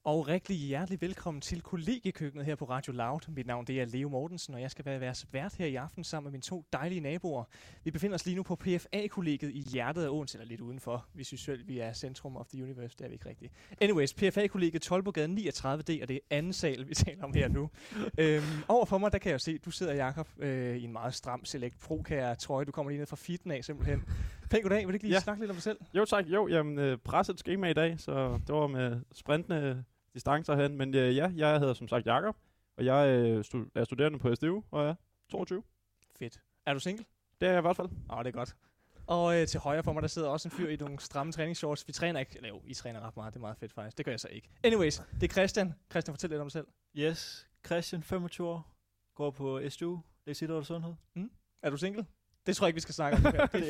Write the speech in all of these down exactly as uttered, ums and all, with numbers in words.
Og rigtig hjertelig velkommen til kollegiekøkkenet her på Radio Loud. Mit navn det er Leo Mortensen, og jeg skal være jeres vært her i aften sammen med mine to dejlige naboer. Vi befinder os lige nu på P F A-kollegiet i hjertet af Odense, eller lidt udenfor. Vi synes selv, vi er centrum of the universe, det er vi ikke rigtigt. Anyways, P F A-kollegiet Toldbogade niogtredive D, og det er anden sal, vi taler om her nu. øhm, overfor mig, der kan jeg jo se, du sidder, Jakob, øh, i en meget stram Select Pro-kære trøje. Du kommer lige ned fra fitten af, simpelthen. Pæn goddag, vil du ikke lige ja. snakke lidt om dig selv? Jo tak, jo, jamen øh, presset schema i dag, så det var med sprintende distancer hen, men øh, ja, jeg hedder som sagt Jakob, og jeg øh, stu- er studerende på S D U, og er toogtyve. Fedt. Er du single? Det er jeg i hvert fald. Åh, det er godt. Og øh, til højre for mig, der sidder også en fyr i nogle stramme træningsshorts. Vi træner ikke, eller jo, I træner ret meget, det er meget fedt faktisk. Det gør jeg så ikke. Anyways, det er Christian. Christian, fortæl lidt om dig selv. Yes, Christian, femogtyve år, går på S D U, det er sit og sundhed. Mm. Er du single? Det tror jeg ikke, vi skal snakke om. Det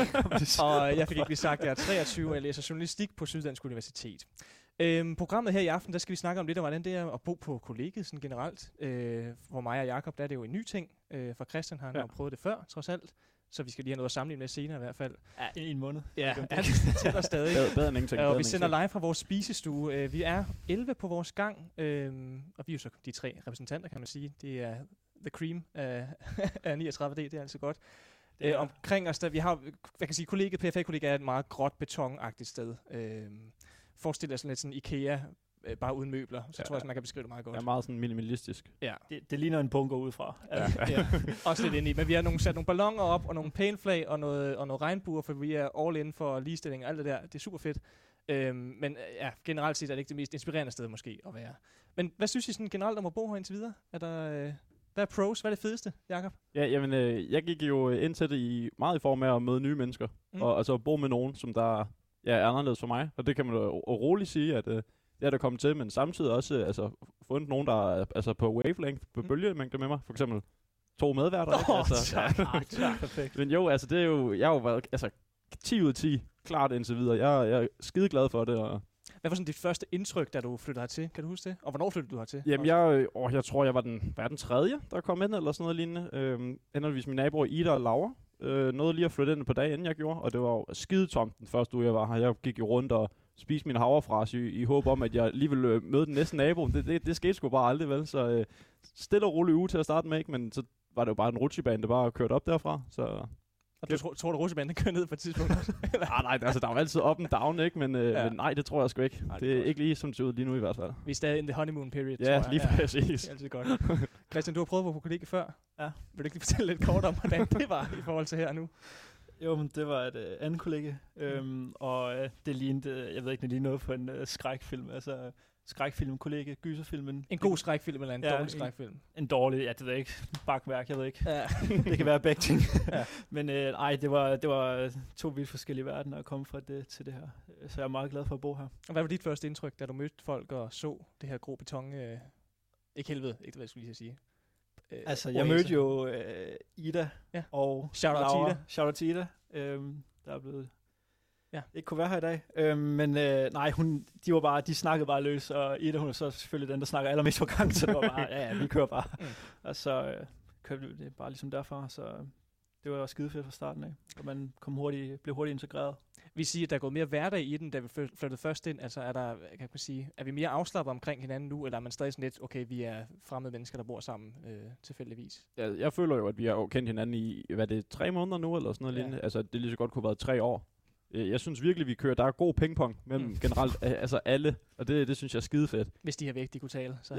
er Og jeg fik ikke lige sagt, at jeg er treogtyve, og jeg læser journalistik på Syddansk Universitet. Øhm, programmet her i aften, der skal vi snakke om lidt om, hvordan det er at bo på kollegiet sådan generelt. Øh, for mig og Jakob, der er det jo en ny ting. Øh, for Christian har han ja. jo prøvet det før, trods alt. Så vi skal lige have noget at sammenligne med senere i hvert fald. Ja, i en måned. Ja, han tæller stadig. Bedre, bedre end ingenting. Og vi sender live fra vores spisestue. Øh, vi er elleve på vores gang, øh, og vi er jo så de tre repræsentanter, kan man sige. Det er the cream af, af niogtredive D, det er altså godt. Øh, omkring os, der vi har, hvad kan sige, kollegiet, P F A-kollegiet er et meget gråt betonagtigt sted. Øh, forestil dig sådan lidt sådan IKEA, øh, bare uden møbler, så ja, tror jeg, at man kan beskrive det meget godt. Det er meget sådan minimalistisk. Ja. Det, det ligner en bunker udefra. Ja. ja. Også lidt ind i, men vi har nogle, sat nogle balloner op, og nogle pæneflag, og noget, og noget regnbuer, for vi er all in for ligestilling og alt det der. Det er super fedt. Øhm, men ja, generelt set er det ikke det mest inspirerende sted måske at være. Men hvad synes I sådan generelt om at bo her indtil videre? Er der... Øh Hvad er pros? Hvad er det fedeste, Jakob? Ja, jamen, øh, jeg gik jo ind til det i, meget i form af at møde nye mennesker. Mm. Og altså bo med nogen, som der ja, er anderledes for mig. Og det kan man jo roligt sige, at øh, det er der kommet til. Men samtidig også øh, altså, fundet nogen, der er altså, på wavelength, på mm. bølgemængde med mig. For eksempel to medværter. Åh, oh, altså, tak. Ja. tak. Perfekt. Men jo, altså det er jo, jeg har jo været altså, ti ud af ti klart indtil videre. Jeg, jeg er skide glad for det, og hvad var sådan dit første indtryk, da du flyttede hertil? Kan du huske det? Og hvornår flyttede du hertil? Jamen, jeg, åh, jeg tror, jeg var den, var den tredje, der kom ind, eller sådan noget lignende. Øhm, Endelvis min naboer Ida og Laura. Øh, nåede lige at flytte ind på dag, inden jeg gjorde. Og det var jo skidetomt den første uge, jeg var her. Jeg gik jo rundt og spiste min havrefras i, i håb om, at jeg lige ville møde den næste nabo. Det, det, det skete sgu bare aldrig, vel? Så øh, stille og rolig uge til at starte med, ikke? Men så var det jo bare en rutsjebane, der bare kørte op derfra. Så og du tror, tror du, rutsjebanen kører ned på et tidspunkt? nej, nej, altså der er jo altid up and down, ikke? Men, øh, ja. men nej, det tror jeg sgu ikke. Nej, det, det er ikke lige som det ser ud lige nu i hvert fald. Vi er stadig in the honeymoon period, ja, tror jeg. Lige ja, lige præcis. Det er altid godt. Christian, du har prøvet at bo på kollegiet før. Ja. Vil du ikke lige fortælle lidt kort om, hvordan det var i forhold til her nu? Jo, men det var et øh, andet kollegie, øhm, og øh, det lignede, jeg ved ikke, det lignede noget på en øh, skrækfilm, altså skrækfilm, kollegie, gyserfilmen. En god skrækfilm eller en ja, dårlig skrækfilm? En, en dårlig, ja, det ved jeg ikke, bakværk, jeg ved ikke. Ja. Det kan være begge ting. Ja. Men øh, ej, det var, det var to vidt forskellige verdener at komme fra det til det her, så jeg er meget glad for at bo her. Og hvad var dit første indtryk, da du mødte folk og så det her grå beton? Øh, ikke helvede, ikke hvad jeg skulle lige sige. Øh, altså, jeg mødte jo øh, Ida ja. og Shout out Laura. Ida. Shout out til Ida. Øhm, der er blevet ja. ikke kunne være her i dag. Øhm, men øh, nej, hun, de var bare, de snakkede bare løs, og Ida, hun er så selvfølgelig den, der snakker allermest for gang, så det var bare, ja, ja, vi kører bare. Mm. Og så øh, kørte vi det bare ligesom derfra, så det var skide fedt fra starten af, og man kom hurtigt, blev hurtigt integreret. Vi siger, at der er gået mere hverdag i den, da vi flyttede først ind. Altså er der, kan man sige, er vi mere afslappet omkring hinanden nu, eller er man stadig sådan lidt, okay, vi er fremmede mennesker, der bor sammen øh, tilfældigvis? Ja, jeg føler jo, at vi har kendt hinanden i, hvad det er, tre måneder nu, eller sådan noget ja. lignende. Altså det lige så godt kunne have været tre år. Jeg synes virkelig, vi kører, der er god pingpong mellem mm. generelt, altså alle, og det, det synes jeg er skide fedt. Hvis de har væk, de kunne tale. Så ja.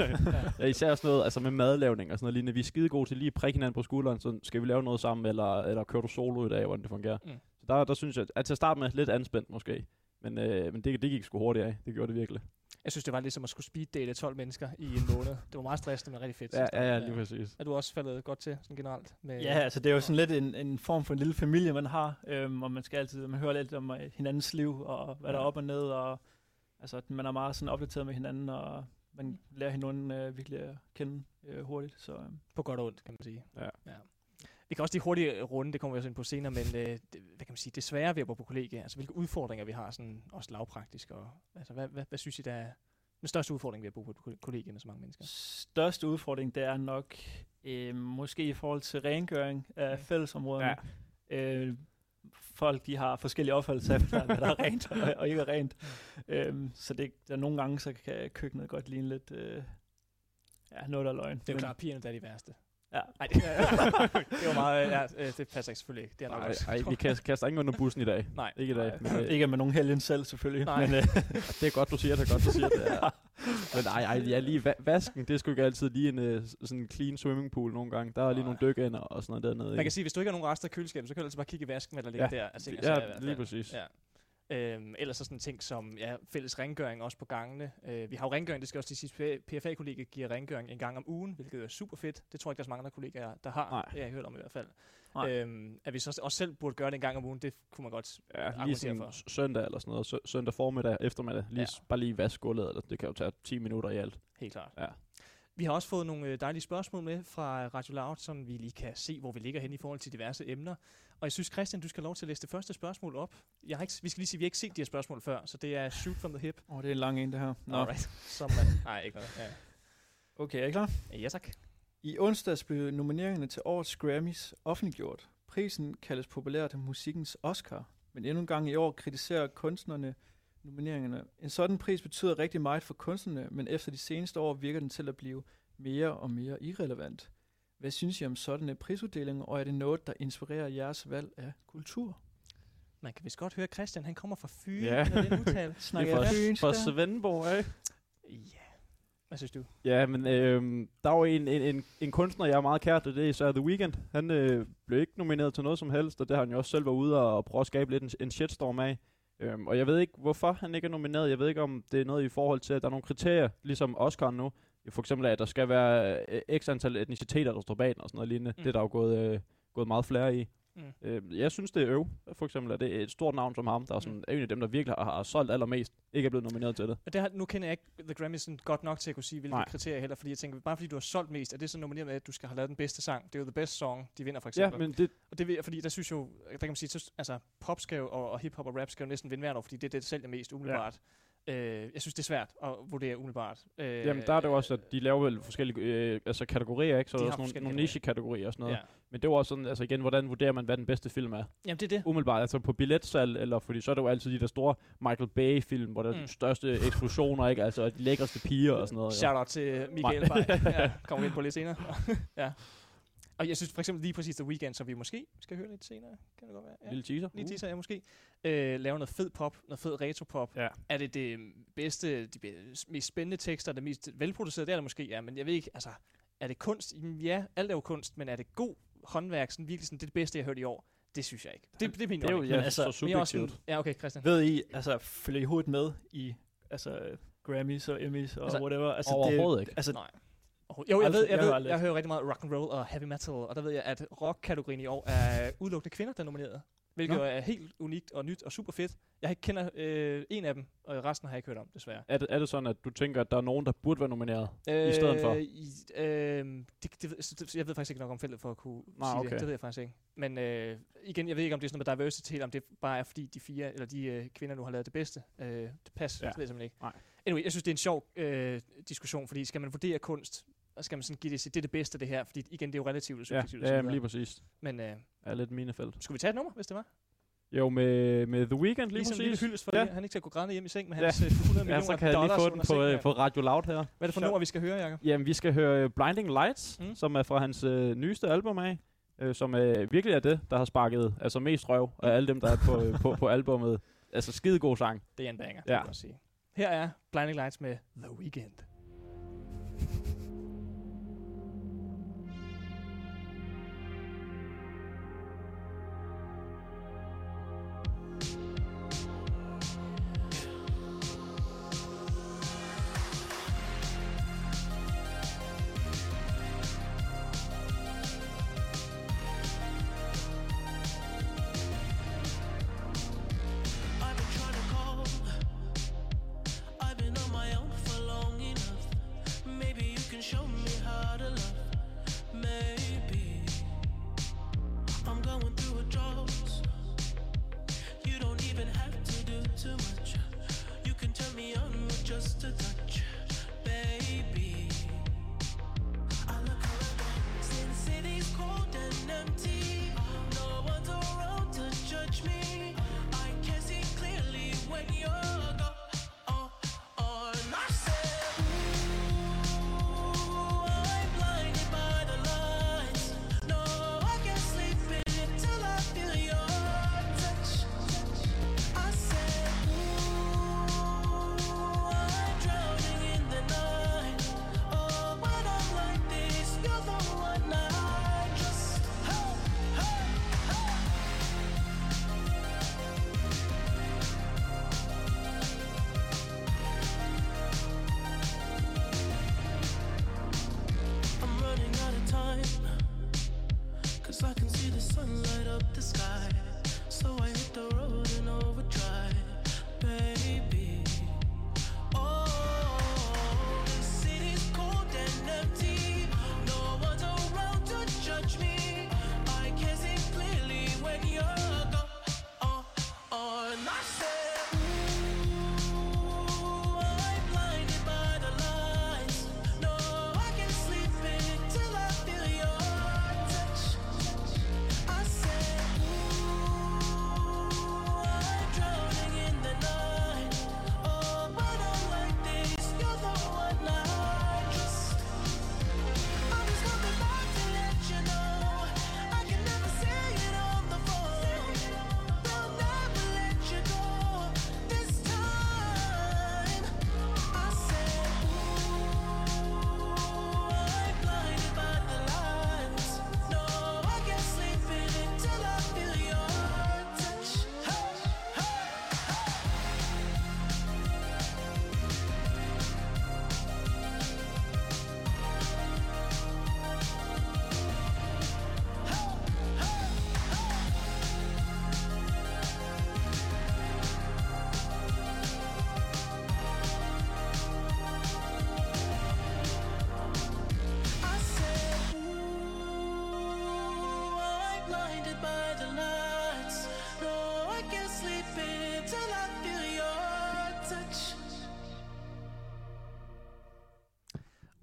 ja, især sådan noget, altså med madlavning og sådan noget lignende. Vi er skide gode til lige at prikke hinanden på skulderen, så skal vi lave noget sammen, eller, eller kører du solo i dag, hvordan det fungerer. Mm. Så der, der synes jeg, at til at starte med lidt anspændt måske, men, øh, men det, det gik sgu hurtigt af, det gjorde det virkelig. Jeg synes, det var ligesom at skulle speeddate tolv mennesker i en måned. Det var meget stressende, men rigtig fedt. Ja, ja, ja, lige præcis. Er du også faldet godt til, sådan generelt? Med ja, altså det er jo sådan lidt en, en form for en lille familie, man har, øhm, og man skal altid, man hører lidt om hinandens liv, og hvad ja. der er op og ned, og altså man er meget sådan opdateret med hinanden, og man lærer hinanden øh, virkelig at kende øh, hurtigt. Så, øh. På godt og ondt, kan man sige. Ja. ja. Vi kan også lige hurtigt runde, det kommer vi også ind på senere, men øh, det, hvad kan man sige, det svære ved at bo på kollegie, altså hvilke udfordringer vi har, sådan også lavpraktisk, og altså hvad, hvad, hvad synes I, der er den største udfordring ved at bo på kollegie med så mange mennesker? Største udfordring, det er nok øh, måske i forhold til rengøring af fællesområderne. Ja. Øh, folk de har forskellige opfattelser af, hvad der er rent og, og ikke er rent. Øhm, så det, der nogle gange, så kan køkkenet godt ligne lidt, øh, ja, noget der er løgn. Det er jo klart, pigerne der er de værste. Ja. Ej, det, det var meget, ja, det passer ikke selvfølgelig ikke. Det er nok Nej, også. ej, vi kaster, kaster ingen under bussen i dag. Nej. Ikke i dag. Men, øh, Ikke med nogen helgen selv, selvfølgelig. Nej. Men, øh, det er godt, du siger det. Er godt, du siger det. Ja. Men ej, ej, ja, lige va- vasken, det er sgu ikke altid lige en uh, sådan en clean swimmingpool nogle gange. Der er lige Nej. nogle dykænder og sådan noget dernede. Man ikke? kan sige, hvis du ikke har nogen rester af køleskabet, så kan du altså bare kigge i vasken, hvad der ligger Ja. der. Altså, Ja, sager i hvert lige fald. præcis. Ja. Øhm, ellers så sådan ting som ja, fælles rengøring også på gangene. Øh, vi har jo rengøring, det skal også lige sige, P F A-kollegiet giver rengøring en gang om ugen, hvilket er super fedt. Det tror jeg ikke, der er så mange andre kollegaer, der har. Nej. Det har jeg hørt om i hvert fald. Nej. Øhm, at vi så også selv burde gøre det en gang om ugen, det kunne man godt Ja, lige argumentere sådan for. s- søndag eller sådan noget. Sø- søndag formiddag, eftermiddag. Lige, Ja. s- Bare lige vask gulvet, eller det kan jo tage ti minutter i alt. Helt klart. Ja. Vi har også fået nogle øh, dejlige spørgsmål med fra Radio Loud, så vi lige kan se, hvor vi ligger hen i forhold til diverse emner. Og jeg synes, Christian, du skal have lov til at læse det første spørgsmål op. Jeg har ikke, vi skal lige sige, at vi har ikke set de her spørgsmål før, så det er shoot from the hip. Åh, oh, det er en lang en, det her. Nå. Alright. Som man... Nej, ikke noget. Ja. Okay, er I klar? Ja, tak. I onsdags blev nomineringerne til årets Grammys offentliggjort. Prisen kaldes populært musikkens Oscar, men endnu en gang i år kritiserer kunstnerne nomineringerne. En sådan pris betyder rigtig meget for kunstnerne, men efter de seneste år virker den til at blive mere og mere irrelevant. Hvad synes I om sådanne prisuddelinger, og er det noget, der inspirerer jeres valg af kultur? Man kan vist godt høre, Christian, han kommer fra Fyn. Ja. Er det en udtale? Det Snakker er jeg fra, fynsk fra der? Svendborg, ikke? Ja. Hvad synes du? Ja, men øh, der er jo en, en, en, en kunstner, jeg er meget kær til, det er så The Weeknd. Han øh, blev ikke nomineret til noget som helst, og det har han jo også selv været ude og prøve at skabe lidt en, en shitstorm af. Øhm, og jeg ved ikke, hvorfor han ikke er nomineret. Jeg ved ikke, om det er noget i forhold til, at der er nogle kriterier, ligesom Oscar nu. For eksempel, at der skal være øh, x antal etniciteter, der står bag den og sådan noget lignende. Mm. Det er der jo gået, øh, gået meget flere i. Mm. Øh, jeg synes, det er øv. For eksempel, at det er et stort navn som ham, der er sådan, mm. en af dem, der virkelig har, har solgt allermest, ikke er blevet nomineret til det. Og det har, nu kender jeg ikke The Grammys godt nok til at kunne sige, hvilke Nej. kriterier heller, fordi jeg tænker, bare fordi du har solgt mest, er det så nomineret med, at du skal have lavet den bedste sang? Det er jo the best song, de vinder for eksempel. Ja, men det... Og det ved jeg, fordi der synes jo, der kan man sige, så, altså pop skal jo, og, og hip-hop og rap skal jo næsten vinde hvert år, fordi det er det, der sælger mest umiddelbart. Ja. Øh, jeg synes, det er svært at vurdere umiddelbart. Øh, Jamen, der er det jo også, at de laver vel forskellige øh, altså kategorier, ikke? Så De der er har også nogle, forskellige nogle niche-kategorier og sådan noget. Ja. Men det er jo også sådan, altså igen, hvordan vurderer man, hvad den bedste film er? Jamen, det er det. Umiddelbart, altså på billetsalg, eller fordi så er det jo altid de der store Michael Bay-film, hvor der er Mm. de største eksplosioner, ikke? Altså de lækreste piger og sådan noget. Shout out til Michael Bay. Ja, kommer vi ind på lidt senere. Ja. Og jeg synes for eksempel lige præcis The Weeknd, som vi måske skal høre lidt senere, kan det godt være. Ja. Lille teaser. Lige teaser, ja, måske. Øh, lave noget fed pop, noget fed retro-pop. Ja. Er det det bedste, de be- mest spændende tekster, det mest velproducerede? Det er det måske, ja. Men jeg ved ikke, altså, er det kunst? Jamen, ja, alt er jo kunst, men er det god håndværk, sådan virkelig sådan, det er det bedste, jeg har hørt i år? Det synes jeg ikke. Det, det er min Det er jo holdning. ja, Men altså, så Men jeg er også subjektivt. sådan- Ja, okay, Christian. Ved I, altså, følger I hovedet med i altså, Grammys og Emmys og Altså, whatever? Altså, overhovedet ikke. Altså, Nej. Jo, jeg ved, jeg, Jeg ved, hører jeg, aldrig. jeg hører rigtig meget rock and roll og heavy metal, og der ved jeg, at rock-kategorien i år er udelukkende kvinder, der er nomineret. Hvilket Nå. jo er helt unikt og nyt og super fedt. Jeg ikke kender øh, en af dem, og resten har jeg ikke hørt om, desværre. Er det, er det sådan, at du tænker, at der er nogen, der burde være nomineret i stedet for? I, øh, det, det, det, jeg ved faktisk ikke nok om feltet for at kunne Nej, sige okay. det. Det ved jeg faktisk ikke. Men øh, igen, jeg ved ikke, om det er sådan noget med diversity, eller om det bare er, fordi de fire eller de øh, kvinder nu har lavet det bedste. Øh, det passer, Ja. det ved jeg simpelthen ikke. Nej. Anyway, jeg synes, det er en sjov øh, diskussion, fordi skal man vurdere kunst, og skal man sådan give det, det er det bedste, det her, fordi igen, det er jo relativt og Ja, subjektivt. og ja så jamen, videre. lige præcis. Men øh, Er lidt minefelt. skulle vi tage et nummer, hvis det var? Jo, med, med The Weeknd lige Ligesom en lille præcis. hyldest for Ja. det. Han ikke til at gå grædende hjem i seng med Ja. hans øh, hundrede Ja, millioner så kan jeg lige dollars få den under på, sengen. øh, på Radio Loud her. Hvad er det for nummer, vi skal høre, Jacob? Jamen, vi skal høre øh, Blinding Lights, Mm. mm. som er fra hans øh, nyeste album af, øh, som øh, virkelig er det, der har sparket altså mest røv af alle dem, der er på, øh, på, på albummet. Altså skidegod sang. Det er en banger, Ja. ja. Kan man sige. Her er Blinding Lights med The Weeknd. I've been trying to call. I've been on my own for long enough.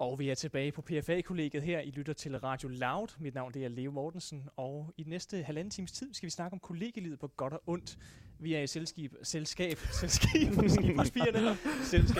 Og vi er tilbage på P F A-kollegiet her. I lytter til Radio Loud. Mit navn det er Leo Mortensen, og i næste halvanden times tid skal vi snakke om kollegielivet på godt og ondt. Vi er i selskab, selskab, selskab, skibhuspigerne, selskab.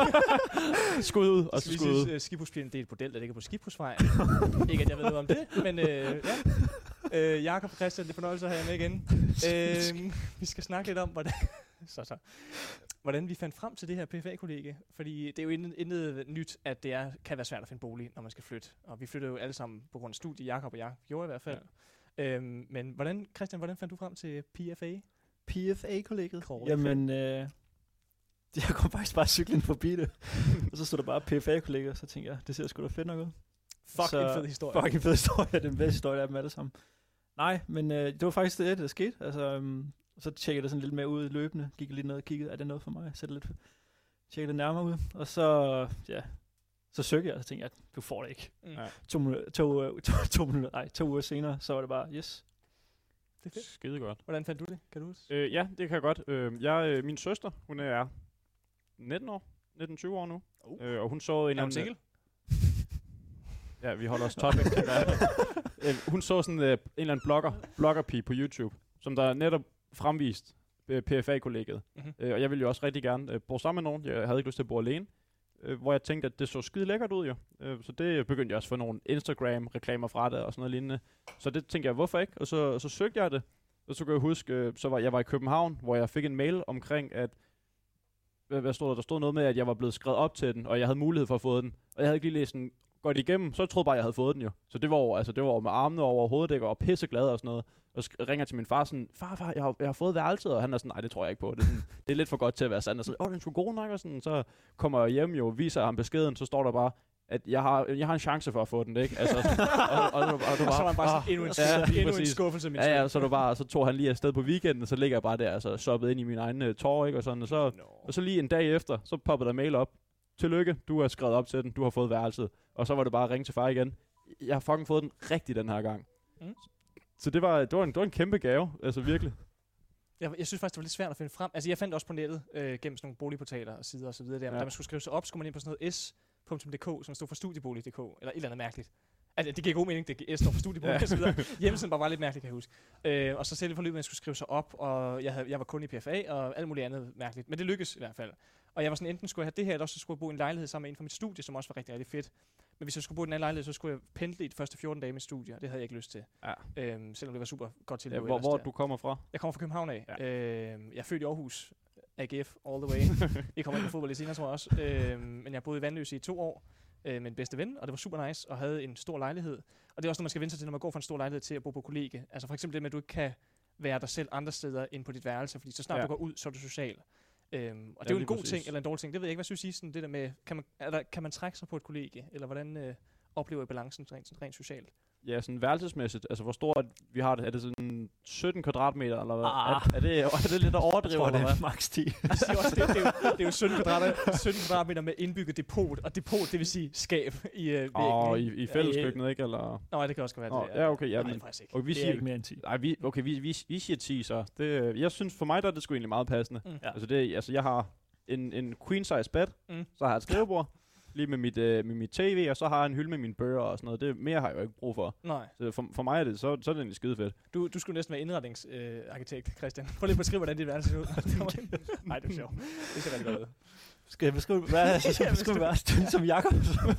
Skud ud, og så skud ud. Skibhuspigerne, det er et bordel, der ligger på Skibhusvej. Ikke at jeg ved noget om det, men øh, ja. Øh, Jakob og Christian, det er fornøjelse at have jer med igen. øh, vi skal snakke lidt om, hvordan... så, så. Hvordan vi fandt frem til det her P F A-kollegie. Fordi det er jo intet, intet nyt, at det er, kan være svært at finde bolig, når man skal flytte. Og vi flytter jo alle sammen på grund af studie, Jakob og jeg gjorde i hvert fald. Ja. Øhm, men hvordan, Christian, hvordan fandt du frem til P F A? P F A-kollegiet? Jamen, øh, jeg kom faktisk bare cyklen forbi det. Og så stod der bare P F A-kollegiet, og så tænkte jeg, det ser sgu da fedt nok ud. Fuck så, en fed historie. Fuck en fed historie, det er den bedste historie af dem alle sammen. Nej, men øh, det var faktisk det, der skete. Altså... Um, så tjekkede jeg det sådan lidt mere ud løbende, gik lidt ned og kiggede, er det noget for mig? Sætte lidt, tjekkede det nærmere ud, og så, ja, så søgte jeg, og så tænkte jeg, du får det ikke. Mm. To, to, to, to, minutter, nej, to uger senere, så var det bare, yes. Det er fedt. Skide godt. Hvordan fandt du det? Kan du huske? Øh, ja, det kan jeg godt. Øh, jeg, øh, min søster, hun er nitten år, nitten tyve år nu, uh. øh, og hun så en... Er hun single? Ja, vi holder os topic. øh, hun så sådan øh, en eller anden blogger, bloggerpige på YouTube, som der netop fremvist øh, P F A-kollegiet. Mm-hmm. Øh, og jeg ville jo også rigtig gerne øh, bo sammen med nogen. Jeg havde ikke lyst til at bo alene. Øh, hvor jeg tænkte, at det så skide lækkert ud jo. Øh, så det begyndte jeg også at få nogle Instagram-reklamer fra det og sådan noget lignende. Så det tænkte jeg, hvorfor ikke? Og så, så søgte jeg det. Og så kan jeg huske, øh, så var jeg var i København, hvor jeg fik en mail omkring, at hvad, hvad stod der? Der stod noget med, at jeg var blevet skrevet op til den, og jeg havde mulighed for at få den. Og jeg havde ikke lige læst den godt igennem, så jeg troede bare, jeg havde fået den jo. Så det var jo, altså, det var med armene over hovedet, og pisseglad og sådan noget. Og sk- ringer til min far sådan, far, far, jeg har, jeg har fået værelset, og han er sådan, nej, det tror jeg ikke på. Det er, sådan, det er lidt for godt til at være sandt. Og så, åh, den er sgu god nok, og sådan, så kommer jeg hjem jo, viser ham beskeden, så står der bare, at jeg har, jeg har en chance for at få den, ikke? Altså, og, og, og, og, og, og så var han bare sådan, endnu en, ja, endnu en skuffelse, min ja, ja, så, bare, så tog han lige afsted på weekenden, og så ligger jeg bare der, altså, soppet ind i min egen uh, tår, ikke? Og, sådan, og, så, no. og så lige en dag efter, så poppede der mail op. Tillykke, du har skrevet op til den, du har fået værelset. Og så var det bare at ringe til far igen. Jeg har fucking fået den rigtig den her gang. Mm. Så det var, det, var en, det var en kæmpe gave, altså virkelig. Jeg, jeg synes faktisk, det var lidt svært at finde frem. Altså jeg fandt også på nettet, øh, gennem sådan nogle boligportaler og sider og så videre der. Ja. Da man skulle skrive sig op, skulle man ind på sådan noget s punktum d k, som stod for studiebolig punktum d k, eller et eller andet mærkeligt. Altså, det giver god mening, det S står for studiebolig og så videre. Hjemmesiden var bare lidt mærkeligt, kan jeg huske. Øh, og så selv forløbet, at jeg skulle skrive sig op, og jeg, havde, jeg var kun i P F A, og alt muligt andet mærkeligt. Men det lykkedes i hvert fald. Og jeg var sådan, enten skulle jeg have det her, eller også skulle jeg bo i en lejlighed sammen med en fra mit studie, som også var rigtig, rigtig fedt. Men hvis jeg skulle bo i den anden lejlighed, så skulle jeg pendle i de første fjorten dage i mit studie, og det havde jeg ikke lyst til. Ja. Øhm, selvom det var super godt til. Ja, hvor hvor du kommer fra? Jeg kommer fra København af. Ja. Øhm, jeg er født i Aarhus. A G F all the way. Vi kommer ind på fodbold i senere, tror jeg også. Øhm, men jeg boede i Vandløse i to år øh, med en bedste ven, og det var super nice, og havde en stor lejlighed. Og det er også noget, man skal vende sig til, når man går fra en stor lejlighed til at bo på kollegie. Altså for eksempel det med, at du ikke kan være dig selv andre steder end på dit værelse, fordi så snart ja. du går ud, så er du social. Øhm, og det er jo en god præcis. ting, eller en dårlig ting. Det ved jeg ikke, hvad synes I, sådan det der med, kan man, er der, kan man trække sig på et kollegie, eller hvordan øh, oplever I balancen rent, rent socialt? Ja, sådan værelsesmæssigt, altså hvor stort vi har det, er det sådan sytten kvadratmeter, eller hvad? Ah. Er, er, det, er det lidt at overdrive, eller hvad? Jeg tror, det er max ti. det, det, det, det, det er jo sytten kvadratmeter med indbygget depot, og depot, det vil sige skab i øh, væggen. Åh, oh, i, i fælleskøkkenet, ikke? Eller? Nå, det kan også være oh, det. Ja, okay, ja. Nej, men, faktisk ikke. Okay, vi det er siger, ikke mere end ti. Nej, vi, okay, vi, vi, vi siger ti, så. Det, jeg synes, for mig der er det sgu egentlig meget passende. Mm. Ja. Altså, det, altså, jeg har en, en queen size bed, mm. så har jeg et skrivebord, lige med mit, øh, med mit tv, og så har jeg en hylde med mine bøger og sådan noget. Det mere har jeg jo ikke brug for. Nej. Så for, for mig er det, så, så er det egentlig skide fedt. Du, du skulle næsten være indretningsarkitekt, øh, Christian. Prøv lige at beskrive, hvordan dit værelse ser ud. Nej, det er sjovt. Det ser rigtig godt ud. Skal jeg beskrive, hvad skal jeg beskrive værelsen som Jakob?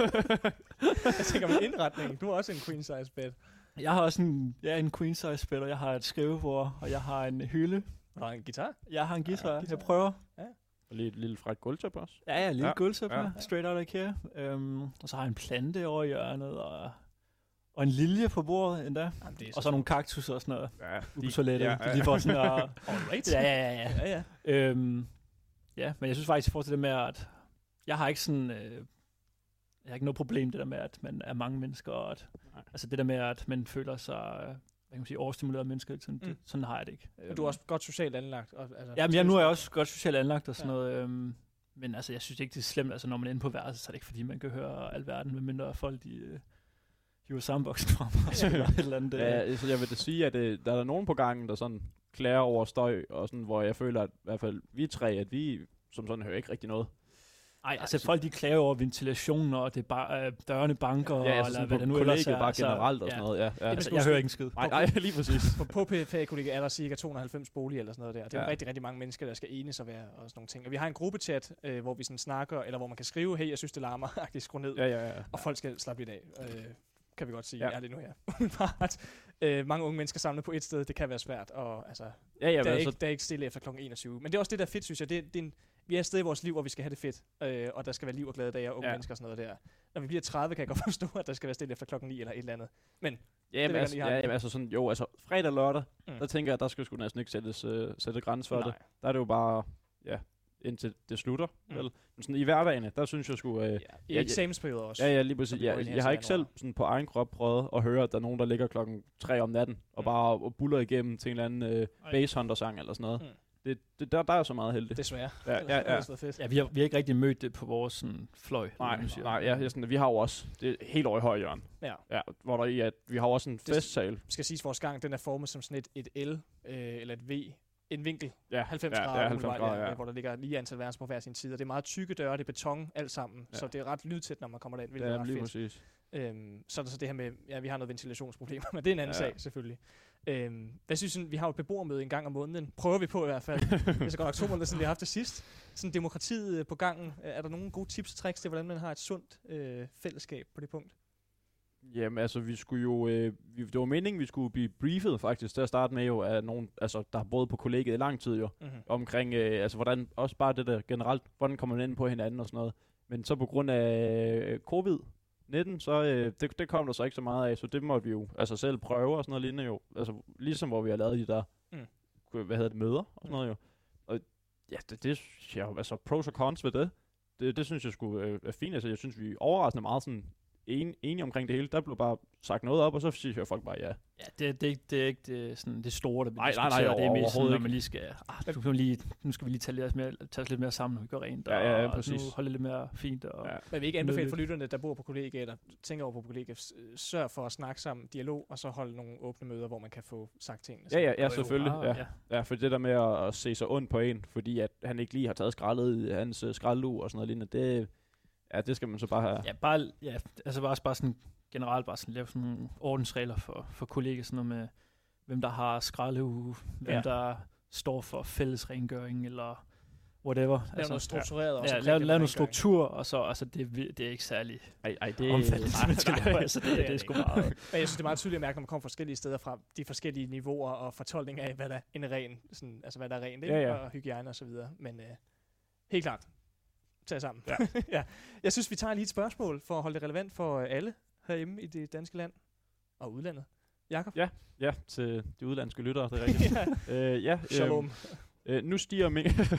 Jeg tænker med indretning. Du har også en queen size bed. Jeg har også en, ja, en queen size bed, og jeg har et skrivebord, og jeg har en hylde. Og en guitar? Jeg har en guitar, ja, guitar. Jeg prøver. Ja. Og lige et lille frækt gulvtæppe også. Ja, ja, en lille ja. gulvtæppe, ja. straight out of IKEA. Um, og så har jeg en plante over i hjørnet, og, og en lilje på bordet endda. Jamen, så og så nogle kaktus og sådan noget. Ja, ude på toilettet. Ja, ja. Lige for sådan at... Alright. Ja, ja, ja. ja. ja, ja. Um, ja, men jeg synes faktisk, i forhold til det med, at jeg har ikke sådan... Øh, jeg har ikke noget problem, det der med, at man er mange mennesker, og at, altså det der med, at man føler sig... kan man sige, overstimuleret mennesker. Sådan, mm. det, sådan har jeg det ikke. Men du er også godt socialt anlagt. Og, altså, ja, men ja, nu er jeg også godt socialt anlagt og sådan ja. noget. Øhm, men altså, jeg synes ikke, det er slemt. Altså, når man er inde på værelset, så er det ikke, fordi man kan høre alverden, medmindre folk, de øh, hiver soundboxen frem og spiller et eller andet. Ja, så jeg vil da sige, at det, der er der nogen på gangen, der sådan klager over støj, og sådan, hvor jeg føler, at i hvert fald vi tre, at vi som sådan hører ikke rigtig noget. Ej, altså folk de klager over ventilation, og det er bare øh, dørene banker, ja, altså eller hvad det nu ellers ellers er. bare generelt så, og sådan noget, ja. ja. Altså, jeg hører ikke en skid. Nej, nej, lige præcis. På, på P F A-kollegiet er der cirka to hundrede og halvfems boliger eller sådan noget der. Det er ja. jo rigtig, rigtig mange mennesker, der skal enes og være og sådan nogle ting. Og vi har en gruppechat, øh, hvor vi sådan snakker, eller hvor man kan skrive, hey, jeg synes, det larmer, agtigt, skru ned. Ja, ja, ja. Og folk skal slappe lidt af, øh, kan vi godt sige, ja. ærligt nu her. øh, mange unge mennesker samlet på et sted, det kan være svært, og altså, ja, ja, der, er altså, ikke, der er ikke stille efter klokken enogtyve. Men det er også det, der er fedt, synes jeg. Det, det er en, vi er et sted i vores liv, hvor vi skal have det fedt, øh, og der skal være liv og glade dage og unge ja. mennesker og sådan noget der. Når vi bliver tredive, kan jeg godt forstå, at der skal være stille efter klokken ni eller et eller andet. Men ja, men altså, ja, jamen, altså sådan, jo, altså fredag og lørdag, mm. der tænker jeg, at der skal sgu næsten ikke sættes, uh, sætte grænser for Nej. det. Der er det jo bare, ja, indtil det slutter. Mm. Vel? Men sådan i hverdagene, der synes jeg sgu... Uh, ja, I eksamensperioder også. Ja, ja, lige præcis. Ja, jeg har ikke selv sådan på egen krop prøvet at høre, at der er nogen, der ligger klokken tre om natten, og mm. bare og buller igennem til en eller anden uh, basshunter-sang eller sådan noget. Mm. Det, det, der, der er så meget heldigt. Desværre. Ja, ja, ja. Fedt. ja vi, har, vi har ikke rigtig mødt det på vores sådan, fløj. Nej, nej ja, ja, sådan, vi har jo også, det er helt over i højre hjørne. Ja. Ja, hvor der i, at vi har også en det festsal. Skal siges, vores gang, den er formet som sådan et, et L, øh, eller et V, en vinkel, ja, halvfems ja, grader, ja, halvfems grader ja. hvor der ligger lige antal værelser på hver sin side. Og det er meget tykke døre, det er beton, alt sammen, ja. så det er ret lydtæt, når man kommer derind, hvilket ja, er ret lige fedt. Præcis. Øhm, så er der så det her med, ja, vi har noget ventilationsproblemer, men det er en anden ja. sag, selvfølgelig. Øhm, hvad synes I, vi har jo et beboermøde en gang om måneden, prøver vi på i hvert fald. Det er så godt nok to måneder siden, vi har haft det sidst. Sådan demokratiet på gangen, er der nogle gode tips og tricks til, hvordan man har et sundt øh, fællesskab på det punkt? Jamen altså, vi skulle jo, øh, vi, det var meningen, vi skulle blive briefet faktisk til at starte med jo af nogen, altså der har boet på kollegiet i lang tid jo, mm-hmm. omkring, øh, altså hvordan, også bare det der generelt, hvordan kommer man ind på hinanden og sådan noget. Men så på grund af øh, covid nitten, så øh, det, det kom der så ikke så meget af, så det måtte vi jo altså selv prøve og sådan noget lignende jo. Altså ligesom hvor vi har lavet de der, mm. hvad hedder det, møder og sådan noget jo. Og ja, det, det ja, altså pros og cons ved det, det, det synes jeg skulle øh, er fint. Altså jeg synes, vi er overraskende meget sådan en, enige omkring det hele. Der blev bare sagt noget op, og så siger jeg folk bare ja. Ja, det, det, er, ikke, det er ikke det, sådan, det store, der bliver nej, nej, nej, det er mest sådan, når man lige skal, ah, nu, lige, nu skal vi lige tage, mere, tage os lidt mere sammen, når vi går rent, ja, ja, ja, og nu holde lidt mere fint. Og ja. Men vi ikke anbefale for lytterne, der bor på kollegiet, eller tænker over på kollegiet, sørg for at snakke sammen, dialog, og så holde nogle åbne møder, hvor man kan få sagt tingene. Ja, ja, ja, selvfølgelig. Ah, ja. Ja. ja, for det der med at, at se sig ondt på en, fordi at han ikke lige har taget skraldet i hans uh, skraldlug og sådan noget lignende, det, ja, det skal man så bare have. Ja, bare, ja, altså bare, bare sådan generelt bare sådan lave sådan nogle ordensregler for, for kolleger, sådan noget med, hvem der har skraldeuge, hvem ja. der står for fælles rengøring, eller whatever. Lave altså, noget struktureret ja, også. Ja, lave, lave noget struktur, og så, altså det, det er ikke særlig ej, ej, det omfattende, nej, man skal lave, altså det, det, det, det er sgu meget. Men jeg synes, det er meget tydeligt at mærke, når man kommer fra forskellige steder fra, de forskellige niveauer og fortolkning af, hvad der er en ren, sådan, altså hvad der er rent, ja, ja. og hygiejne og så videre. Men øh, helt klart, tag sammen. Ja. ja. Jeg synes, vi tager lige et spørgsmål for at holde det relevant for alle herhjemme i det danske land og udlandet. Jakob? Ja, ja, til de udlandske lyttere, det er rigtigt. ja. Øh, ja, Shalom. Øh, nu stiger mæng-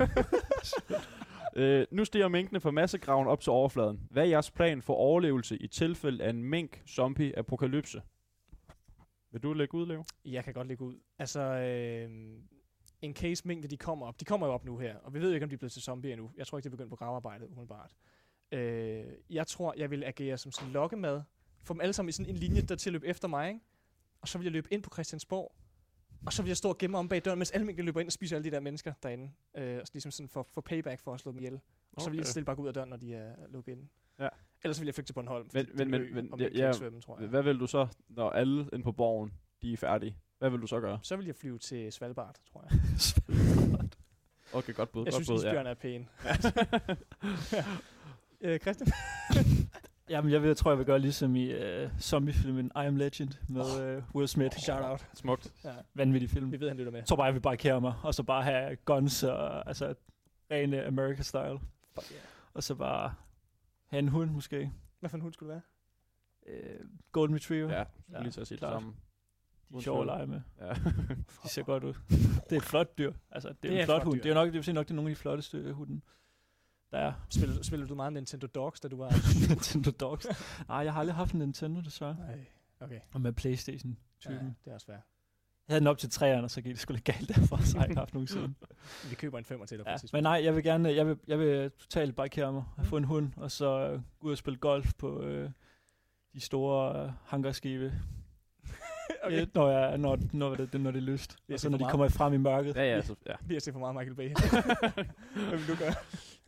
øh, nu stiger mængdene fra massegraven op til overfladen. Hvad er jeres plan for overlevelse i tilfælde af en mink-zombie-apokalypse? Vil du lægge ud, Leo? Jeg kan godt lægge ud. Altså, øh, en case mængde, de kommer op. De kommer jo op nu her, og vi ved jo ikke, om de er blevet til zombie endnu. Jeg tror ikke, de er begyndt på gravearbejdet, umiddelbart. Øh, jeg tror, jeg vil agere som sådan lokkemad. Få dem alle sammen i sådan en linje, der til at løbe efter mig, ikke? Og så vil jeg løbe ind på Christiansborg. Og så vil jeg stå og gemme om bag døren, mens alle mængder løber ind og spiser alle de der mennesker derinde. Øh, og så ligesom sådan for, for payback for at slå dem ihjel. Og okay. så vil jeg stille bare gå ud af døren, når de er lukket inde. Ja. Ellers vil jeg flygte til Bornholm. Men, men, men, men ja, ja, svømme, tror jeg. Hvad vil du så, når alle inde på borgen, de er færdige? Hvad vil du så gøre? Så vil jeg flyve til Svalbard, tror jeg. Svalbard. Okay, godt bud. Jeg godt synes, bud, isbjørn ja. er pæn. ja. øh, Christian? Jamen, jeg, vil, jeg tror, jeg vil gøre ligesom i uh, zombie-filmen I Am Legend med uh, Will Smith. Oh, shout out. Smukt. Ja. Vanvittig film. Vi ved, han lytter med. Jeg tror bare, jeg vil barrikere mig, og så bare have guns og altså rene America-style. Fuck yeah. Og så bare have en hund, måske. Hvad for en hund skulle det være? Uh, Golden Retriever. Ja, ja, lige til at sige det samme. De er sjove at lege med. Ja. De ser godt ud. Det er et flot dyr. Altså, det er, det er en flot hund. Dyr. Det er nok, det er nok det er nogle af de flotteste hunden. Der er. Spiller, spiller du meget Nintendo Dogs, da du var... Nintendo Dogs? Nej, jeg har aldrig haft en Nintendo, desværre. Nej, okay. Og med Playstation-typen. Ja, det er også svært. Jeg havde den op til træerne, og så gik det sgu lidt galt derfor, så har jeg ikke haft nogen siden. Vi køber en femmer til dig, ja, præcis. Men nej, jeg vil gerne, jeg vil, jeg vil totalt barrikere mig, mm. få en hund, og så uh, gå ud og spille golf på øh, de store uh, hangarskibe. Okay. Når, jeg, når, når, det, når det er lyst. Og så når de kommer frem i mørket. Ja, ja. Så, ja. Vi har set for meget Michael Bay. Hvad vil du gøre?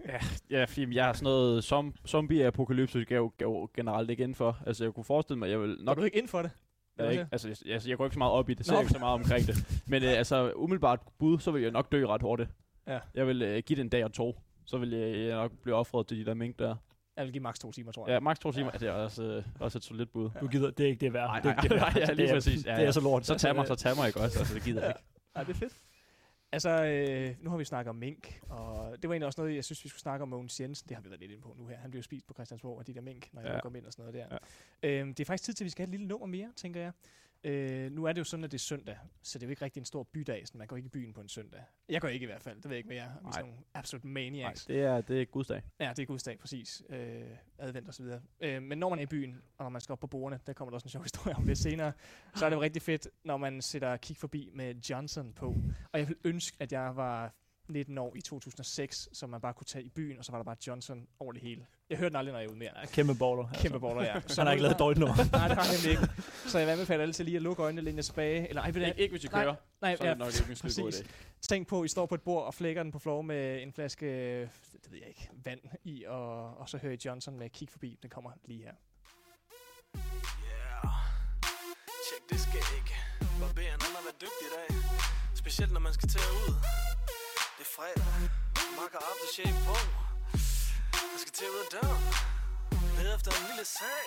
Ja, ja, fordi jeg har sådan noget som, zombie-apokalypse, jeg jo, jo generelt ikke ind for. Altså, jeg kunne forestille mig, jeg vil nok... Går du ikke ind for det? Jeg, ikke, altså, jeg, altså, jeg går ikke så meget op i det, så jeg ikke så meget omkring det. Men øh, altså, umiddelbart bud, så vil jeg nok dø ret hurtigt. Ja. Jeg vil øh, give det en dag og to. Så vil jeg, jeg nok blive offret til de der mink der. Jeg vil give maks to timer, tror jeg. Ja, maks to timer. Ja. Det er også, øh, også et solidt bud. Du gider, det er ikke det værd. Nej, det er nej, ikke det nej, værd. ja, lige det er, præcis. Ja, det er så lort. Så tag mig, så tag mig ikke også. Altså, det gider jeg ikke. Ja, det er fedt. Altså, øh, nu har vi snakket om mink, og det var egentlig også noget, jeg synes, vi skulle snakke om Mogens Jensen. Det har vi været lidt inde på nu her. Han bliver spist på Christiansborg af de der mink, når jeg ja. kommer ind og sådan noget der. Ja. Øhm, det er faktisk tid til, at vi skal have et lille nummer mere, tænker jeg. Øh, nu er det jo sådan, at det er søndag, så det er jo ikke rigtig en stor bydag. Så man går ikke i byen på en søndag. Jeg går ikke i hvert fald. Det ved jeg ikke med jer. Vi er sådan nogle absolut maniacs. Nej, det er, det er Gudsdag. Ja, det er Gudsdag, præcis. Øh, advent og så videre. Øh, men når man er i byen, og når man skal op på bordene, der kommer der også en sjov historie om lidt senere, så er det jo rigtig fedt, når man sætter kig forbi med Johnson på. Og jeg vil ønske, at jeg var nitten år i to tusind og seks, så man bare kunne tage i byen, og så var der bare Johnson over det hele. Jeg hørte den aldrig, når jeg er ude mere. Ja, kæmpe baller. Kæmpe altså. baller, ja. Så han har ikke lavet dårligt nummer. Nej, det har han nemlig ikke. Så jeg anbefaler alle til lige at lukke øjnene, læne tilbage. Eller, ej, ikke, ikke hvis I kører. Nej, så er det nok ikke en skide god idé. Tænk på, at I står på et bord og flækker den på floor med en flaske, det ved jeg ikke, vand i, og, og så hører I Johnson med kig forbi. Den kommer lige her. Yeah. Check det skal ikke. Barberen, han har været dygtig i dag. Specielt når man skal til ud. Det er fredag. Makker aftershave på. Jeg skal til ud af døren. Led efter en lille sag.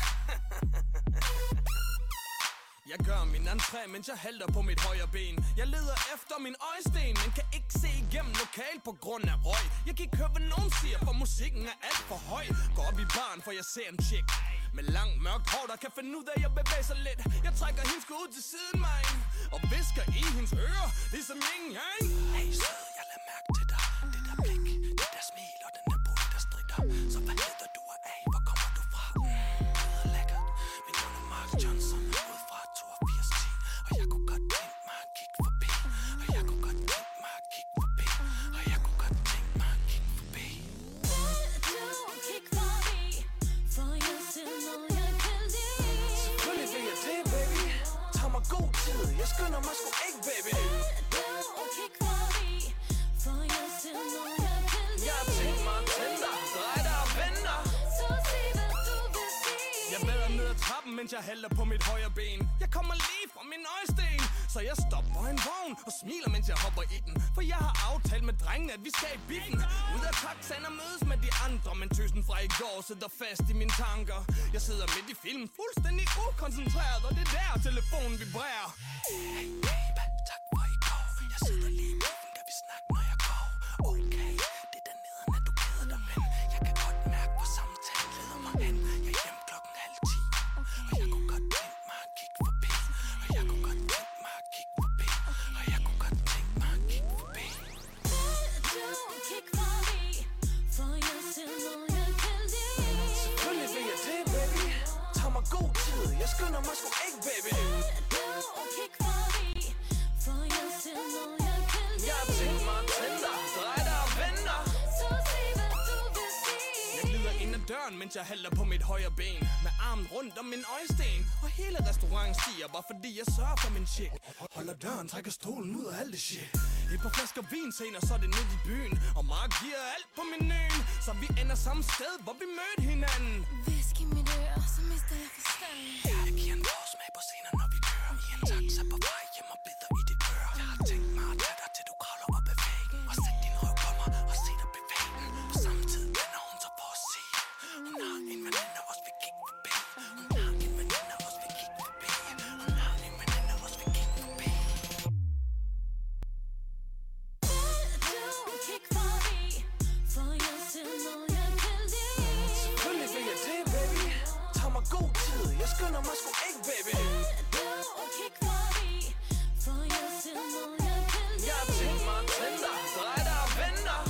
Jeg gør min entré, mens jeg halter på mit højre ben. Jeg leder efter min øjesten, men kan ikke se igennem lokal på grund af røg. Jeg kan ikke høre, hvad nogen siger, for musikken er alt for høj. Går op i baren, for jeg ser en chick med langt mørkt hår, der kan finde ud af, at jeg bevæger sig lidt. Jeg trækker hendes ud til siden mig og visker i hendes ører, ligesom ingen yang. Hey sød, jeg lader mærke til dig. Det der blik, det der smil og den der booty, der stritter. Så hvad hedder du af? Hvor kommer du fra? Mm, lyder lækkert. Mit navn er Mark Johnson, ud fra toogfirs ti. Og jeg kunne godt tænke mig at kigge forbi. Og jeg kunne godt tænke mig at kigge forbi. Og jeg kunne godt tænke mig at kigge forbi. Selvfølgelig vil jeg det, baby. Tag mig god tid, jeg skynder mig sgu ikke, baby. Jeg har tænkt mig at tænde dig, drej dig og vende dig. Jeg vader ned ad trappen, mens jeg halter på mit højre ben. Jeg kommer lige fra min øjesten, så jeg stopper en vogn og smiler, mens jeg hopper i den. For jeg har aftalt med drengene, at vi skal i biffen. Ud af taxaen og mødes med de andre, men tøsen fra i går sidder fast i mine tanker. Jeg sidder midt i filmen, fuldstændig ukoncentreret, og det er der telefonen vibrerer. Hey baby, tak for i går. Jeg sidder lige i biffen, da vi snakker, når jeg går. Okay, det er dernede, når du keder dig, men jeg kan godt mærke, hvor samtalen leder mig hen. Jeg er hjemme klokken halv ti, og jeg kunne godt tænke mig at kigge forbi. Og jeg kunne godt tænke mig at kigge forbi. Og jeg kunne godt tænke mig at kigge forbi. Selvfølgelig vil jeg det, baby. Tag mig god tid, jeg skynder mig sgu ikke, baby. Jeg har tænkt mig at tænde dig, drej dig og vende dig. Jeg glider ind ad døren, mens jeg halter på mit højre ben. Med armen rundt om min øjesten. Og hele restauranten stiger, bare fordi jeg sørger for min chick. Holder døren, trækker stolen ud af alt det shit. Et par flasker vin senere, så er det ned i byen. Og Mark giver alt på menuen, så vi ender samme sted, hvor vi mødte hinanden. Visk i mit øre, så mister jeg forstanden. Jeg giver en forsmag på scener, når vi kører i en taxa på vej hjem og bider i dit øre. Jeg har tænkt mig at tage dig, til du kravler op ad væggen. Og sæt din røv på mig og se dig bevæge den. På samme tid vender hun så for at sige. Hun har en veninde, også vil kigge forbi. Hun har en veninde, også vil kigge forbi. Hun har en veninde, også vil kigge forbi. Selvfølgelig vil jeg det, baby. Tag mig god tid, jeg skynder mig sgu ikke, baby. Jeg har tænkt mig at tænde dig, drej dig og vende dig.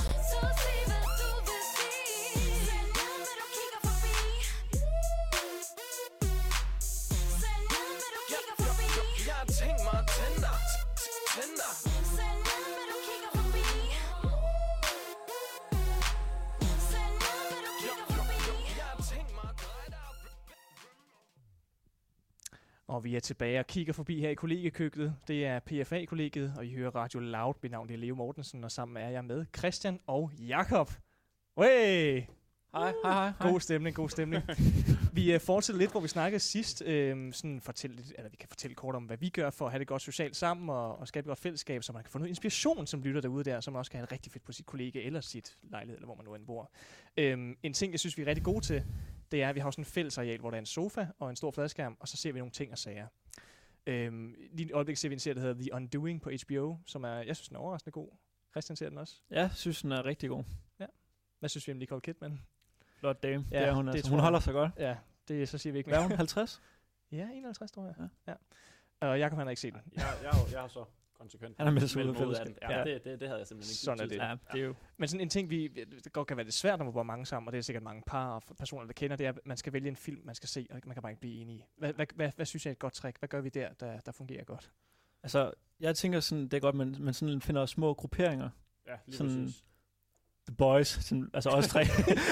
Jeg har tænkt mig at tænde dig, tænde dig. Og vi er tilbage og kigger forbi her i kollegekøkkenet. Det er P F A-kollegiet, og I hører Radio Loud. Mit navn er Leo Mortensen, og sammen er jeg med Christian og Jakob. Hey! Hej, hej, hej. hej. God stemning, god stemning. Vi uh, fortsætter lidt, hvor vi snakkede sidst. Øh, sådan fortælle lidt, eller vi kan fortælle kort om, hvad vi gør for at have det godt socialt sammen og, og skabe et godt fællesskab, så man kan få noget inspiration, som lytter derude der, som også kan have det rigtig fedt på sit kollega eller sit lejlighed, eller hvor man nu end bor. Øh, en ting, jeg synes, vi er rigtig gode til, det er, at vi har sådan en fælles areal, hvor der er en sofa og en stor fladskærm, og så ser vi nogle ting og sager. Øh, lige et øjeblik ser vi en serie, der hedder The Undoing på H B O, som er, jeg synes, den er overraskende god. Christian ser den også. Ja, jeg synes, den er rigtig god. Ja. Hvad synes vi om Nicole Kidman? Flot dame. Ja, det er hun, det altså. tror Hun jeg. holder sig godt. Ja, det så siger vi ikke Hvad er mere. hun? halvtreds? Ja, enoghalvtreds, tror jeg. Ja. Ja. Og Jacob han har ikke set den. Jeg, jeg, jeg, jeg har så konsekvent Han er med sig ud af meldt mig ud af fællesskab. den. Ja, Ja. det, det, det havde jeg simpelthen ikke Sådan er tid til. det. Ja, det er jo... Men sådan en ting, vi, det godt kan være lidt svært, når man bor mange sammen, og det er sikkert mange par og personer, der kender, det er, at man skal vælge en film, man skal se, og man kan bare ikke blive enige. Hvad, hvad, hvad, hvad synes jeg er et godt trick? Hvad gør vi der, der, der fungerer godt? Altså, jeg tænker sådan, det er godt, man, man sådan finder små grupperinger. Ja, lige Sådan- præcis. The Boys, sådan, altså os tre.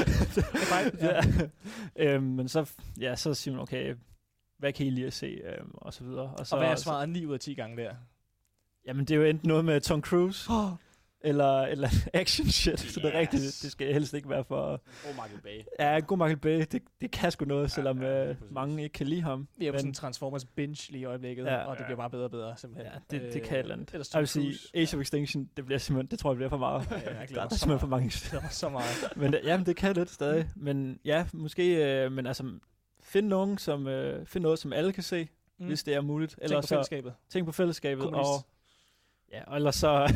ja. øhm, men så, ja, så siger man, okay, hvad kan I lige at se, øhm, og så videre. Og, så, Og hvad er svaret ni ud af ti gange der? Jamen, det er jo enten noget med Tom Cruise, Oh, eller, eller action shit, så det er Yes. rigtigt, det skal helst ikke være for... Oh, Michael Bay. Ja, en god Michael Bay, det, det kan sgu noget, selvom ja, lige øh, præcis. mange ikke kan lide ham. vi er på Men- sådan en Transformers binge lige i øjeblikket, Ja. og det Ja. bliver bare bedre og bedre, simpelthen. Ja, det, det kan et eller andet. Ellers Jeg vil sige, Age of Extinction, det bliver simpelthen, det tror jeg bliver for meget. Ja, jeg Der, glæder der er mig så simpelthen meget. for mange. Jeg glæder mig så meget. Men det- jamen, det kan lidt stadig. Men ja, måske, øh, men altså, find nogen, som, øh, find noget, som alle kan se, mm. hvis det er muligt. Tænk Eller på så, fællesskabet. tænk på fællesskabet. Kommunist. Og, ja, og ellers så,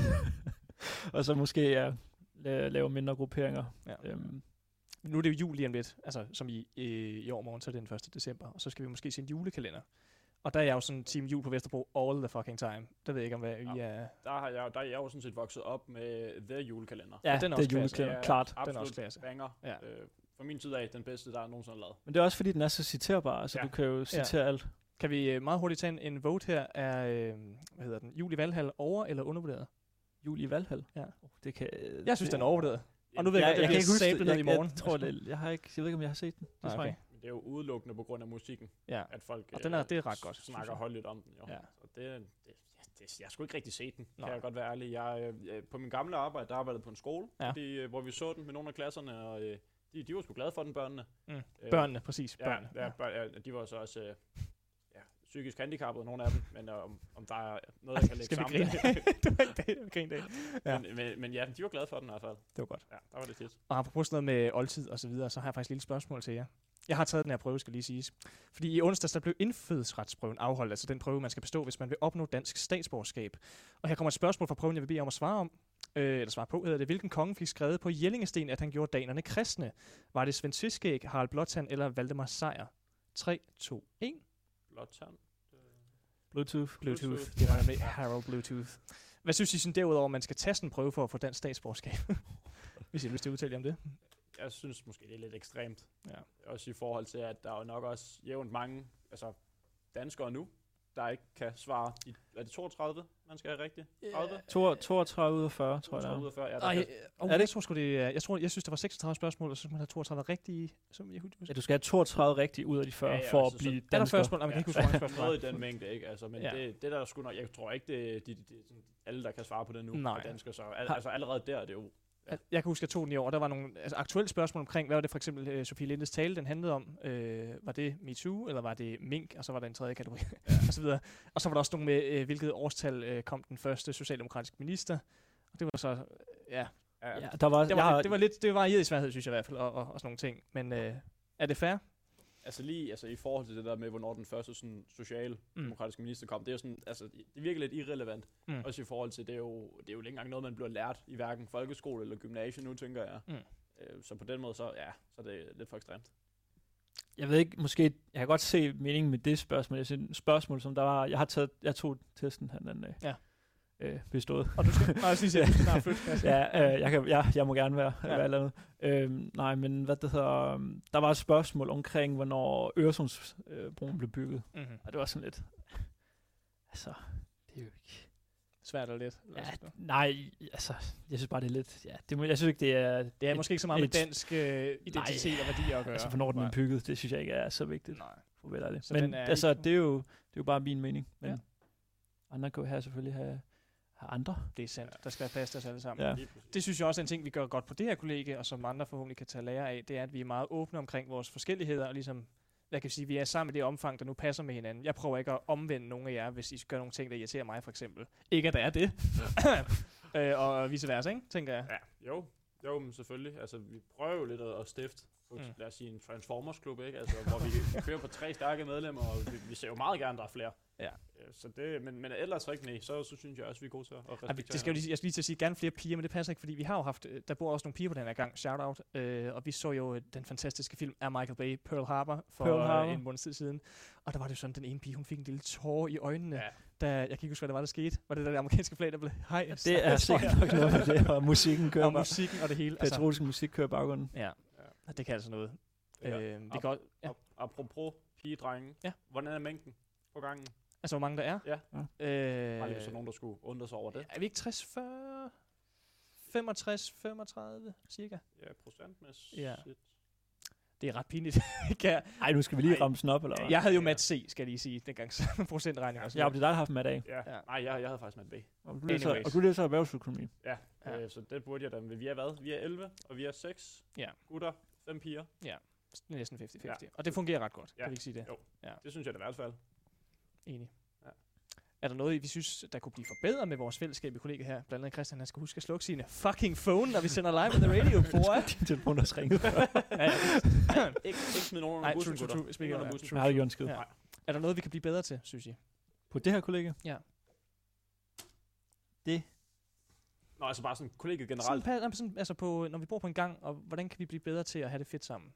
og så måske ja, la- lave mindre grupperinger. Ja. Øhm, Nu er det jo jul lige om lidt, altså som i, i, i år morgen, så er det den første december, og så skal vi måske se en julekalender. Og der er jeg jo sådan team jul på Vesterbro all the fucking time. Der ved jeg ikke, om hvad I er... Der, har jeg, der er jeg jo sådan set vokset op med The Julekalender. ja, den er det også er julekalender, Ja, klart. Den er Absolut også klasse. banger. Ja. Øh, fra min side af, den bedste, der er nogensinde lavet. Men det er også fordi, den er så citerbar. Altså, Ja. du kan jo citere alt. Kan vi øh, meget hurtigt tage en, en vote her? Er, øh, hvad hedder den? Jul i Valhall over- eller undervurderet? Jul i Valhall. Ja. Oh, det kan, Jeg synes, det, den er overvurderet. Og nu ved jeg, jeg, jeg, godt, jeg det kan bliver ikke huske sablet det. ned i Jeg, morgen. jeg, tror, det, jeg, har ikke, jeg ved ikke, om jeg har set den. Det Nej, tror jeg okay. ikke. Men det er jo udelukkende på grund af musikken, Ja. at folk Og den er- øh, det er ret godt, synes snakker jeg. højt om den. Jo. Ja. Så det, det, ja, det, jeg skulle ikke rigtig se den, Nej. kan jeg godt være ærlig. Jeg, øh, på min gamle arbejde, der arbejdede på en skole, Ja. fordi, øh, hvor vi så den med nogle af klasserne, og øh, de, de var sgu glade for den, børnene. Mm. Øh, Børnene, præcis. Ja, Børnene. ja, bør, ja, de var så også øh, ja, psykisk handicappede, nogle af dem, men øh, om, om der er noget, der kan lægge Skal vi sammen. grine? det var ikke det, det var grine det. Ja. men, men, men ja, de var glade for den i hvert fald. Det var godt. Ja, der var det tit. Og apropos noget med oldtid og så videre, så har jeg faktisk et lille spørgsmål til jer. Jeg har taget den her prøve, skal lige siges. Fordi i onsdags, der blev indfødsretsprøven afholdt, altså den prøve, man skal bestå, hvis man vil opnå dansk statsborgerskab. Og her kommer et spørgsmål fra prøven, jeg vil bede jer om at svare om. Øh, eller svare på, hedder det. Hvilken konge fik skrevet på Jellingesten, at han gjorde danerne kristne? Var det Svend Tveskæg, Harald Blåtand eller Valdemar Sejr? tre, to, et. Blåtand. Bluetooth. Bluetooth. Bluetooth. Det var nemlig Harold Bluetooth. Hvad synes I sådan derudover, man skal tage sådan en prøve for at få dansk statsborgerskab? Hvis I har lyst til at udtale jer om det. Jeg synes måske, det er lidt ekstremt. Ja. Også i forhold til, at der er jo nok også jævnt mange altså, danskere nu, der ikke kan svare. I, er det toogtredive, man skal have rigtigt? tredive? toogtredive ud af fyrre, tror jeg, der toogtredive ud er. af fyrre, ja, der Ej, kan- oh, Er det jeg ikke? tror sgu det er, jeg tror, jeg synes, der var seksogtredive spørgsmål, og så skulle man have toogtredive rigtige, som jeg husker. Ja, du skal have toogtredive rigtigt ud af de fyrre, Ja, ja, for altså, at blive Er der dansker. spørgsmål? Nej, man kan ikke huske, hvor mange spørgsmål. Noget i den mængde, ikke? Altså, men Ja. ja. det, det der er sgu nok, jeg tror ikke, det, det, det, det sådan, alle, der kan svare på det nu, Nej. er danskere, så al, Har- altså allerede der er det jo. Jeg, jeg kan huske, at jeg tog den i år, og der var nogle altså, aktuelle spørgsmål omkring, hvad var det for eksempel, uh, Sofie Lindes tale, den handlede om? Uh, var det MeToo, eller var det Mink, og så var der en tredje kategori, ja. og så videre. Og så var der også nogle med, uh, hvilket årstal uh, kom den første socialdemokratiske minister. Og det var så, uh, ja, Ja, Ja, der var, det jeg var, har, lidt, det var lidt, det var i sværhed, synes jeg i hvert fald, og, og, og sådan nogle ting. Men uh, er det fair? Altså lige altså, i forhold til det der med, hvornår den første sådan, socialdemokratiske Mm. minister kom, det er jo sådan, altså, det virker lidt irrelevant. Mm. Også i forhold til, det er jo, det er jo ikke engang noget, man bliver lært i hverken folkeskole eller gymnasie nu, tænker jeg. Mm. Øh, så på den måde, så, ja, så er det lidt for ekstremt. jeg ved ikke, måske, jeg kan godt se meningen med det spørgsmål. Jeg synes, spørgsmål, som der var, jeg har taget, jeg tog testen her den anden dag. Ja. Øh, bestået. Og du skal, nej, jeg skal lige sige, at du skal snart flytte. ja, øh, jeg, kan, jeg, jeg må gerne være, Ja. ja. være eller andet. Øhm, nej, men hvad det hedder, øhm, der var et spørgsmål omkring, hvornår Øresundsbroen øh, blev bygget. Mm-hmm. Og det var sådan lidt, altså, det er jo ikke... Svært og lidt. eller Ja, sådan noget. nej, altså, jeg synes bare, det er lidt, ja, det må, jeg synes ikke, det er... Det er et- måske ikke så meget med et- dansk øh, identitet og værdier at gøre. Altså, hvornår den er Nej. bygget, det synes jeg ikke er så vigtigt. Nej. For vel er det. Så Men den er altså, ikke- det er, jo, det er jo bare min mening. Men Ja. andre kan jo her selvfølgelig have, have andre. Det er sandt. Der skal være plads til os alle sammen. Ja. Det synes jeg også er en ting, vi gør godt på det her kollegie, og som andre forhåbentlig kan tage lære af, det er, at vi er meget åbne omkring vores forskelligheder, og ligesom, hvad kan jeg sige, vi er sammen i det omfang, der nu passer med hinanden. Jeg prøver ikke at omvende nogen af jer, hvis I gør nogle ting, der irriterer mig, for eksempel. Ikke, at der er det. øh, og vice versa, ikke? Tænker jeg. Ja, jo. Jo, men selvfølgelig. Altså, vi prøver jo lidt at, at stifte, mm. lad os sige, en Transformers-klub, ikke? Altså, hvor vi, vi kører på tre stærke medlemmer, og vi, vi ser jo meget gerne, der er flere. Ja. Så det, men, men ellers ikke, nej, så, så synes jeg også, vi er gode til at respektere. Ja, det skal jo lige, jeg skal lige til at sige gerne flere piger, men det passer ikke, fordi vi har jo haft, der bor også nogle piger på den her gang, shout out, øh, og vi så jo den fantastiske film af Michael Bay, Pearl Harbor, for Pearl Harbor. en måned tid siden. Og der var det jo sådan, den ene pige, hun fik en lille tårer i øjnene, Ja. da, jeg kan ikke huske, hvad det var, der skete. Var det der, der amerikanske flag, der blev, hej. Ja, det er sikkert nok noget med det, og musikken kører og bare. musikken og det hele. Patriotisk musik kører i baggrunden. Ja, ja, det kan altså noget. Ja. Øh, vi kan, ja. Apropos pige-drenge, ja. Hvordan er mængden på gangen? Altså, hvor mange der er? Ja. Øh, Bare lige så nogen, der skulle undre sig over det. Er vi ikke tres fyrre? femogtres femogtredive, cirka? Ja, procentmæssigt. Ja. Det er ret pinligt. kan Ej, nu skal vi lige ramme den op, eller hvad? Jeg havde jo Mat C, skal jeg lige sige, dengang procentregning. Ja, det er dig, der har haft Mat A. Ja. Ja. Nej, jeg, jeg havde faktisk Mat B. Og du læser, Anyways. og du læser erhvervsøkonomi. Ja, Ja. Øh, så det burde jeg da. Men vi er hvad? Vi er elleve, og vi er seks Ja. gutter, fem piger. Ja, næsten halvtreds halvtreds. Ja. Og det fungerer ret godt, Ja. kan vi ikke sige det? Jo, Ja. det synes jeg da i hvert fald. Enig. Ja. Er der noget, vi synes, der kunne blive forbedret med vores fællesskab i kollegiet her? Blandt andet Christian, han skal huske at slukke sine fucking phone, når vi sender live on the radio, boy. Din telefon, der ringer. ja, ja. Ikke, ikke smid nogen Nej, under bussen, true, true, gutter. true. Speaking Under of bussen. true. Jeg har ikke gjort en skid. Ja. Er der noget, vi kan blive bedre til, synes I? På det her kollega? Ja. Det? Nå, altså bare sådan kollegiet Sådan, generelt. pa- sådan, altså på, når vi bor på en gang, og hvordan kan vi blive bedre til at have det fedt sammen?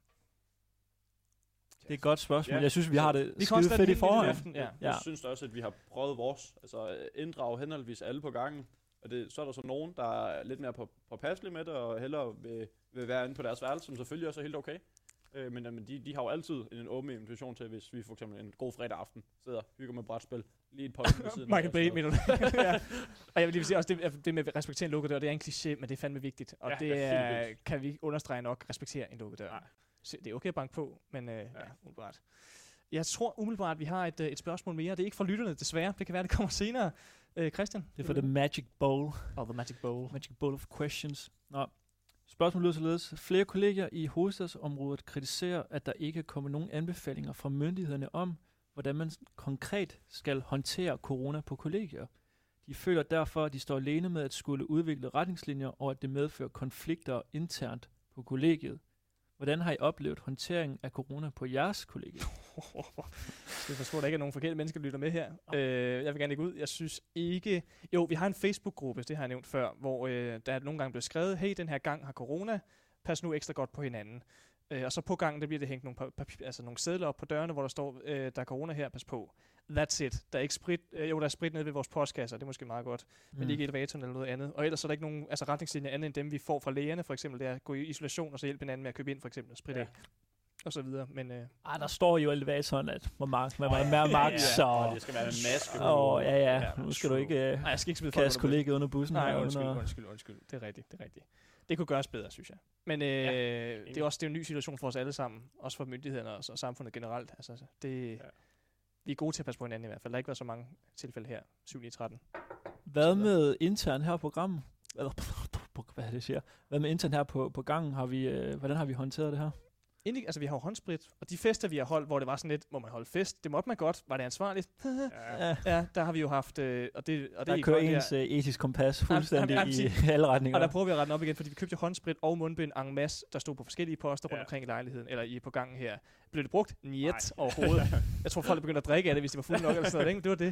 Det er et godt spørgsmål. Ja. Jeg synes, vi har det Vi kan skide også fedt lade i den hænge lidt i forvejen. luften, ja. Jeg Ja. synes da også, at vi har prøvet vores. Altså øh, inddrage henholdsvis alle på gangen. Og det, så er der så nogen, der er lidt mere på, påpasselige med det, og hellere vil, vil være inde på deres værelse, som selvfølgelig også er helt okay. Øh, men men de, de har jo altid en åben invitation til, hvis vi for eksempel en god fredag aften sidder og hygger med brætspil, lige et point ved siden af. Michael Bay, mener du? ja. Og jeg vil lige sige også, det, det med at respektere en lukket dør, det er en kliché, men det er fandme vigtigt. Og Ja, det det er er, helt kan vi ikke understrege nok, respektere en lukket dør. Nej. Så det er okay at banke på, men øh, ja. ja, umiddelbart. Jeg tror umiddelbart, at vi har et, et spørgsmål mere. Det er ikke fra lytterne, desværre. Det kan være, det kommer senere. Øh, Christian? Det er for The Magic Bowl. Oh, The Magic Bowl. Magic Bowl of Questions. Nå. Spørgsmålet lyder således. Flere kolleger i hovedstadsområdet kritiserer, at der ikke er kommet nogen anbefalinger fra myndighederne om, hvordan man konkret skal håndtere corona på kollegier. De føler derfor, at de står alene med at skulle udvikle retningslinjer, og at det medfører konflikter internt på kollegiet. Hvordan har I oplevet håndteringen af corona på jeres kollegie? Skal vi forstå, at der ikke er nogen forkerte mennesker, der lytter med her. Oh. Øh, jeg vil gerne ikke ud. Jeg synes ikke... Jo, vi har en Facebook-gruppe, det har jeg nævnt før, hvor øh, der er nogle gange blevet skrevet, hey, den her gang har corona, pas nu ekstra godt på hinanden. Øh, og så på gangen, der bliver det hængt nogle, papir, altså nogle sedler op på dørene, hvor der står, øh, der er corona her, pas på. That's it. Der er ikke sprit, øh, jo, der er sprit nede ved vores postkasser, det er måske meget godt, mm. men ikke elevatoren eller noget andet. Og ellers er der ikke nogen altså retningslinjer andet end dem, vi får fra lægerne, for eksempel, det er at gå i isolation og så hjælpe hinanden med at købe ind, for eksempel, sprit ja. og så videre. Men, øh, Ej, der står jo i elevatoren, at hvor meget man er mere magt, så... Og det skal være en maske. Åh, oh, ja, ja. Ja, Nu skal du ikke uh, nej, jeg skal ikke smide kaste kollegiet under bussen. Nej, her undskyld, under... undskyld, undskyld. Det er rigtigt, det er rigtigt. Det kunne gøres bedre, synes jeg. Men øh, Ja, det er også det er en ny situation for os alle sammen, også for myndighederne og, og samfundet generelt. Altså, det, ja. Vi er gode til at passe på hinanden i hvert fald. Der har ikke været så mange tilfælde her, syv ni tretten. Hvad med intern her på programmet? Eller, hvad er det, jeg siger? Hvad med intern her på, på gangen? Har vi, øh, hvordan har vi håndteret det her? Indi- altså, vi har jo håndsprit, og de fester, vi har holdt, hvor det var sådan lidt, må man holde fest? Det måtte man godt. Var det ansvarligt? Ja. Ja, der har vi jo haft... Øh, og det, og det Der er kører godt, ens øh, etisk kompas fuldstændig Jamen, jamen, i alle retninger. Og der prøver vi at rette den op igen, fordi vi købte jo håndsprit og mundbind en masse, der stod på forskellige poster rundt Ja. omkring i lejligheden, eller i på gangen her. Blev det brugt? Njet overhovedet. Jeg tror, folk begyndte at drikke af det, hvis de var fulde nok eller sådan noget. Ikke? Det var det.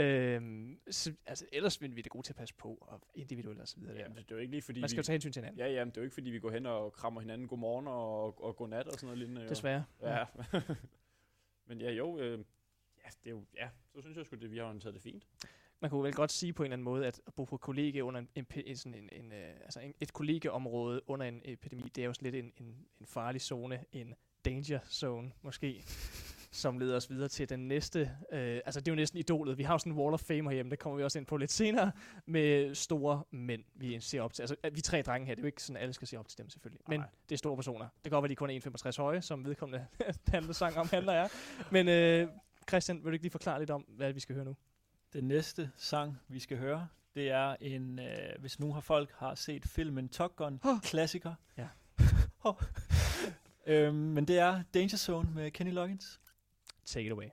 Øhm, så, altså, ellers ville vi det gode til at passe på, og individuelt og så videre. Ja, men det er jo ikke lige fordi Man skal vi... jo tage hensyn til hinanden. Ja, ja, men det er jo ikke fordi vi går hen og krammer hinanden godmorgen og, og godnat og sådan noget lignende. Jo. Desværre. Ja. Men ja, jo, øh, ja, det er jo, ja, så synes jeg sgu, det vi har håndteret det fint. Man kunne vel godt sige på en eller anden måde, at at bo på kollegie under en, en, en, sådan en, en, øh, altså en, et kollegieområde under en epidemi, det er jo sådan lidt en, en, en farlig zone, en danger zone måske, som leder os videre til den næste. Øh, altså det er jo næsten idolet. Vi har jo sådan en wall of fame herhjemme, det kommer vi også ind på lidt senere, med store mænd, vi ser op til. Altså vi tre drenge her, det er jo ikke sådan, alle skal se op til dem selvfølgelig, men Nej. det er store personer. Det kan godt være, de kun er en komma femogtres høje, som vedkommende handler sang om handler er. Men øh, Christian, vil du ikke lige forklare lidt om, hvad vi skal høre nu? Den næste sang, vi skal høre, Det er en, øh, hvis nu har folk har set filmen Top Gun, Oh. klassiker. Ja. oh. øhm, men det er Danger Zone med Kenny Loggins. Take it away.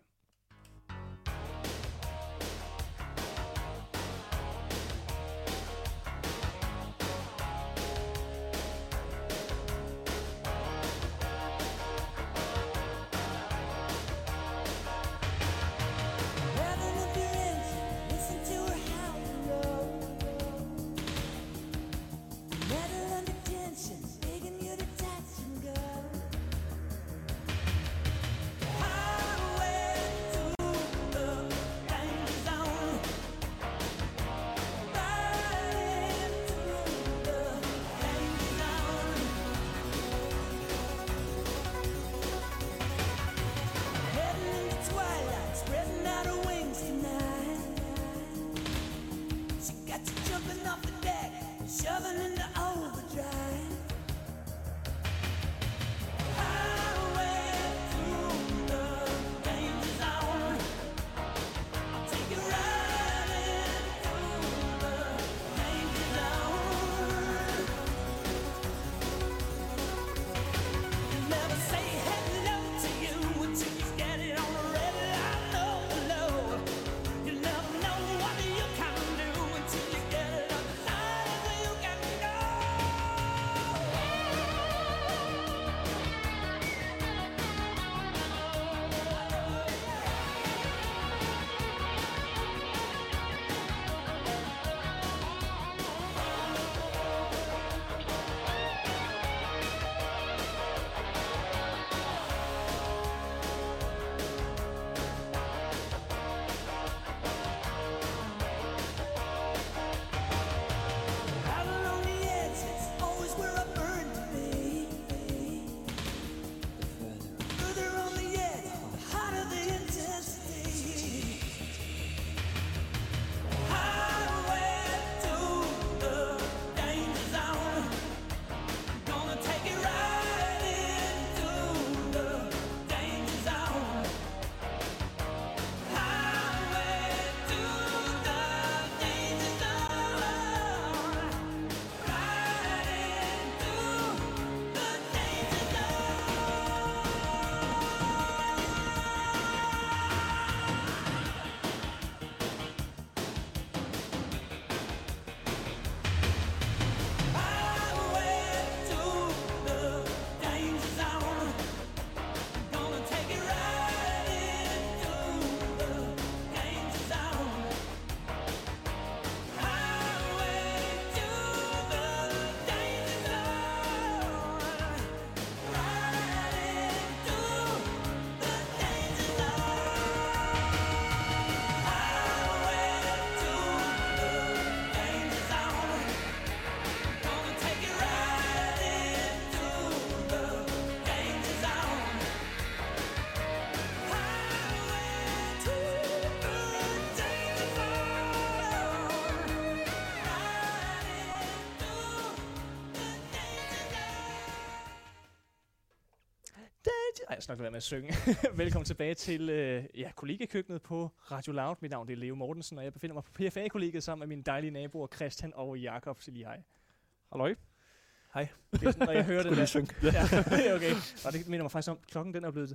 Ej, jeg skal nok lade være med at synge. Velkommen tilbage til øh, ja, kollegekøkkenet på Radio Loud. Mit navn det er Leo Mortensen, og jeg befinder mig på P F A-kollegiet sammen med mine dejlige naboer Christian og Jakob. Sig lige hej. Halløj. Hej. Det er sådan, når jeg hører det der. synge. Ja, okay. Og det minder mig faktisk om, klokken den er blevet...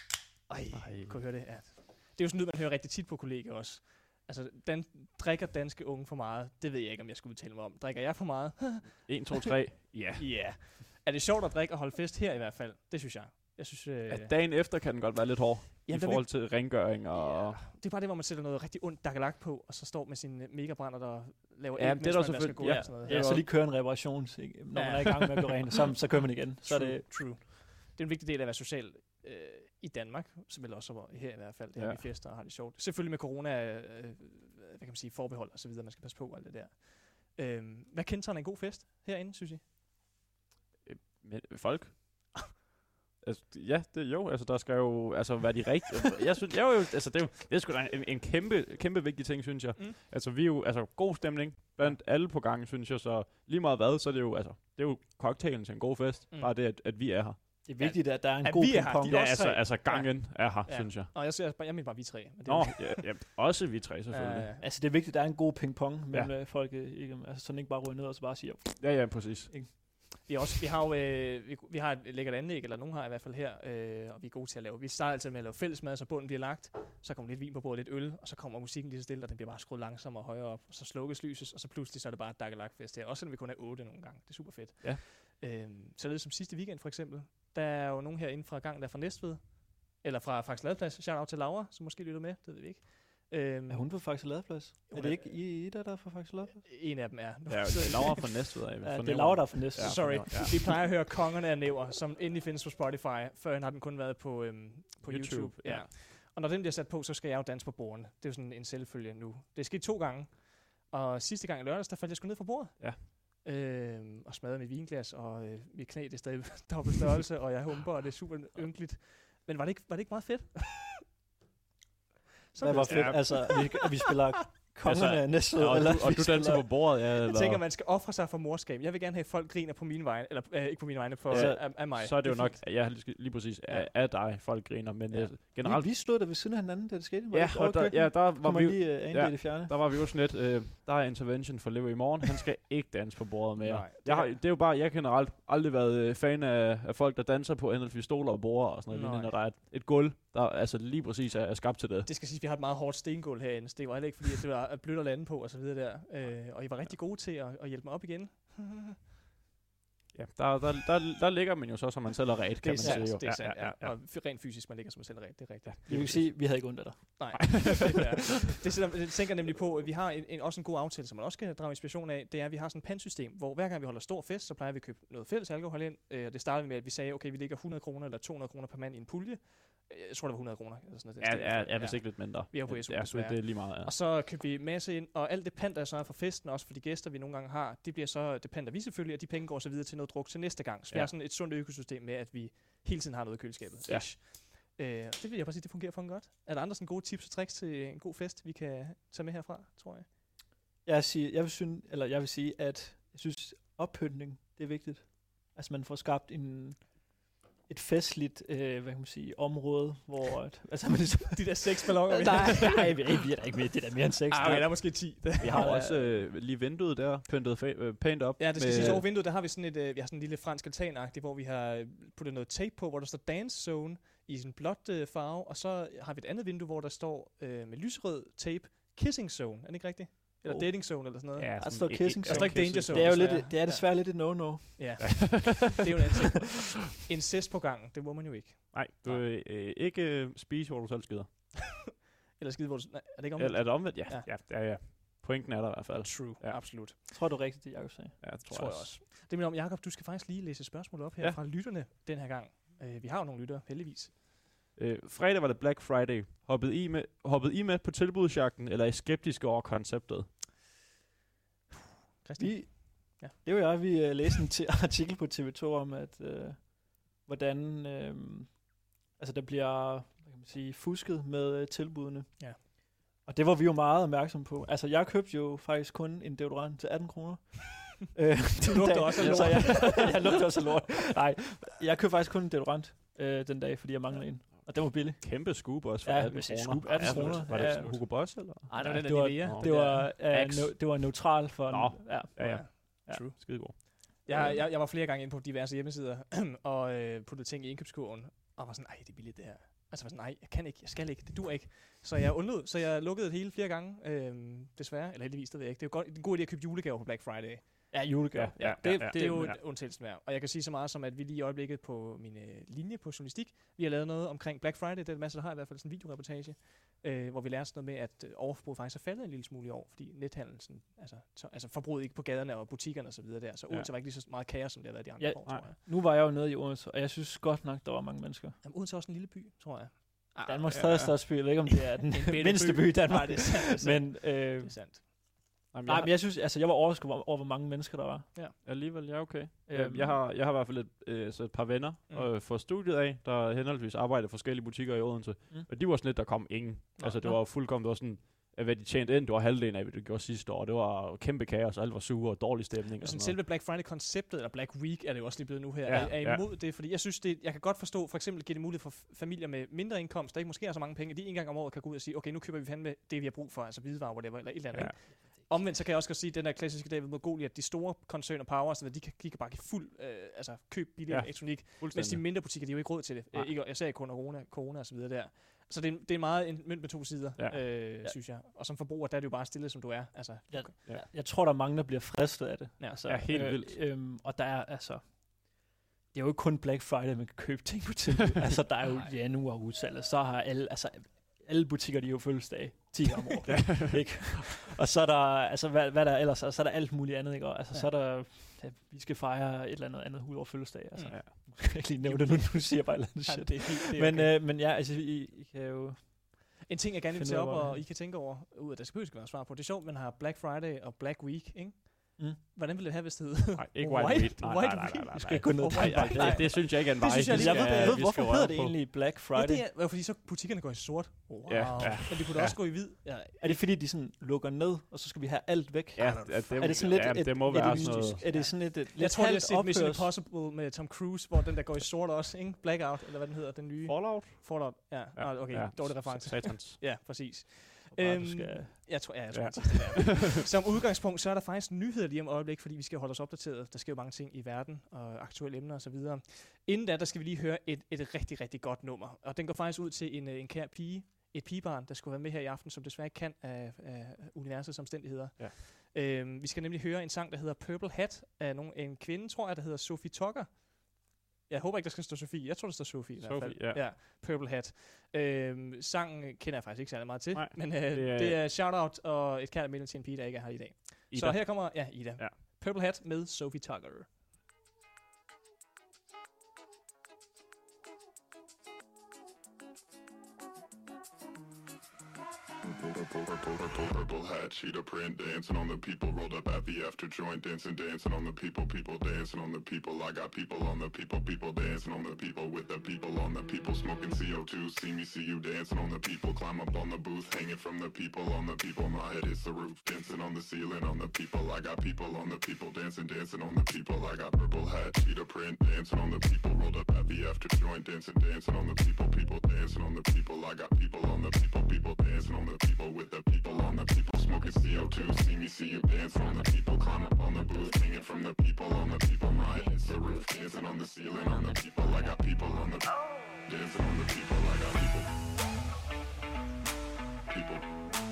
Ej, Ej. kunne I høre det? Ja. Det er jo sådan noget, man hører rigtig tit på kollegiet også. Altså, dan- drikker danske unge for meget? Det ved jeg ikke, om jeg skulle udtale mig om. Drikker jeg for meget? en, to, tre. Ja. Ja. Yeah. Er det sjovt at drikke og holde fest her i hvert fald? Det synes jeg. Jeg synes, øh, At dagen efter kan den godt være lidt hård. Ja, I der forhold til rengøring og... ja, det er bare det, hvor man sætter noget rigtig ondt dakalak på, og så står med sin megabrænder, der laver Ja, æg, det er mens der man der skal gå selvfølgelig- ja, ja. og sådan noget. Ja, så lige køre en reparation, ikke? Når man er i gang med at gøre rent, så, så kører man igen. Så er det True. Det er en vigtig del af at være social øh, i Danmark, som vel også var her i hvert fald. Det her Ja. vi fester og har det sjovt. Selvfølgelig med corona, øh, hvad kan man sige, forbehold og så videre, man skal passe på og alt det der. Øh, hvad kendetegner en god fest herinde, synes I? Men folk? Altså, ja, det jo, altså der skal jo altså være de rigtige. Jeg synes, jeg er jo, altså det er jo, det er sgu da en, en kæmpe, kæmpe vigtig ting, synes jeg. Mm. Altså vi er jo, altså god stemning blandt alle på gangen, synes jeg, så lige meget hvad, så er det jo, altså, det er jo cocktailen til en god fest. Mm. Mm. Bare det, at, at vi er her. Det er vigtigt, at der er en Ja, god vi er her, ping-pong. de er Ja, også altså, tre. altså gangen ja. er her, Ja. synes jeg. Og jeg, siger, jeg mener bare, vi tre. Men det Nå, ja, ja, også vi tre selvfølgelig. øh, Altså, det er vigtigt, at der er en god ping-pong mellem Ja. ja. folk. Ikke, altså, sådan ikke bare ryger ned og så bare siger... Ja, ja, præcis. vi, er også, vi har jo øh, vi, vi har et lækkert anlæg, eller nogen har i hvert fald her, øh, og vi er gode til at lave. Vi starter altid med at lave fællesmad, så bunden bliver lagt, så kommer lidt vin på bordet, lidt øl, og så kommer musikken lige så stille, og den bliver bare skruet langsommere og højere op, og så slukkes lyset, og så pludselig så er det bare et dakkelakfest her. Også selvom vi kun er otte nogle gange. Det er super fedt. Ja. Øhm, så det som sidste weekend for eksempel, der er jo nogen herinde fra gang, der er fra Næstved, eller fra Faxe Ladeplads. Shout out til Laura, som måske lytter med, det ved vi ikke. Øhm, Er hun på Faxe Ladeplads? Hun Er det er- ikke I, I der, der er fra Faxe Ladeplads? En af dem er. Ja, det er Laura fra Næstved af. Ja, det er Laura, der er fra næste. Ja. Sorry, Ja. vi plejer at høre Kongerne af Næver, som endelig findes på Spotify. Førhen har den kun været på, øhm, på YouTube. YouTube, YouTube. Ja. ja. Og når den bliver sat på, så skal jeg jo danse på bordene. Det er jo sådan en selvfølge nu. Det er sket to gange. Og sidste gang i lørdags, der faldt jeg sgu ned fra bordet. Ja. Øhm, og smadrede mit vinglas, og øh, mit knæ det er stadig dobbelt størrelse, og jeg humper, og det er super ynkeligt. Men var det ikke, var det ikke meget fedt? Så Hvad var blev- fedt? Ja. Altså, vi, at vi spiller Kongerne Altså, af Næstved, Ja, og, eller du, og vi du danser spiller- på bordet, ja, Jeg eller, tænker, man skal ofre sig for morskab. Jeg vil gerne have, at folk griner på mine vegne, eller øh, ikke på mine vegne, for, Altså, af, af mig. så er det jo nok, fint. ja, lige, lige præcis, Ja. af, af dig, folk griner, men Ja. ja. generelt, Vi, vi stod der ved siden af hinanden, da det skete. Var ja, det ikke og der, over ja, der var Kommer vi, lige uh, ane ja. i det fjerne. der var vi jo sådan lidt, øh, der er intervention for Leo i morgen, han skal ikke danse på bordet mere. Nej, det Jeg har, er- det er jo bare, jeg har generelt aldrig været øh, fan af, af folk, der danser på henholdsvis stoler og borde og sådan noget, Nej. lignende, når der er et, et gulv, der altså lige præcis er, er skabt til det. Det skal siges, at vi har et meget hårdt stengulv herinde, så det var heller ikke, fordi at det var blødt at lande på og så videre der. Øh, og I var rigtig gode til at, at hjælpe mig op igen. Ja, der, der, der, der ligger man jo så, som man selv er ret, kan Det er man sandt, sige. jo. det er sandt, ja, ja, ja. Og f- rent fysisk, man ligger som selv ret, det er rigtigt. Vi vil sige, at vi havde ikke ondt af dig. Nej, det, er, det, sætter, det tænker nemlig på, at vi har en, en, også en god aftale, som man også skal drage inspiration af. Det er, at vi har sådan et pantsystem, hvor hver gang vi holder stor fest, så plejer vi at købe noget fælles alkohol ind. Øh, og det startede med, at vi sagde, okay, vi lægger hundrede kroner eller to hundrede kroner per mand i en pulje. Jeg tror, det var hundrede kroner. Eller sådan noget. Ja, ja, ja, hvis ikke lidt mindre. Vi er på S U, ja, desværre. det er lige meget, ja. Og så køber vi masse ind, og alt det pant, der så er for festen, også for de gæster, vi nogle gange har, det bliver så, det panter vi selvfølgelig, og de penge går så videre til noget druk til næste gang. Så vi Ja. har sådan et sundt økosystem med, at vi hele tiden har noget i køleskabet. Ja. Ish. Øh, det vil jeg bare sige, det fungerer for en godt. Er der andre sådan gode tips og tricks til en god fest, vi kan tage med herfra, tror jeg? Jeg vil sige, jeg vil, synes, eller jeg vil sige at jeg synes, oppyntning, det er vigtigt. Altså, man får skabt en, et festligt, øh, hvad kan man sige, område, hvor... At, altså, man ligesom, De der seks balloner, vi nej, nej, vi, vi er da ikke med. Det er da mere end seks. Ah, okay, der er måske ti. Vi har jo Ja, også øh, lige vinduet der, pyntet fa- øh, pænt op. Ja, det skal med- siges over vinduet, der har vi sådan et, øh, vi har sådan en lille fransk altanagtigt, hvor vi har øh, puttet noget tape på, hvor der står Dance Zone i sådan blåt øh, farve, og så har vi et andet vindue, hvor der står øh, med lysrød tape Kissing Zone. Er det ikke rigtigt? Eller Oh. Dating Zone eller sådan noget. Ja, Der sådan står et- kissing et- Der står ikke kissing Danger Zone. Det er jo desværre. lidt, det er desværre lidt et no-no. Ja, det er jo en anden ting. Incest på gangen, det må man jo ikke. Nej, du øh, øh, ikke øh, spise, hvor du selv skider. Eller skide, hvor du... Nej, er det ikke omvendt? Eller er det omvendt? Ja, Ja. ja, ja, ja. Pointen er der i hvert fald. True, Ja. absolut. Jeg tror, du er rigtigt, det Jacob sagde. Ja, det tror, Tror jeg også. Det mener om, Jacob, du skal faktisk lige læse et spørgsmål op her Ja. fra lytterne den her gang. Uh, vi har jo nogle lyttere, heldigvis. Øh, fredag var det Black Friday. Hoppede I med, hoppede I med på tilbudsjagten, eller er I skeptiske over konceptet? Christian? Vi, Ja. Det var jeg, vi uh, læste en t- artikel på T V to om, at uh, hvordan uh, altså der bliver, hvad kan man sige, fusket med uh, tilbudene. Ja. Og det var vi jo meget opmærksom på. Altså, jeg købte jo faktisk kun en deodorant til atten kroner. øh, Du lugter også af lort. Så jeg, jeg lugter også af lort. Nej, jeg købte faktisk kun en deodorant øh, den dag, fordi jeg manglede en. Og den var billig. Kæmpe scoop også for Ja, atten hvis jeg kroner. scoop, atten Ja, kroner. Var det Ja. sådan Hugo Boss, eller? Ej, det var den det der var- Nivea. Nå. Det var, øh, Axe. no, det var neutral for... Nå. En, ja. Ja, ja. Ja. True. Skidegod. Jeg, jeg, jeg var flere gange inde på diverse hjemmesider og øh, puttede ting i indkøbskurven, og var sådan, nej, det er billigt det her. Altså var sådan, nej, jeg kan ikke, jeg skal ikke, det dur ikke. Så jeg undlod, så jeg lukkede det hele flere gange, øh, desværre, eller heldigvis, det ved jeg ikke. Det er jo godt, en god idé at købe julegaver på Black Friday. Ja, julegave. Ja, ja, Det, ja, ja. det er jo Ja. undtagelsen værd. Og jeg kan sige så meget som, at vi lige i øjeblikket på min øh, linje på journalistik, vi har lavet noget omkring Black Friday, det er en masse, der har i hvert fald sådan en videoreportage, øh, hvor vi lærer sådan noget med, at øh, overforbruget faktisk er faldet en lille smule i år, fordi nethandlen, sådan, altså, så, altså forbruget ikke på gaderne og butikkerne og så videre der, så Ja. Odense var ikke lige så meget kaos, som det har været de andre Ja, år, nej. tror jeg. Nu var jeg jo nede i Odense, og jeg synes godt nok, der var mange mennesker. Jamen, Odense er også en lille by, tror jeg. Ah, Danmarks ja, tredje ja. største by. Jeg ved ikke, om det er den En bitte mindste by. by i Danmark. Nej, det er sandt, det er sandt. Men, øh, Det er sandt. Jamen, nej, jeg, men jeg synes, altså, jeg var overrasket over, over, hvor mange mennesker der var. alligevel, ja, okay. Øhm. Øhm, jeg, har, jeg har i hvert fald et, øh, så et par venner Mm. mm. øh, fra studiet af, der henholdsvis arbejder i forskellige butikker i Odense. Mm. Og de var sådan lidt, der kom ingen. Nå, altså, det nå. var fuldkommen, det var sådan, af hvad de tjente ind. Det var halvdelen af, hvad de gjorde sidste år. Det var kæmpe kaos, alt var sure og dårlig stemning. Og sådan selve Black Friday-konceptet, eller Black Week, er det jo også lige blevet nu her, Ja, er, er imod ja. det, fordi jeg synes, det, jeg kan godt forstå, for eksempel giver det mulighed for familier med mindre indkomst, der ikke måske har så mange penge, de en gang om året kan gå ud og sige, okay, nu køber vi fandme det, vi har brug for, altså hvidevarer, whatever, eller et eller andet. Ja. Ikke? Omvendt så kan jeg også godt sige, at den der klassiske David Mogoli, at de store koncerner, Power, så de kan, de kan bare give fuld, øh, altså køb billig Ja, elektronik, mens de mindre butikker, de har jo ikke råd til det. Nej. Øh, ikke, jeg sagde corona, corona og så videre der. Så det er, det er meget en mønt med to sider, Ja. øh, Ja. synes jeg. Og som forbruger, der er det jo bare stille, som du er. Altså, Jeg, Ja. ja. jeg tror, der er mange, der bliver fristet af det. Ja. Altså, Ja, helt vildt. Øhm, og der er altså... Det er jo ikke kun Black Friday, man kan købe ting på til. altså, der er jo januar udsalg, så har alle... Altså, alle butikker, de er jo fødselsdag ti gange om året. Ikke? Og så er der, altså hvad, hvad der ellers er, så er der alt muligt andet, ikke? Og, altså, Ja. så er der, ja, vi skal fejre et eller andet andet ud over fødselsdag. Altså, Mm. ja. Nu skal jeg ikke lige nævne det, nu, nu siger jeg bare et eller andet Ja, shit. det er helt, det er Men, okay. øh, men ja, altså, I, I kan jo... En ting, jeg gerne vil Finde tage ud op, af, hvor- og I kan tænke over, ud af det skal være svar på. Det er sjovt, man har Black Friday og Black Week, ikke? Mm. Hvordan ville det have, hvis det hed? Nej, ikke White- White Week. Nej, White nej, nej, Week. nej, nej. Vi skal ikke gå ned Oh, på white Nej, Week. det, det synes jeg ikke er en vej. synes jeg vi lige- Jeg ved, skal- jeg ved vi hvorfor skal hedder røre det på. egentlig Black Ja, Friday? det er, fordi så butikkerne går i sort. Wow. Ja, ja. Men de kunne da Ja. også gå i hvid. Ja. Er det fordi, de sådan lukker ned, og så skal vi have alt væk? Ja, ja, det, Er det sådan lidt ja, et, det må et, være et, sådan noget. Er det sådan et, et lidt Jeg tror, jeg har halvt set Mission opførs- Impossible med Tom Cruise, hvor den der går i sort også, ikke? Blackout, eller hvad den hedder, den nye. Fallout? Fallout. Ja, ja. Okay, ja. dårlig reference. Satans. Ja, præcis. Bare, Øhm, du skal... Jeg tror, ja, jeg tror, Ja. ja. det er. Som udgangspunkt, så er der faktisk nyheder lige om et øjeblik, fordi vi skal holde os opdateret. Der sker jo mange ting i verden, og aktuelle emner og så videre. Inden da, der skal vi lige høre et, et rigtig, rigtig godt nummer. Og den går faktisk ud til en, en kær pige, et pigebarn, der skulle være med her i aften, som desværre ikke kan af, af universets omstændigheder. Ja. Øhm, vi skal nemlig høre en sang, der hedder Purple Hat, af nogen, en kvinde, tror jeg, der hedder Sophie Tucker. Jeg håber ikke, der skal stå Sofie. Jeg tror, der står Sophie i hvert fald. Sophie, ja. ja. Purple Hat. Øhm, sangen kender jeg faktisk ikke særlig meget til, Nej, men øh, det det er- er, det er shout-out og et kærligt minde til en pige, der ikke er her i dag. Ida. Så her kommer, ja, Ida. Ja. Purple Hat med Sophie Tucker. Purple, purple, purple, purple hat, cheetah print, dancing on the people, rolled up at the after joint, dancing, dancing on the people, people dancing on the people. I got people on the people, people dancing on the people, with the people on the people, smoking C O two. See me, see you dancing on the people, climb up on the booth, hanging from the people on the people. My head is the roof, dancing on the ceiling on the people. I got people on the people, dancing, dancing on the people. I got purple hat, cheetah print, dancing on the people, rolled up at the after joint, dancing, dancing on the people, people dancing on the people. I got people on the people, people dancing on the people, with the people on the people, smoking C O two. See me, see you dancing on the people, climb up on the booth, hanging from the people on the people. My head is the roof, dancing on the ceiling on the people. I got people on the dancing on the people. I got people, people,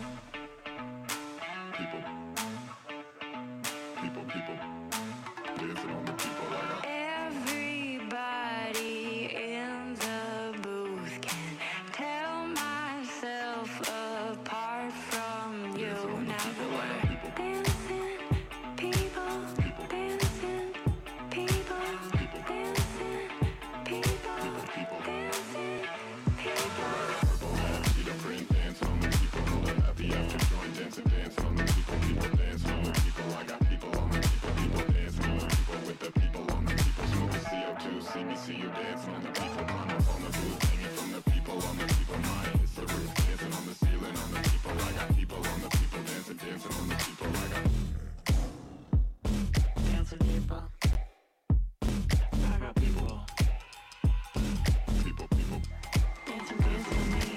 people, people, people, dancing on the people. I got. Everybody in the booth can tell myself apart from you. Now that we're dancing, people, dancing, people, dancing, people, dancing, people. Purple hat, cheetah print, dancing on the people. Rolled up at the after joint, dancing, dancing on the people. People dancing on the people. I got people on the people. People dancing on the people, with the people on the people. Smoking C O two. See me, see you dancing on the people. Climb up on the booth, hanging from the people on the people. My head is the roof, dancing on the ceiling on the people. I got people on the people, dancing, dancing on the people. I got Dancing people. I got people. people, people. Dancing, dancing me.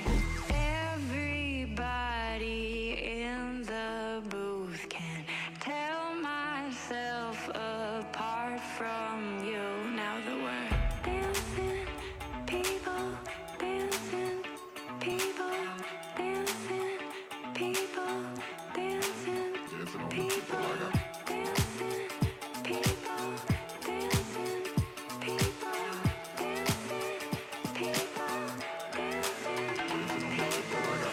Everybody in the booth can tell myself apart from you. Now that we're dancing, people, dancing, people, dancing, people, dancing, Dancing on the people. people, I got dancing, people, dancing, people, dancing, people, dancing.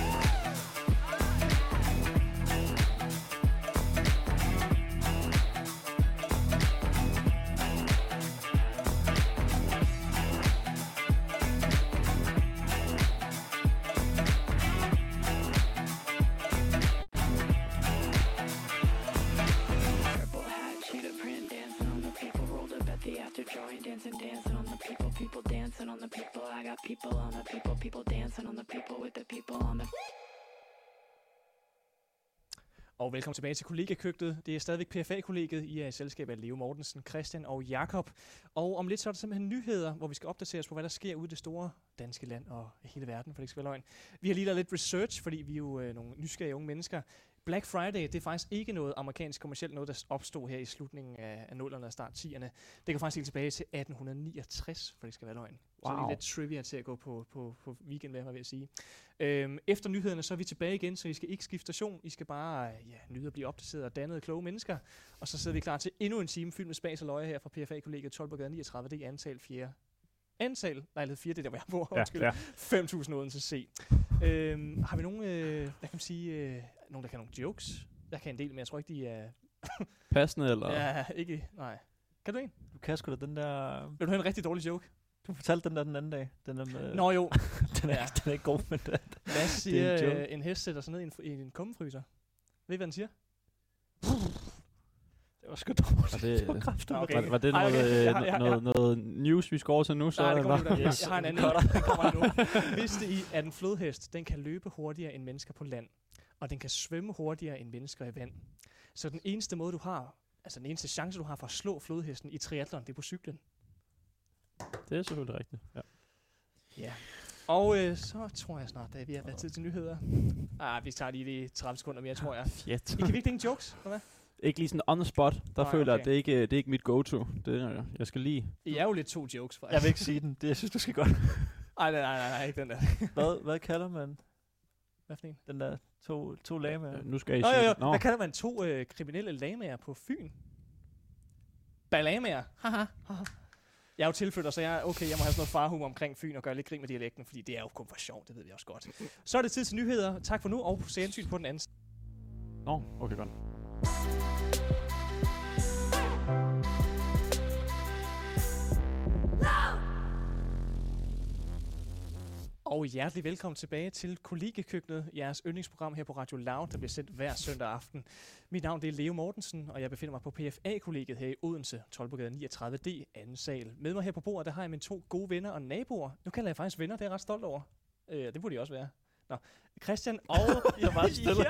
Purple hat, cheetah print, dancing on the people, rolled up at the after joint, dancing, dancing on the people, people dancing on the people. I got people on the people, people dancing on the people, with the people on the Og velkommen tilbage til kollegakøkkenet. Det er stadigvæk P F A-kollegiet. I er i selskab af Leo Mortensen, Christian og Jakob. Og om lidt så er der simpelthen nyheder, hvor vi skal opdatere os på, hvad der sker ude i det store danske land og hele verden, for det ikke skal være løgn. Vi har lige lavet lidt research, fordi vi er jo øh, nogle nysgerrige unge mennesker. Black Friday, det er faktisk ikke noget amerikansk kommercielt noget, der opstod her i slutningen af, af nullerne og start tierne. Det går faktisk helt tilbage til atten niogtres, for det skal være løgn. Wow. Så det er lidt trivia til at gå på, på, på weekend, hvad jeg vil sige. Øhm, efter nyhederne, så er vi tilbage igen, så I skal ikke skifte station. I skal bare ja, nyde at blive opdateret og dannede kloge mennesker. Og så sidder vi klar til endnu en time fyldt med spas og løje her fra P F A-kollegiet Toldborgade niogtredive. Det er antal fjerde. Antal? Nej, det er fire, det der, hvor jeg bor. Ja, Undskyld. ja. fem tusind Odense C. øhm, har vi nogen, øh, hvad kan man sige, øh, nogen, der kan nogle jokes? Jeg kan en del, men jeg tror ikke, de er... Passende, eller? Ja, ikke, nej. Kan du en? Du kan sgu da den der... Vil du have en rigtig dårlig joke? Du fortalte den der den anden dag. Den der med... Nå jo. den, er, Ja. den er ikke god, men den... Hvad siger en en, joke. øh, en hest sætter sig ned i en, fr- i en kummefryser? Ved I, hvad den siger? Det var sgu dårligt. Var det, Det var kraftigt. Nå, okay. var, var det Ej, noget, okay. øh, Jeg har- jeg har- noget, noget news, vi skal over til nu? Så, Nej, det kommer eller? nu. Jeg, jeg har en anden. Den kommer nu. Vidste I, at en flodhest, den kan løbe hurtigere end mennesker på land, og den kan svømme hurtigere end mennesker i vand. Så den eneste måde, du har, altså den eneste chance, du har for at slå flodhesten i triathlon, det er på cyklen. Det er selvfølgelig rigtigt. Ja. Ja. Og øh, så tror jeg snart, at vi har været tid til nyheder. Ah, vi tager lige de tredive sekunder mere, tror jeg. Fjat. I kan virkelig ingen jokes, eller hvad? Ikke lige sådan on the spot. Der Nej, føler jeg, okay. at det ikke det er ikke mit go-to. Det er, jeg skal lige... I er jo lidt to jokes, faktisk. Jeg vil ikke sige den. Det jeg synes, du skal godt. Ej, nej, nej, nej, nej, ikke den der. Hvad, hvad kalder man Hvad for en? den der to, to lame? Øh, nu skal I Nå, sige... jo, jo. Nå. Hvad kalder man to øh, kriminelle lamaer på Fyn? Balamaer. Haha. haha. Jeg er jo tilflytter, så jeg, okay, jeg må have sådan noget farhumor omkring Fyn og gøre lidt grin med dialekten, fordi det er jo kun for sjovt, det ved vi også godt. Så er det tid til nyheder. Tak for nu, og se hensyn på den anden. Nå, okay, godt. Og hjertelig velkommen tilbage til kollegekøkkenet, jeres yndlingsprogram her på Radio Loud, der bliver sendt hver søndag aften. Mit navn det er Leo Mortensen, og jeg befinder mig på P F A-kollegiet her i Odense, Toldborgade niogtredive D, anden sal. Med mig her på bordet, der har jeg mine to gode venner og naboer. Nu kalder jeg faktisk venner, det er jeg ret stolt over. Øh, det burde de også være. Nå, Christian og Jeg var stille.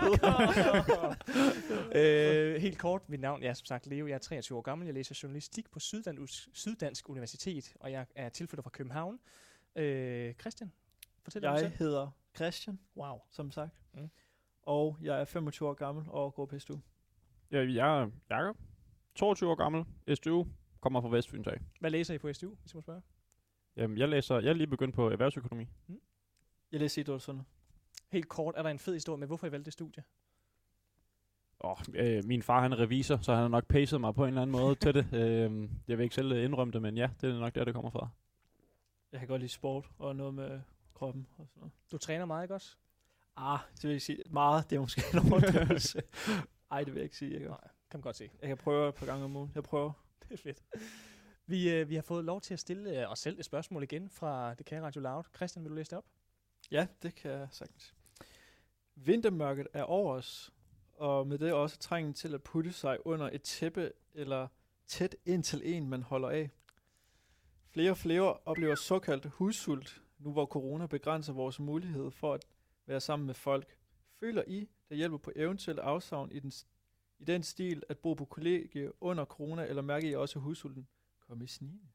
øh, helt kort, mit navn er som sagt Leo, jeg er treogtyve år gammel, jeg læser journalistik på Syddansk, Syddansk Universitet, og jeg er tilflytter fra København. Øh, Christian, fortæl dig om Jeg selv. hedder Christian, Wow. som sagt. Mm. Og jeg er femogtyve år gammel og går på S D U. Ja, jeg er Jakob. toogtyve år gammel. S D U. Kommer fra Vestfyn af. Hvad læser I på S D U, hvis jeg må spørge? Jamen, jeg læser... Jeg er lige begyndt på erhvervsøkonomi. Jeg læser idrætssundhed. Helt kort, er der en fed historie med, hvorfor I valgte det studie? Åh, øh, min far han er revisor, så han har nok pacet mig på en eller anden måde til det. Øh, jeg vil ikke selv indrømme det, men ja, det er nok der, det kommer fra. Jeg kan godt lide sport og noget med kroppen og sådan noget. Du træner meget, ikke også? Ah, det vil jeg ikke sige. Meget, det er måske en overdrivelse. Ej, det vil jeg ikke sige, jeg gør. Nej, kan man godt se. Jeg kan prøve et par gange om ugen. Jeg prøver. Det er fedt. Vi, øh, vi har fået lov til at stille øh, os selv et spørgsmål igen fra det kære Radio Loud. Christian, vil du læse det op? Ja, det kan jeg sagtens. Vintermørket er over os, og med det også trængen til at putte sig under et tæppe eller tæt ind til en, man holder af. Flere og flere oplever såkaldt hudsult, nu hvor corona begrænser vores mulighed for at være sammen med folk. Føler I, der hjælper på eventuelle afsavn i den, i den stil at bo på kollegie under corona, eller mærker I også hudsulten? Kom i snigende.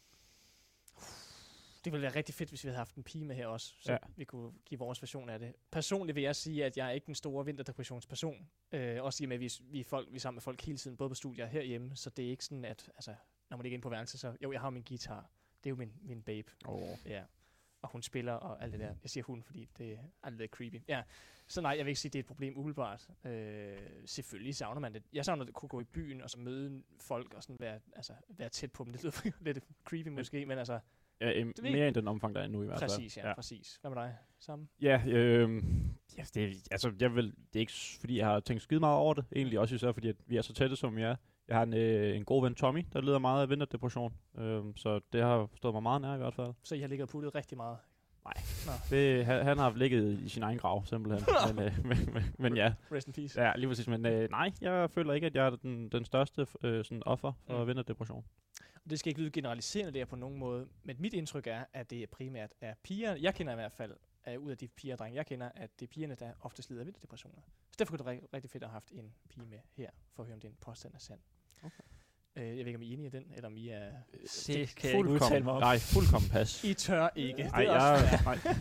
Det ville være rigtig fedt, hvis vi havde haft en pige med her også, så Ja. vi kunne give vores version af det. Personligt vil jeg sige, at jeg er ikke den store vinterdepressionsperson. Øh, også i og med, at vi, vi, er folk, vi er sammen med folk hele tiden, både på studier og herhjemme, så det er ikke sådan, at altså, når man ikke er inde på værelse, så jo, jeg har min guitar. Det er jo min, min babe. Oh. Ja. Og hun spiller og alt det der. Jeg siger hun, fordi det er lidt creepy. Ja. Så nej, jeg vil ikke sige, at det er et problem umiddelbart. Øh, selvfølgelig savner man det. Jeg savner at kunne gå i byen og så møde folk og sådan være, altså, være tæt på dem. Det lyder lidt creepy måske, men altså... Ja, em, Det ved mere end den omfang, der er nu i hvert fald. Præcis, ja, ja, præcis. Hvad med dig? Samme? Ja, øh, ja det, er- altså, jeg vil, det er ikke s- fordi, jeg har tænkt skide meget over det. Egentlig også især, fordi at vi er så tætte, som vi er. Jeg har en, øh, en god ven, Tommy, der lider meget af vinterdepression. Øh, så det har stået mig meget nær i hvert fald. Så I har ligget og puttet rigtig meget? Nej. Nå. Det, han, han har ligget i sin egen grav, simpelthen. men, øh, men, men, men ja, Rest in peace. ja, lige præcis. Men øh, nej, jeg føler ikke, at jeg er den, den største øh, sådan offer for Mm. mm. vinterdepression. Det skal ikke lyde generaliserende der på nogen måde, men mit indtryk er, at det primært er piger. Jeg kender i hvert fald uh, ud af de piger og drenge, jeg kender, at det er pigerne, der oftest lider af depressioner. Så derfor kunne det være rigtig fedt at have haft en pige med her, for at høre, om din påstand er sand. Okay. Uh, jeg ved ikke, om I er enige i den, eller om I er... Det kan jeg ikke udtale mig om. Nej, fuldkommen pas. I tør ikke. Nej, jeg...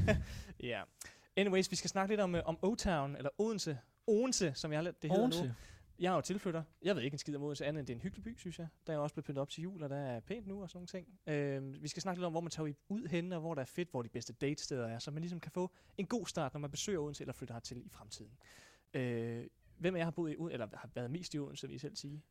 Ja. Anyways, vi skal snakke lidt om, uh, om O-Town, eller Odense. Odense, som jeg har lært, det hedder Odense. nu. Jeg er jo tilflytter. Jeg ved ikke en skid om Odense, andet end det er en hyggelig by, synes jeg. Der er også blevet pyntet op til jul, og der er pænt nu og sådan nogle ting. Øh, vi skal snakke lidt om, hvor man tager ud hen, og hvor der er fedt, hvor de bedste datesteder er, så man ligesom kan få en god start, når man besøger Odense eller flytter hertil i fremtiden. Øh, hvem af jer har boet i Odense, eller har været mest i Odense, vil I selv sige?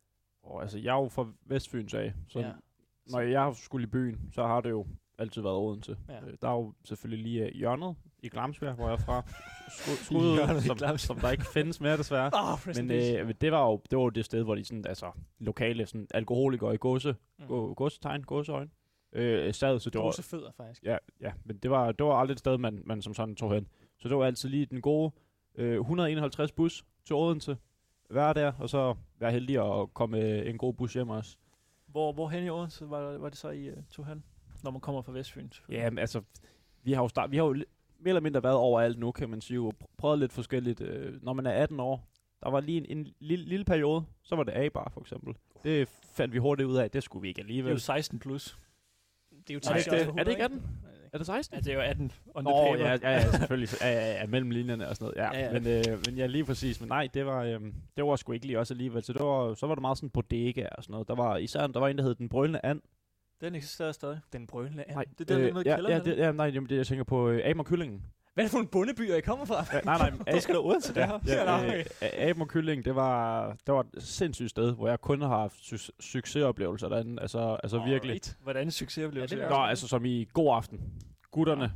Oh, altså, jeg er jo fra Vestfyns af, så Ja. når jeg skulle i byen, så har det jo altid været Odense. Ja. Øh, der er jo selvfølgelig lige uh, hjørnet i Glamsbjerg, hvor jeg er fra. Skud, skud som, som der ikke findes mere, desværre. Oh, Men øh, det var jo det var jo det sted, hvor de sådan, altså, lokale sådan, alkoholikere i godse, Mm. gå, godsetegn, godseøjne, øh, sad, så det var... Gåsefødder, faktisk. Ja, ja, men det var, det var aldrig et sted, man, man som sådan tog hen. Så det var altid lige den gode øh, et hundrede og enoghalvtreds bus til Odense, være der, og så være heldig at komme øh, en god bus hjem også. Hvor, hvor hen i Odense var, var det så, I uh, tog hen? Når man kommer fra Vestfyn, selvfølgelig. Ja, men altså, vi har jo, start, vi har jo li- mere eller mindre været overalt nu, kan man sige, og pr- prøvet lidt forskelligt. Øh, når man er atten år, der var lige en, en lille, lille periode, så var det A-bar for eksempel. Det fandt vi hurtigt ud af, det skulle vi ikke Det er alligevel. jo seksten plus. Det er jo Nej, tæt. det- er det ikke atten? Er det seksten? Ja, det er jo atten on Åh, the oh, paper. ja, ja, ja, selvfølgelig. Ja, ja, ja, mellem linjerne og sådan noget. Ja, Ja, ja. Men, øh, men ja, lige præcis. Men nej, det var, øh, det var sgu ikke lige også alligevel. Så, det var, så var det meget sådan bodega og sådan noget. Der var især, der var en, der hed Den Brølende And. Den eksisterer stadig. Den brølende and. Nej, Det er den, der er nede i ja, kælderen, ja, eller? det, ja, nej, jamen, det, jeg tænker på øh, Aben og Kyllingen. Hvad er det for en bondebyer, I kommer fra? Ja, nej, nej. A- Det skal der Odense, det her. Ja, Ja, øh, Aben og Kyllingen, det var, det var et sindssygt sted, hvor jeg kun har haft su- succesoplevelser derinde. Altså, altså virkelig. Alright. Hvordan en succesoplevelse? Ja, det Ja, er Nå, altså som i god aften. Gutterne.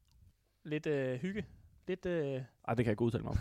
Lidt øh, hygge. Lidt... Øh, Ej, det kan jeg ikke udtale mig om.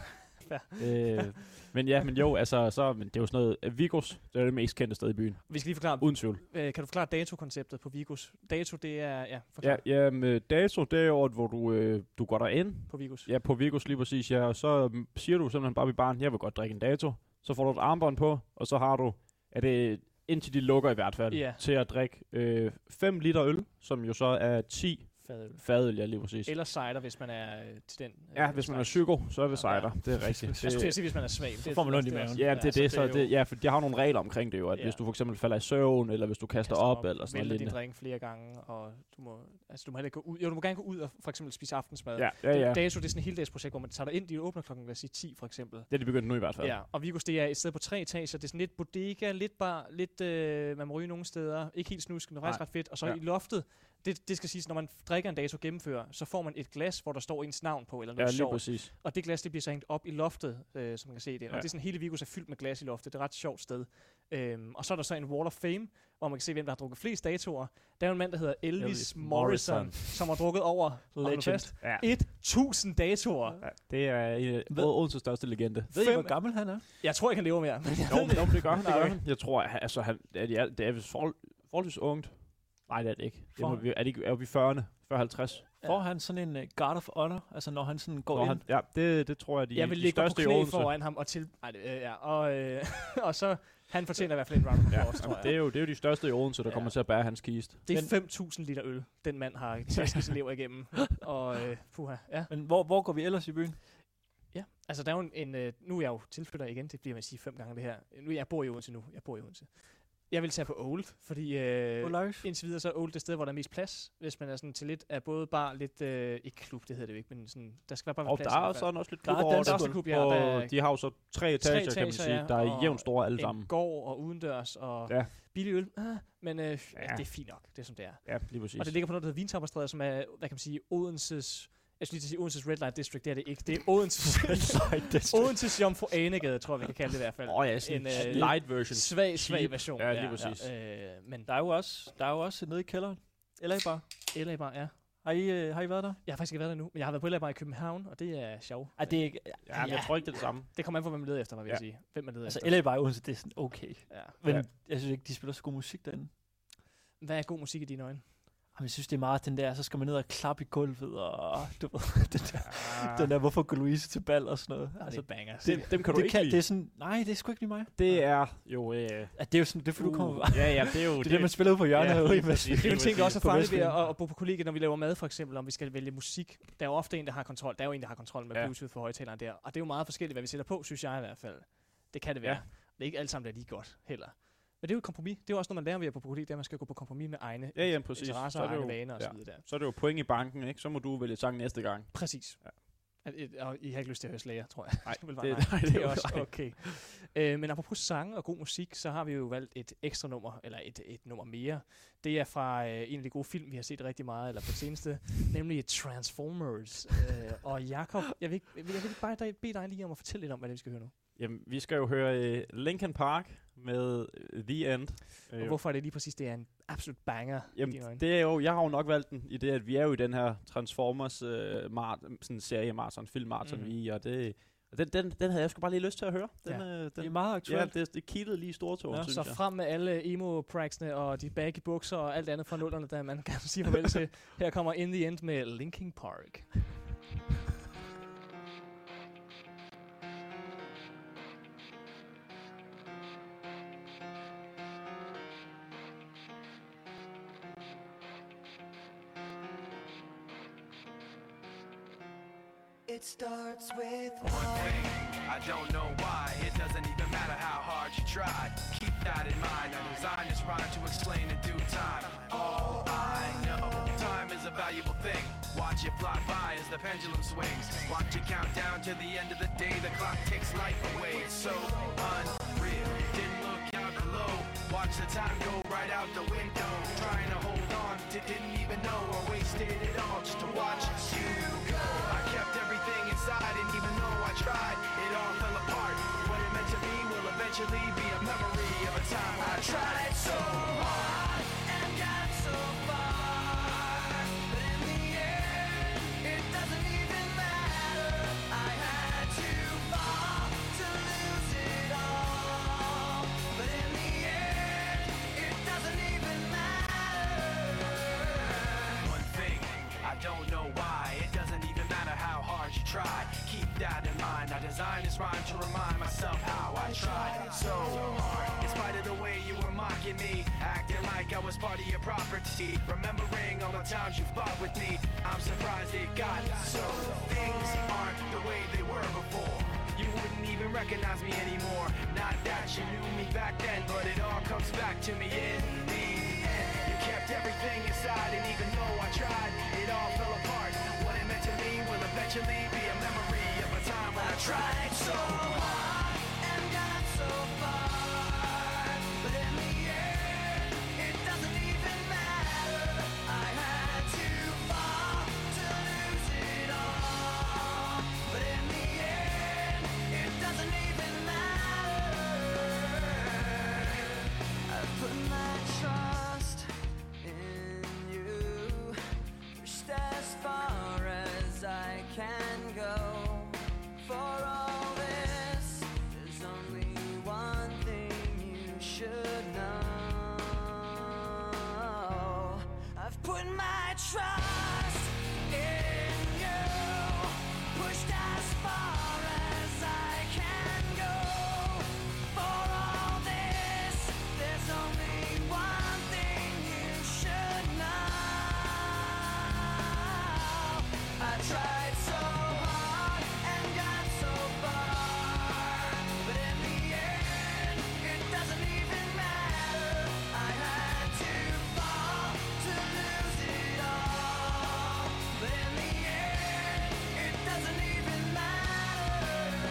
Fair. øh, men ja, men jo, altså, så, men det er jo sådan noget, uh, Vigos, det er det mest kendte sted i byen. vi skal lige forklare, Uden tvivl. øh, kan du forklare dato-konceptet på Vigos? Dato, det er... Ja, Ja, forklar ja med dato, det er året, hvor du, øh, du går derind. på Vigos. Ja, på Vigos lige præcis, ja. Og så um, siger du simpelthen bare ved baren, jeg vil godt drikke en dato. Så får du et armbånd på, og så har du, er det indtil de lukker i hvert fald, Ja. til at drikke øh, fem liter øl, som jo så er ti Fadøl. fadøl, ja, lige præcis. Eller cider, hvis man er øh, til den. øh, Ja, hvis man er slags. psyko, så er det Ja. cider. Det er rigtigt. Jeg skulle til at sige, hvis man er svag. Så får man ondt i maven. Ja, det er det, så jo- det, ja, for de har nogle regler omkring det jo, at Ja. hvis du for eksempel falder i søvn, eller hvis du kaster, kaster op, eller sådan vælter noget din lignende. drink flere gange, og du må, altså, du må heller ikke gå ud. Jo, du må gerne gå ud og for eksempel spise aftensmad. Ja, ja, ja. Dato, det er sådan et heldagsprojekt, hvor man tager dig ind, de åbner klokken, lad os sige ti for eksempel. Det er de begyndt nu i hvert fald. Ja, og Vigos, det er et sted på tre etager. Det er sådan lidt bodega, lidt bar, lidt, øh, man må ryge nogle steder. Ikke helt snusk, men det er faktisk Nej. ret fedt. Og så Ja. i loftet, det, det skal siges, når man drikker en dato gennemfører, så får man et glas, hvor der står ens navn på, eller Ja, noget lige sjovt. præcis. Og det glas, det bliver så hængt op i loftet, øh, som man kan se det. Og Ja. det er sådan, hele Vigos er fyldt med glas i loftet. Det er et ret sjovt sted. Øhm, og så er der så en Wall of Fame, hvor man kan se, hvem der har drukket flest datoer. Der er jo en mand, der hedder Elvis, Elvis Morrison, Morrison. som har drukket over hold nu Legend. fast, Ja. tusind datoer. Ja, det er en Ved- Odenses største legende. Ved I, Fem- hvor gammel han er? Jeg tror ikke, han lever mere. Men jeg Jo, ved det jo, ikke. det gør han, det gør Nej. han. Jeg tror, at, altså, han, det er, det er vist forhold, forholdsvis ungt. Nej, det er det ikke. Det må, For- vi, er det ikke er vi i fyrrerne? fyrre halvtreds? Får han sådan en uh, guard of honor? Altså når han sådan går Når ind? han, ja, det, det tror jeg, de, Jeg vil de ligge på største i knæ Odense. foran ham og til... Ej, det, øh, ja, og, øh, og så... Han fortjener i hvert fald en round of Ja, applause, tror jamen, jeg. det, er jo, det er jo de største i Odense, der Ja. kommer til at bære hans kiste. Det er Men- fem tusind liter øl, den mand har tæsket sin lever igennem. Og øh, puha, ja. Men hvor, hvor går vi ellers i byen? Ja, altså der er jo en... en øh, nu er jeg jo tilflytter igen, det bliver man sige fem gange det her. Nu, jeg bor i Odense nu, jeg bor i Odense. Jeg vil tage på Old, fordi øh, Olaus? indtil videre så er Old det sted, hvor der er mest plads. Hvis man er sådan til lidt af både bar, lidt... Øh, ikke klub, det hedder det jo ikke, men sådan... Der skal være bare være Og plads. der i er hvert fald. sådan også lidt Der er klub over dansk det. dansklub, ja, Og der er- de har jo så tre etager, kan man etager, sige, ja, der er og jævnt store alle en sammen. gård og udendørs og Ja. billig øl. Ah, men øh, ja. Ja. det er fint nok, det er som det er. Ja, lige præcis. Og det ligger på noget, der hedder Vintapperstræde, som er, hvad kan man sige, Odenses... Jeg skulle lige til at sige Odenses Red Light District, det er det ikke. Det er Odenses, Odenses Jomfru Anegade, tror jeg, vi kan kalde det i hvert fald. Åh oh, ja, sådan En, en øh, light version. Svag, svag cheap. version. Ja, lige præcis. Ja, øh, men Der er jo også, der er jo også nede i kælderen. L A Bar. L A Bar, ja. Har I, øh, har I været der? Jeg har faktisk ikke været der nu, men jeg har været på L A Bar i København, og det er sjovt. Ej, det er ikke... Ja, men jeg tror ikke, det er det samme. Det kommer an på, hvad man leder efter, hvad vil jeg Ja. sige. Hvem man leder Altså, efter. L A Bar i Odense, det er sådan okay. Ja. Men Ja. jeg synes ikke, de spiller så god musik derinde. Hvad er god musik i dine øjne? Jeg synes, det er meget den der, så skal man ned og klappe i gulvet, og du ved, den der, ah. den der hvorfor går Louise til bal og sådan noget. Altså, det er bangers. Det, dem kan du det ikke kan, lide. det er sådan, nej, det er sgu ikke lige mig. Det er jo... Øh, at det er jo sådan, det er for uh, du kommer... ja, ja, det er jo... det er det, man spiller ud på hjørnet. Ja, det, det, det er jo en ting, der også er farligt ved at, at bo på kollegiet, når vi laver mad for eksempel, om vi skal vælge musik. Der er jo ofte en, der har kontrol. Der er jo en, der har kontrol med ja. Bluetooth for højtaleren der. Og det er jo meget forskelligt, hvad vi sætter på, synes jeg i hvert fald. Det kan det være. Ja. Det er ikke alt sammen, der er lige godt heller. Men det er jo et kompromis. Det er jo også noget, man lærer ved at bo på kollegiet, det er, at man skal gå på kompromis med egne ja, ja, præcis. interesser og egne vaner og så videre der. Så er det jo point i banken, ikke? Så må du vælge sang næste gang. Præcis. Ja. Og I har ikke lyst til at høre Slayer, tror jeg. Nej, det, det, nej, det er også okay. øh, men apropos sang og god musik, så har vi jo valgt et ekstra nummer, eller et, et nummer mere. Det er fra øh, en af de gode film, vi har set rigtig meget, eller på det seneste, nemlig Transformers. øh, og Jakob, jeg vil, jeg vil, jeg vil bare dig, bede dig lige om at fortælle lidt om, hvad det vi skal høre nu. Jamen, vi skal jo høre uh, Linkin Park med uh, The End. Og uh, hvorfor er det lige præcis, det er en absolut banger? Jamen, det er jo, jeg har jo nok valgt den i det, at vi er jo i den her Transformers uh, mart, sådan serie maraton, film maraton, mm. vi og det... Og den, den, den havde jeg sgu bare lige lyst til at høre. Den, ja. øh, den, det er meget aktuelt. Ja, det, det kittede lige store tog, ja, synes så jeg. frem med alle emo-praksene og de baggy bukser og alt andet fra nullerne, der man kan sige farvel til. Her kommer In The End med Linkin Park. It starts with one thing. I don't know why. It doesn't even matter how hard you try. Keep that in mind. I designed this rhyme to explain in due time. All I know, time is a valuable thing. Watch it fly by as the pendulum swings. Watch it count down to the end of the day. The clock takes life away. It's so unreal. Didn't look out below. Watch the time go right out the window. Trying to hold on to didn't even know or wasted it all just to watch you go. I kept everything inside and even though I tried, it all fell apart. What it meant to me will eventually be a memory of a time I tried so hard and got so far. But in the end, it doesn't even matter. I had to fall to lose it all. But in the end, it doesn't even matter. One thing, I don't know why. It doesn't even matter how hard you try. Keep that in mind. I designed this rhyme to remind myself how I tried so hard. In spite of the way you were mocking me, acting like I was part of your property. Remembering all the times you fought with me, I'm surprised it got so. Things aren't the way they were before. You wouldn't even recognize me anymore. Not that you knew me back then, but it all comes back to me in the end. You kept everything inside, and even though I tried, it all fell apart. What it meant to me will eventually be a memory of a time when I tried so hard and got so far. But in the end, it doesn't even matter. I had to fall to lose it all. But in the end, it doesn't even matter. I put my trust in you, pushed as far as I can go. For all this, there's only one thing you should know. I've put my trust in you, pushed as far as I can go. For all this, there's only one thing you should know. I tried so hard and got so far, but in the end, it doesn't even matter. I had to fall to lose it all, but in the end, it doesn't even matter.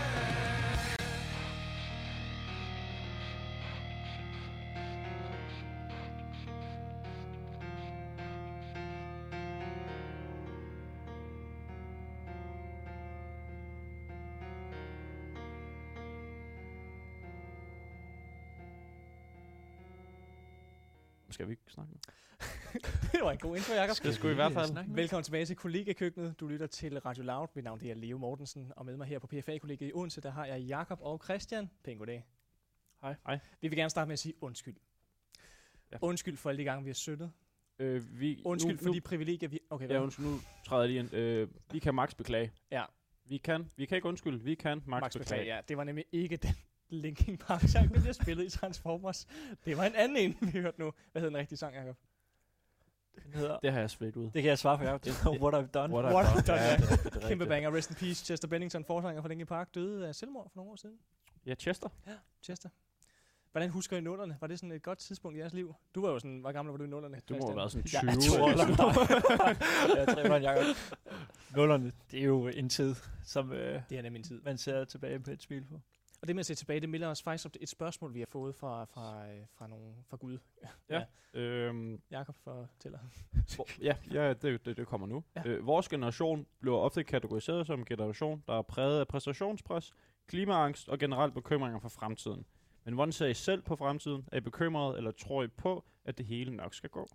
Skal vi ikke snakke nu? Det var en god info, Jakob. Det skulle i hvert fald. Velkommen tilbage til kollegekøkkenet. Du lytter til Radio Loud. Mit navn det er Leo Mortensen, og med mig her på P F A-kollegiet i Odense, der har jeg Jakob og Christian. Pæn goddag. Hej. Hej. Vi vil gerne starte med at sige undskyld. Ja. Undskyld for alle de gange, vi har syndet. Øh, vi, Undskyld nu, for nu, de privilegier, vi... Okay, Ja, hvad? undskyld, nu træder jeg lige ind. Øh, vi kan max beklage. Ja. Vi kan, vi kan ikke undskylde, vi kan max, Max beklage. beklage, ja. Det var nemlig ikke den Linkin Park-sang, der bliver spillet i Transformers. Det var en anden en, vi hørte nu. Hvad hedder den rigtige sang, Jacob? Den hedder, Det har jeg svedt ud. det kan jeg svare for jer. Det er What I've Done. What What I've I've done, Done, ja. ja. det er- det er Kæmpe rigtigt. banger. Rest in peace. Chester Bennington, forsanger fra Linkin Park, døde af selvmord for nogle år siden. Ja, Chester. Chester. Hvordan husker I nullerne? Var det sådan et godt tidspunkt i jeres liv? Du var jo sådan, hvor gammel var du i nullerne? Du må have været sådan Jeg tyve. er to år eller eller sådan noget. Jeg tror, Jacob. Nullerne, det er jo en tid, som øh, Det er nemlig en tid. man ser tilbage på et smil på. Og det med at se tilbage, det melder os faktisk op et spørgsmål, vi har fået fra, fra, øh, fra, nogen, fra Gud. Ja. Øhm, Jakob fortæller. hvor- ja, ja det, det, det kommer nu. Ja. Øh, vores generation bliver ofte kategoriseret som en generation, der er præget af præstationspres, klimaangst og generelt bekymringer for fremtiden. Men hvordan ser I selv på fremtiden? Er I bekymret, eller tror I på, at det hele nok skal gå?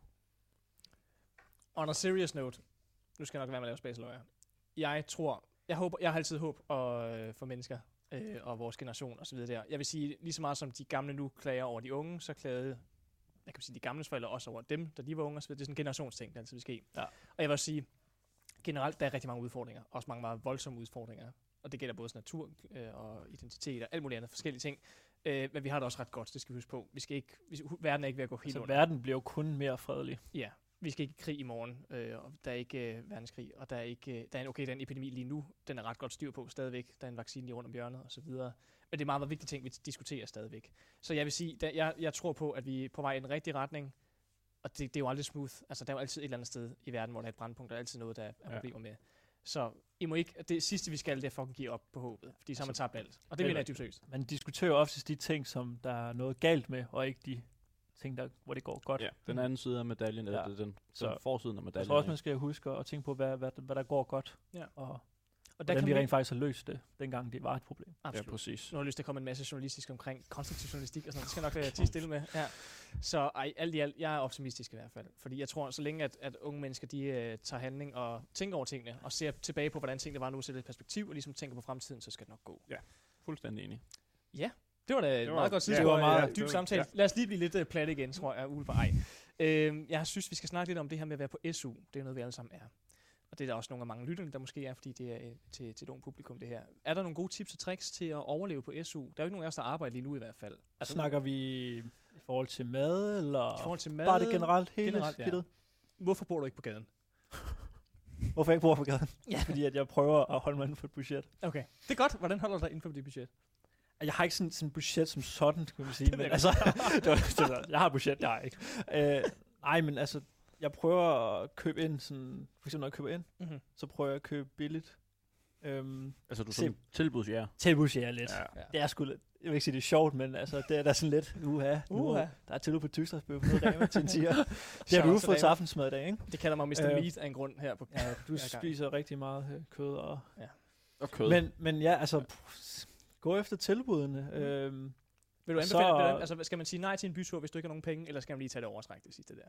On a serious note, nu skal jeg nok være med at lave space lawyer. Jeg tror, jeg håber, jeg har altid håb og, øh, for mennesker øh, og vores generation og så videre der. Jeg vil sige, lige så meget som de gamle nu klager over de unge, så klagede, jeg kan sige, de gamle forældre også over dem, da de var unge og så videre. Det er sådan en generationsting, der altid vil ske. Ja. Og jeg vil også sige, generelt, der er rigtig mange udfordringer. Også mange meget voldsomme udfordringer. Og det gælder både natur øh, og identitet og alt muligt andet forskellige ting. Øh, men vi har det også ret godt, det skal vi huske på. Vi skal ikke, vi, verden er ikke ved at gå helt Så under. verden bliver jo kun mere fredelig. Ja, vi skal ikke i krig i morgen, øh, og der er ikke øh, verdenskrig, og der er ikke, øh, der er en, okay, den epidemi lige nu, den er ret godt styr på stadigvæk, der er en vaccine lige rundt om hjørnet og så videre, men det er meget, meget vigtige ting, vi diskuterer stadigvæk. Så jeg vil sige, der, jeg, jeg tror på, at vi er på vej i den rigtige retning, og det, det er jo aldrig smooth, altså der er jo altid et eller andet sted i verden, hvor der er et brandpunkt, der er altid noget, der er Ja. problemer med. Så I må ikke, det sidste vi skal, det er fucking give op på håbet, fordi så har man tabt alt, og det Eller- mener jeg dybt seriøst. Man diskuterer jo oftest de ting, som der er noget galt med, og ikke de ting, der, hvor det går godt. Ja, den anden side af medaljen, Ja. ja. den, den Så- forsiden af Jeg medaljen. tror også, man skal huske at tænke på, hvad, hvad, hvad der går godt, Ja. og Og der hvordan kan vi vi rent faktisk har løst det, dengang det var et problem. Ja, absolut. præcis. Nu har jeg lyst til at komme en masse journalistisk omkring konstruktiv journalistik og sådan noget. Det skal jeg nok være tige stille med. Ja. Så ej, alt i alt, jeg er optimistisk i hvert fald. Fordi jeg tror, så længe at, at unge mennesker, de uh, tager handling og tænker over tingene, og ser tilbage på, hvordan tingene var nu, sætter et perspektiv, og ligesom tænker på fremtiden, så skal det nok gå. Fuldstændig enig. Det var da et Det var- meget godt ja, sidspor. det var meget meget- dyb det var- samtale. ja. Lad os lige blive lidt uh, plat igen, tror jeg, ude på ej. Uh, jeg synes, vi skal snakke lidt om det her med at være på S U. Det er noget, vi alle sammen er. Og det er der også nogle af mange lytterne, der måske er, fordi det er uh, til, til et ungt publikum, det her. Er der nogle gode tips og tricks til at overleve på S U? Der er jo ikke nogen af os, der arbejder lige nu i hvert fald. Altså, snakker vi i forhold til mad, eller I forhold til mad, bare det generelt hele generelt, ja. skidtet? Hvorfor bor du ikke på gaden? Hvorfor jeg ikke bor på gaden? Ja. Fordi at jeg prøver at holde mig inden for et budget. Okay. Det er godt. Hvordan holder du dig inden for dit budget? Jeg har ikke sådan sådan et budget som sådan, kan man sige. Det ved Men jeg altså, det var, det var, jeg har et budget, jeg har ikke. Øh, nej, men altså, jeg prøver at købe ind, sådan, for eksempel når jeg køber ind, Mm-hmm. så prøver jeg at købe billigt. Øhm, Altså, du er Se- sådan tilbudsjæger. tilbuds, ja, lidt. Ja. Ja. Det er sgu lidt, jeg vil ikke sige, det er sjovt, men altså, det er da sådan lidt, uha, nu, Uha. der er tilbud på tyskstedsbøf på Rema til en tiger. Det har Shout du out til fået til Rema. aftensmad i dag, ikke? Det kalder mig mister Øh, Meat af en grund her på. Ja, du Jeg er i gang. spiser rigtig meget øh, kød og... Og kød. Men, men ja, altså, pff, gå efter tilbudene. Øhm, Vil du så- anbefale, hvordan, altså, skal man sige nej til en bytur, hvis du ikke har nogen penge, eller skal man lige tage det overtræk, det sidste der?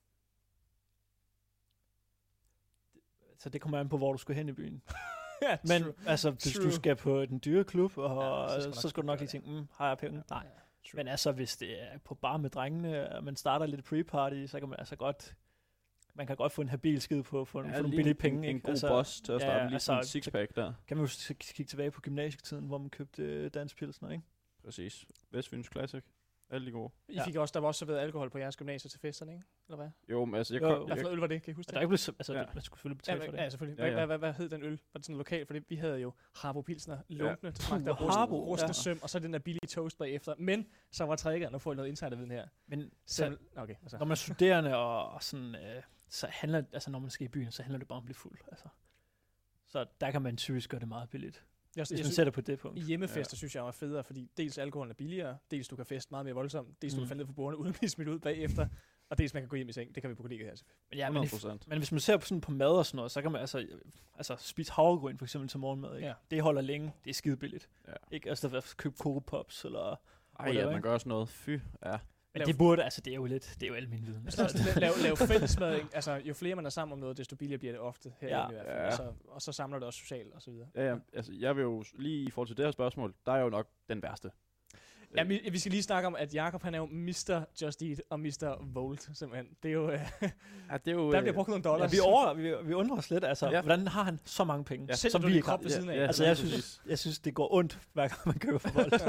så det kommer an på, hvor du skal hen i byen. ja, Men true. altså, hvis True. du skal på den dyre klub, og Ja, ja, så skal du så, nok skal du nok gøre lige tænke, mm, har jeg penge? Nej. Ja, true. Men altså, hvis det er på bar med drengene, og man starter lidt pre-party, så kan man altså godt... Man kan godt få en habil skid på for, Ja, for nogle lige billige en- penge. En, ikke? en god altså, boss til at ja, starte lige altså, sådan en så- sixpack der. Kan man jo s- kigge tilbage på gymnasietiden, hvor man købte øh, dansk pilsner, ikke? Præcis. Vestfyns Classic. Alle de gode. I fik også, der var også serveret alkohol på jeres gymnasier til festerne, ikke? Eller hvad? Jo, men altså, jeg, Jo, kom, jo. Hvad jeg, for noget øl var det? Kan I huske Og det? der er ikke blevet, så- altså, Ja. ja. man skulle selvfølgelig Ja, betale for det. ja, selvfølgelig. Ja, Hvad, ja. hvad, hvad, hvad hed den øl? Var det sådan lokalt? Fordi vi havde jo Harbo Pilsner, lunkne, der smagte af Puh, rust, Harbo, rustne ja. søm, og så den der billige toast bagefter. Men så var trækker, nu får I noget insiderviden her. Men Så, så, okay, altså. når man er studerende og, og sådan, øh, så handler, altså når man skal i byen, så handler det bare om at blive fuld. Altså. Så der kan man typisk gøre det meget billigt, Jeg, hvis jeg, man synes, sætter på det punkt. hjemmefester synes jeg var federe, fordi dels alkoholen er billigere, dels du kan feste meget mere voldsomt, dels du Mm. kan falde ned på bordene uden at blive smidt ud bagefter, og dels man kan gå hjem i seng. Det kan vi på kollegiet her selvfølgelig. Men, ja, men, hundrede if, procent. men hvis man ser på, sådan på mad og sådan noget, så kan man altså, altså spise havregryn for eksempel til morgenmad. Ikke? Ja. Det holder længe. Det er skide billigt. Ja. Ikke? Altså der er købe Coco Pops eller... Ej, whatever, ja, man ikke? gør også noget. Fy, ja. Men Lav- det burde, altså det er jo lidt, det er jo al min viden. Altså, også lave, lave fællesmad, ikke? Altså, jo flere man er sammen om noget, desto billigere bliver det ofte her Ja. i hvert fald. Ja. Og, så, og så samler det også socialt og så videre. Ja, ja. Altså, jeg vil jo s- lige i forhold til det her spørgsmål, der er jo nok den værste. Ja, vi, vi skal lige snakke om, at Jakob han er jo mister Just Eat og mister Volt, simpelthen. Det er jo... Øh, ja, det er jo der bliver brugt nogle dollars. Ja, vi, over, vi, vi undrer os lidt, altså, Ja. hvordan har han så mange penge? Ja. Sælger du vi din ikke har? krop ved siden af? Ja, Altså, jeg synes, jeg synes, det går ondt, hver gang man køber for Volt.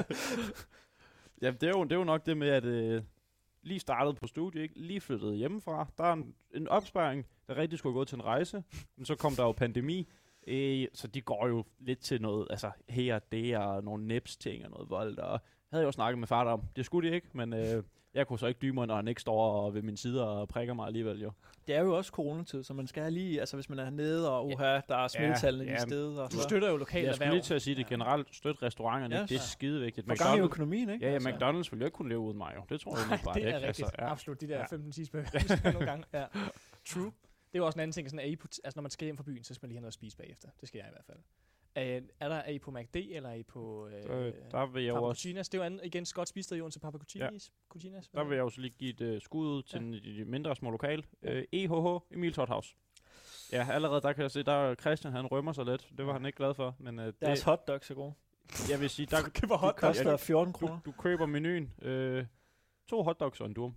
Ja, det er jo, det er jo nok det med, at øh, lige startede på studie, ikke? Lige flyttede hjemmefra. Der er en, en opsparing, der rigtig skulle gå til en rejse, men så kom der jo pandemi, øh, så de går jo lidt til noget, altså her og det, og nogle nips-ting og noget vold, og havde jeg jo snakket med far om. Det skulle de ikke, men øh, jeg kunne så ikke dybe mig, når han ikke står ved min side og prikker mig alligevel, jo. Det er jo også coronatid, så man skal have lige, altså hvis man er nede, og uha, der er smittetallene Ja, de steder. Og Du så. støtter jo lokale Jeg skulle erhverv. lige til at sige, at det generelt støtte restauranterne, Ja. det er skide vigtigt. For gang i økonomien, ikke? Ja, ja, Altså. McDonald's ville jo ikke kunne leve uden mig, jo. Det tror jeg Nej, lige bare det ikke. er rigtigt. Altså, ja. Absolut, de der Ja. femten cheeseburger nogle gange. Ja. True. Det er jo også en anden ting, sådan, at I på, altså når man skal hjem fra byen, så skal man lige have noget at spise bagefter. Det skal jeg i hvert fald. Uh, er, der, er I på McD, eller er I på uh, Øh, der vil jeg jo også, Papacuchinas? Det er jo anden, igen godt spist i Odense Papacuchinas. Ja. der vil jeg også lige give et uh, skud ud til ja. de mindre små lokal. Uh, E H H, Emil Tothaus. Ja, allerede der kan jeg se, der er Christian, han rømmer sig lidt. Det var han ikke glad for. Men uh, Deres det, hotdogs er gode. jeg vil sige, der Du køber Det hotdogs. koster fjorten du, kroner. du køber menuen. Uh, to hotdogs og en durum.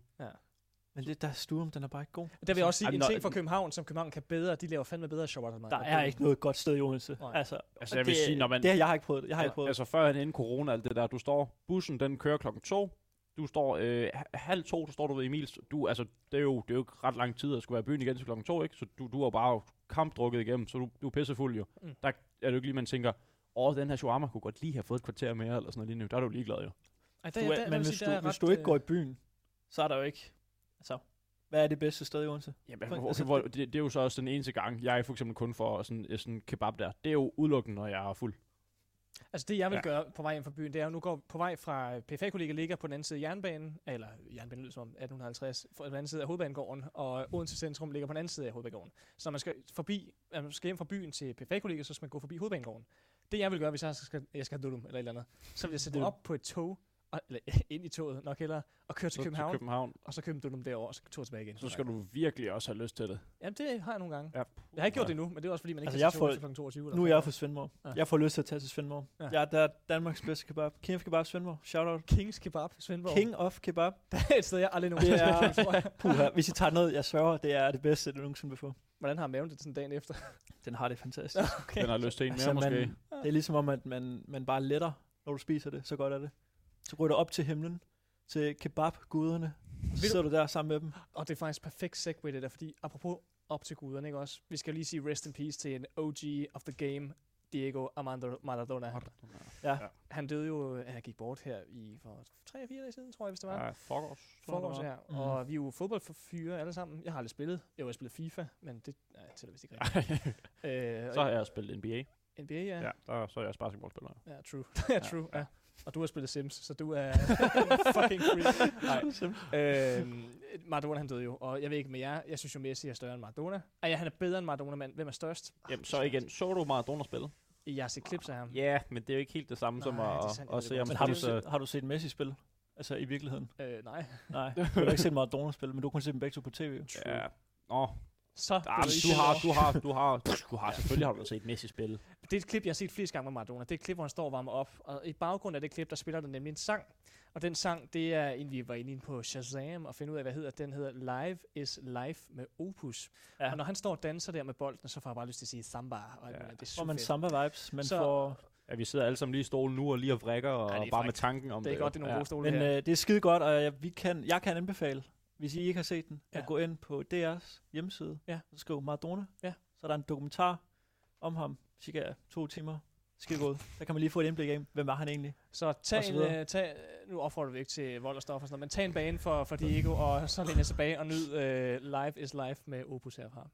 Men det der Sturum, den er bare ikke god. Der vil jeg også sige, Ej, en når- ting fra København, som København kan bedre, de laver fandme bedre shortmad. Der er ikke noget godt sted i Odense. Nej. Altså, Altså, jeg det, vil sige, når man... det har jeg ikke prøvet. Jeg har ikke prøvet. Altså, før inden corona, alt det der, du står... Bussen, den kører klokken to. Du står øh, halv to, så står du ved Emils. Du, altså, det er, jo, det er jo ikke ret lang tid at skulle være i byen igen til klokken to, ikke? Så du, du har bare kampdrukket igennem, så du, du er pissefuld jo. Mm. Der er det jo ikke lige, man tænker, åh, den her shawarma kunne godt lige have fået et kvarter mere, eller sådan noget lige nu. Der er du ligeglad jo. Ej, Du der, er, der, der, men vil hvis, sige, du, der er hvis ret, du ikke øh, går i byen, så er der jo ikke... Altså, hvad er det bedste sted i Odense? Jamen, For- okay, altså, hvor, det, det er jo så også den eneste gang, jeg er for eksempel kun for sådan en kebab der. Det er jo udelukkende, når jeg er fuld. Altså det, jeg vil Ja. gøre på vej hjem fra byen, det er jo nu går på vej fra P F A-kollega ligger på den anden side af jernbanen, eller jernbanen lyder som atten halvtreds, på den anden side af hovedbanegården, og Odense Centrum ligger på den anden side af hovedbanegården. Så når man skal, forbi, når man skal hjem fra byen til P F A-kollega, så skal man gå forbi hovedbanegården. Det jeg vil gøre, hvis jeg skal, jeg skal have dudum eller et eller andet, så vil jeg sætte mig op på et tog, og, eller ind i toget nok hellere, og køre til Så København, til København. og så købe en dudum derovre, og så tog tilbage igen. Så skal du virkelig også have lyst til det. Jamen det har jeg nogle gange. Ja. Jeg har ikke gjort det nu, men det er også fordi, man ikke Altså, kan jeg tage får- toget til klokken toogtyve. eller Nu er sådan jeg fra Svendborg. Ja. Jeg får lyst til at tage til Svendborg. Ja. Ja, der er Danmarks bedste kebab. King of Kebab Svendborg. Shout out. Kings Kebab, Svendborg. King of Kebab. Der er et sted, jeg aldrig Det nogensinde har er, smagt, tror jeg. puha, hvis I tager noget, jeg sværger, det er det bedste, du nogensinde vil få. Hvordan har maven det sådan dagen efter? Den har det fantastisk. Okay. Den har lyst til en mere Altså, måske. man, det er ligesom om, at man, man bare letter, når du spiser det. Så godt er det. Så går du op til himlen, til kebab-guderne. Så du- sidder du der sammen med dem. Og det er faktisk perfekt segue det der, fordi apropos op til guderne, ikke også? Vi skal lige sige rest in peace til en O G of the game, Diego Armando Maradona. Ja. Han døde jo, han gik bort her i for tre fire dage siden, tror jeg, hvis det var. Ja, fuck Forgårs her. Mhm. Og vi er jo fodboldfyre alle sammen. Jeg har aldrig spillet. Jeg har spillet FIFA, men det nej, tæller vist ikke rigtigt. øh, Så har jeg spillet N B A. N B A, ja. Ja, der, så er jeg også basketballspiller. Ja, true. ja, true, ja. ja. Og du har spillet Sims, så du er fucking freak. Nej. Øhm, Maradona, han døde jo, og jeg ved ikke med jer, jeg synes jo Messi er større end Maradona. Ej, ja, han er bedre end Maradona, men hvem er størst? Jamen, så igen, så du Maradona spille? Jeg har set clips af ham. Ja, yeah, men det er jo ikke helt det samme Nej, som det er at, sandt, at, jeg at ved se godt. ham Men har du, spille. set, har du set Messi spille? Altså i virkeligheden? Øh, nej. Nej. Du har ikke set Maradona spille, men du kan se dem begge to på tv. Ja. Nå, Så ah, blev men I du selv har, over. du har, du har, du har, selvfølgelig har du set Messi spille. Det er et klip, jeg har set flest gange med Maradona. Det er et klip, hvor han står og varmer op. Og i baggrund af det klip, der spiller der nemlig en sang. Og den sang, det er en, vi var inde på Shazam og finde ud af, hvad hedder. Den hedder Live is Life med Opus. Ja. Ja. Og når han står og danser der med bolden, så får jeg bare lyst til at sige samba. Og Ja. ja. det er Får super man fedt. samba-vibes, men Så- får... Ja, vi sidder alle sammen lige i stolen nu og lige og vrikker og Ja, ja, det er bare med frækt. tanken om Det det. er godt, det er nogle ja. gode stole Men her. øh, det er skide godt, og jeg, vi kan, jeg kan anbefale, hvis I ikke har set den, Ja. at gå ind på D R's hjemmeside, Ja. og skriv Maradona. Ja. Så er der en dokumentar om ham, cirka to timer. Skide god. Der kan man lige få et indblik af, hvem var han egentlig. Så og tag så en, videre. øh, tag, nu opfordrer vi ikke til vold og stof og sådan noget, men tag en bane for, for Diego, og så læn jer tilbage og nyd øh, Live is Life med Opus herfra.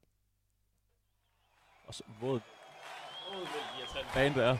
Og så, hvor, hvor vil jeg tage en bane være?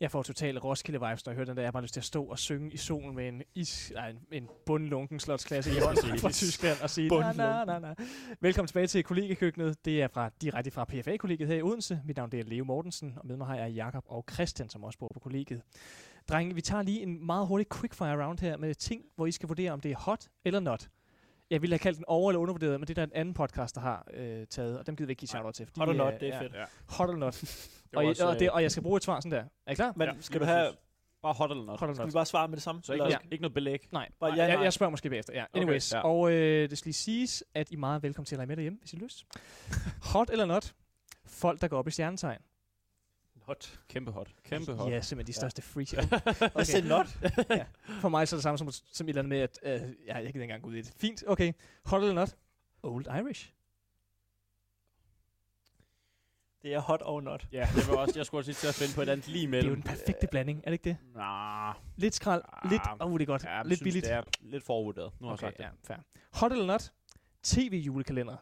Jeg får totale Roskilde-vibes, når jeg hører den der. Jeg har bare lyst til at stå og synge i solen med en, is, nej, en, en bundlunken slotsklasse i hånden fra Tyskland og sige, na, na, na, na. Velkommen tilbage til kollegekøkkenet. Det er fra, direkte fra P F A-kollegiet her i Odense. Mit navn det er Leo Mortensen, og med mig har jeg Jakob og Christian, som også bor på kollegiet. Drenge, vi tager lige en meget hurtig quickfire round her med ting, hvor I skal vurdere, om det er hot eller not. Jeg ville have kaldt den over- eller undervurderet, men det er der en anden podcast, der har øh, taget, og dem gider vi ikke give shout-out til. Hot or not, det er ja, fedt. Ja. Hot or not. Det og, var I, også, og, det, øh, og jeg skal bruge et svar sådan der. Er I klar? Men Ja, skal lige du have... præcis. Bare hot eller not. Hot or Skal vi not. bare svare med det samme? Så ikke, Eller- ja. ikke noget belæg. Nej, Bare Nej ja, jeg, nej. jeg spørger måske bagefter. Ja. Anyways, ja. og øh, det skal lige siges, at I er meget velkommen til at lege med derhjemme, hvis I har lyst. Hot eller not? Folk, der går op i stjernetegn. Hot. Kæmpe hot. Kæmpe hot. Ja, simpelthen de største freaks. Hvad siger not? Ja. For mig så er det samme som, som et eller andet med, at øh, ja, jeg gider ikke engang gå ud i det. Fint, okay. Hot eller not? Old Irish. Det er hot og not. Ja, jeg, vil også, jeg skulle også lige til at finde på et andet lige Det er mellem. jo den perfekte blanding, er det ikke det? Nah, Lidt skrald, Ah, lidt, åh, oh, det er godt, ja, jeg lidt synes, billigt. det er lidt forvurderet. Nu har Okay, jeg sagt det. ja, fair. Hot eller not? T V-julekalender.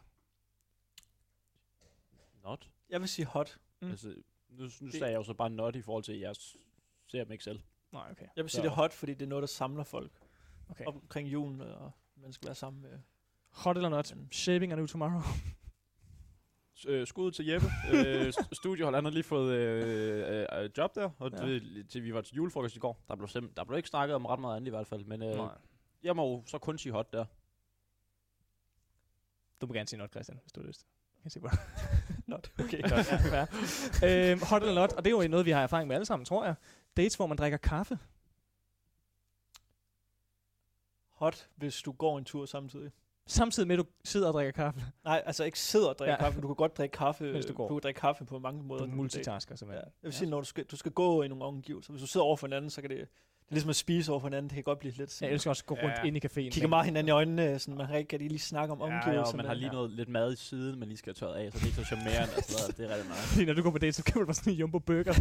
Not. Jeg vil sige hot. Mm. Altså, nu, nu sagde jeg jo så bare not i forhold til, at jeg s- ser dem ikke selv. Nej, okay. Jeg vil sige Så- det er hot, fordi det er noget, der samler folk okay. op omkring julen, og man skal være sammen med... Hot eller not? Men- Shaping a New Tomorrow. S- øh, skud til Jeppe. øh, st- studiehold, han har lige fået øh, øh, job der, og Ja. det, til vi var til julefrokost i går. Der blev, sim- der blev ikke snakket om ret meget andet i hvert fald, men øh, Nej. jeg må jo så kun sige hot der. Du må gerne sige not, Christian, hvis du har lyst. Jeg kan se på Not. Okay. Godt, ja, fair. øhm, hot eller not, og det er jo noget, vi har erfaring med alle sammen, tror jeg. Dates, hvor man drikker kaffe. Hot, hvis du går en tur samtidig. Samtidig med, at du sidder og drikker kaffe. Nej, altså ikke sidder og drikker Ja. ja. kaffe, men du kan godt drikke kaffe. Mens du går. Du kan drikke kaffe på mange måder. Du på en date. multitasker, Ja. simpelthen. Jeg vil sige, når du skal, du skal gå i nogle omgivelser. Hvis du sidder over for hinanden, så kan det... Det er ligesom at spise over for hinanden. Det kan godt blive lidt sådan... Jeg elsker også at gå rundt Ja. ind i caféen. Kigger meget hinanden i øjnene, sådan, man kan ikke lige snakke om Ja, omgivelserne. ja, man har lige Ja. noget lidt mad i siden, man lige skal have tørret af, så det er ikke så charmerende. Altså, det er rigtig meget. Fordi når du går på date, så køber du bare sådan en jumbo burger.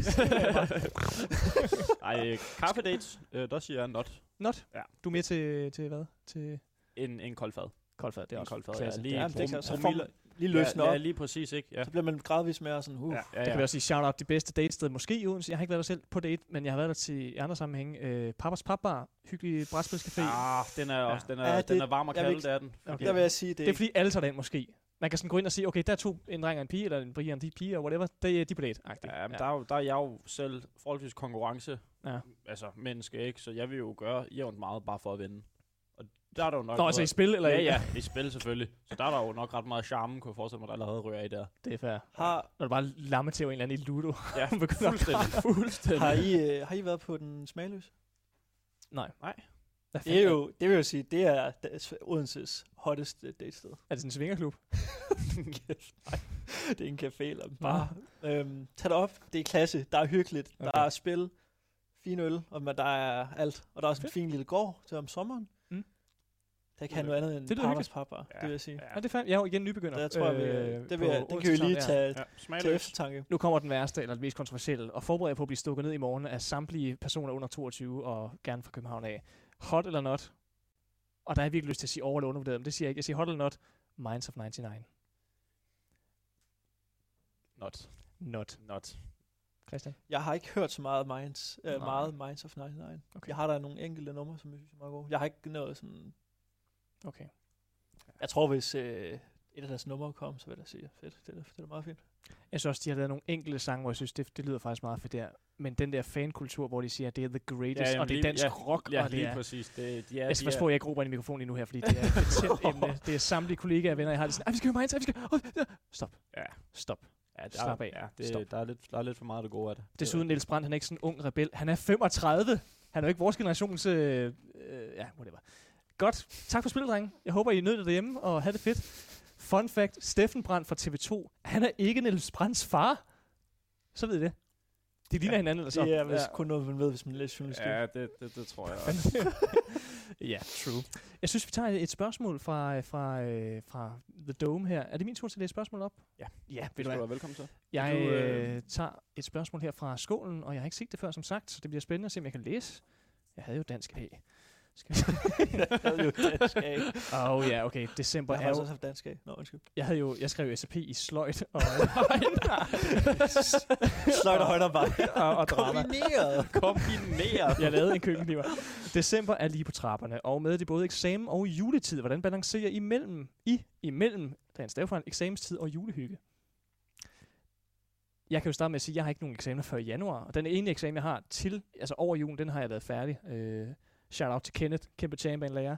Ej, kaffedates, øh, der siger jeg not. Not? Ja. Du er med til, til hvad? Til En, en kold fad. koldfad. Det er En også kold fad, klasse. ja. Lige Ja, en det kan, prom- så får promille. man lige løsne ja, op. ja, lige præcis, ikke? Ja. Så bliver man gradvist mere sådan, uh. Ja, ja, Det kan ja. vi også sige, shout out de bedste datested, måske i Odense. Jeg har ikke været der selv på date, men jeg har været der til i andre sammenhæng. Øh, Papas Papbar, hyggelig brætspilscafé. Ah, den er også, den er, Ja, den det- er varm og jeg vil kald, ikke- det er den. Okay. Der vil jeg sige, det, Det er fordi alle tager den måske. Man kan sådan gå ind og sige, okay, der er to, en dreng og en pige, eller en Brian og de piger, og whatever. Det er de på date. Ja, men der, er jo, der er jeg jo selv forholdsvis konkurrence, Ja. altså menneske, ikke? Så jeg vil jo gøre jævnt meget bare for at vinde. Og der er der jo nok... Nå, altså i spil, eller? Ja, ja, i spil selvfølgelig. Så der er der jo nok ret meget charme, kunne jeg forestille mig, der allerede ryger i der. Det er fair. har, Når du bare lammer til en eller anden i Ludo. Ja, Begynder at fuldstændig, fuldstændig. har, I, øh, har I været på den smagløse? Nej. Nej. Hvad Det er jo, det vil jeg sige, det er da- Odenses hottest øh, datested. Er det sådan en svingerklub? Nej, det er en café eller en bar. Øhm, tag det op, det er klasse, der er hyggeligt, okay. Okay. Der er spil, fin øl, og man, der er alt. Og der er også en Fedt. fin lille gård til om sommeren. Mm. Der kan noget andet end Det lyder Papas hyggeligt. Papper, Ja. det vil jeg sige. Ja, det er fair. Jeg er jo igen nybegynder. Der tror jeg, vi, øh, det, vil, på jeg- den kan Odense vi jo lige Town, ja. tage Ja, til smagløs. eftertanke. Nu kommer den værste, eller den mest kontroversielle, og forbered jer på at blive stukket ned i morgen af samtlige personer under toogtyve, og gerne fra København af. Hot eller not? Og der er jeg virkelig lyst til at sige over- eller undervurderet, men det siger jeg ikke. Jeg siger hot eller not? Minds of nioghalvfems. Not. Not. Not. Christian? Jeg har ikke hørt så meget Minds, øh, Nej. meget Minds of nioghalvfems. Okay. Jeg har der nogle enkelte numre, som jeg synes er meget gode. Jeg har ikke noget sådan... Okay. Jeg tror, hvis øh, et af deres numre kom, så vil jeg sige, fedt, det er, det er meget fint. Jeg synes også, de har lavet nogle enkelte sange, hvor jeg synes, det, det lyder faktisk meget fedt der. Men den der fankultur, hvor de siger, at det er the greatest, Ja, jamen og det er lige- dansk ja, rock, Ja, og det lige er... præcis. Det, de er, Jeg skal de passe er- på, at jeg ikke råber ind i mikrofonen lige nu her, fordi det er et betændt emne. Det er samtlige kollegaer og venner, jeg har det sådan, "Ej, vi skal høre Minds, ej, vi skal... Oh, ja. Stop. Ja. Stop. Ja, der, Slap af. Ja, det, Stop. der, er lidt, der er lidt for meget af det gode af det. Desuden, Niels Brandt, han er ikke sådan en ung rebel. Han er femogtredive. Han er jo ikke vores generations... Øh, øh, ja, whatever. Godt. Tak for spillet, drenge. Jeg håber, I nød det derhjemme og havde det fedt. Fun fact. Steffen Brandt fra T V to. Han er ikke Niels Brandts far. Så ved I det. De ligner Ja, hinanden eller så. Det er vist kun noget, man ved, hvis man læser journalistik. Ja, det, det, det tror jeg også. Ja, true. Jeg synes, vi tager et spørgsmål fra, fra, øh, fra The Dome her. Er det min tur til at læse spørgsmål op? Ja. Ja, Det ved du skal du hvad? være velkommen til. Jeg du, øh, øh, tager et spørgsmål her fra skålen, og jeg har ikke set det før, som sagt, så det bliver spændende at se, om jeg kan læse. Jeg havde jo dansk A. Skal vi... Jeg havde jo dansk A. Åh oh, ja, okay. December Jeg er har jo... også haft dansk A. Nå, undskyld. Jeg havde jo... Jeg skrev jo S A P i sløjt og... Sløjt og håndarbejde. og, og drama. Kombineret. Kombineret. Jeg lavede en køkkenkniver. December er lige på trapperne, og med det både eksamen og juletid. Hvordan balancerer imellem, I imellem, der er en stavefejl, eksamenstid og julehygge? Jeg kan jo starte med at sige, at jeg har ikke nogen eksamener før i januar, og den ene eksamen, jeg har til, altså over julen, den har jeg lavet færdig. Øh, shout out til Kenneth, kæmpe champion-lærer.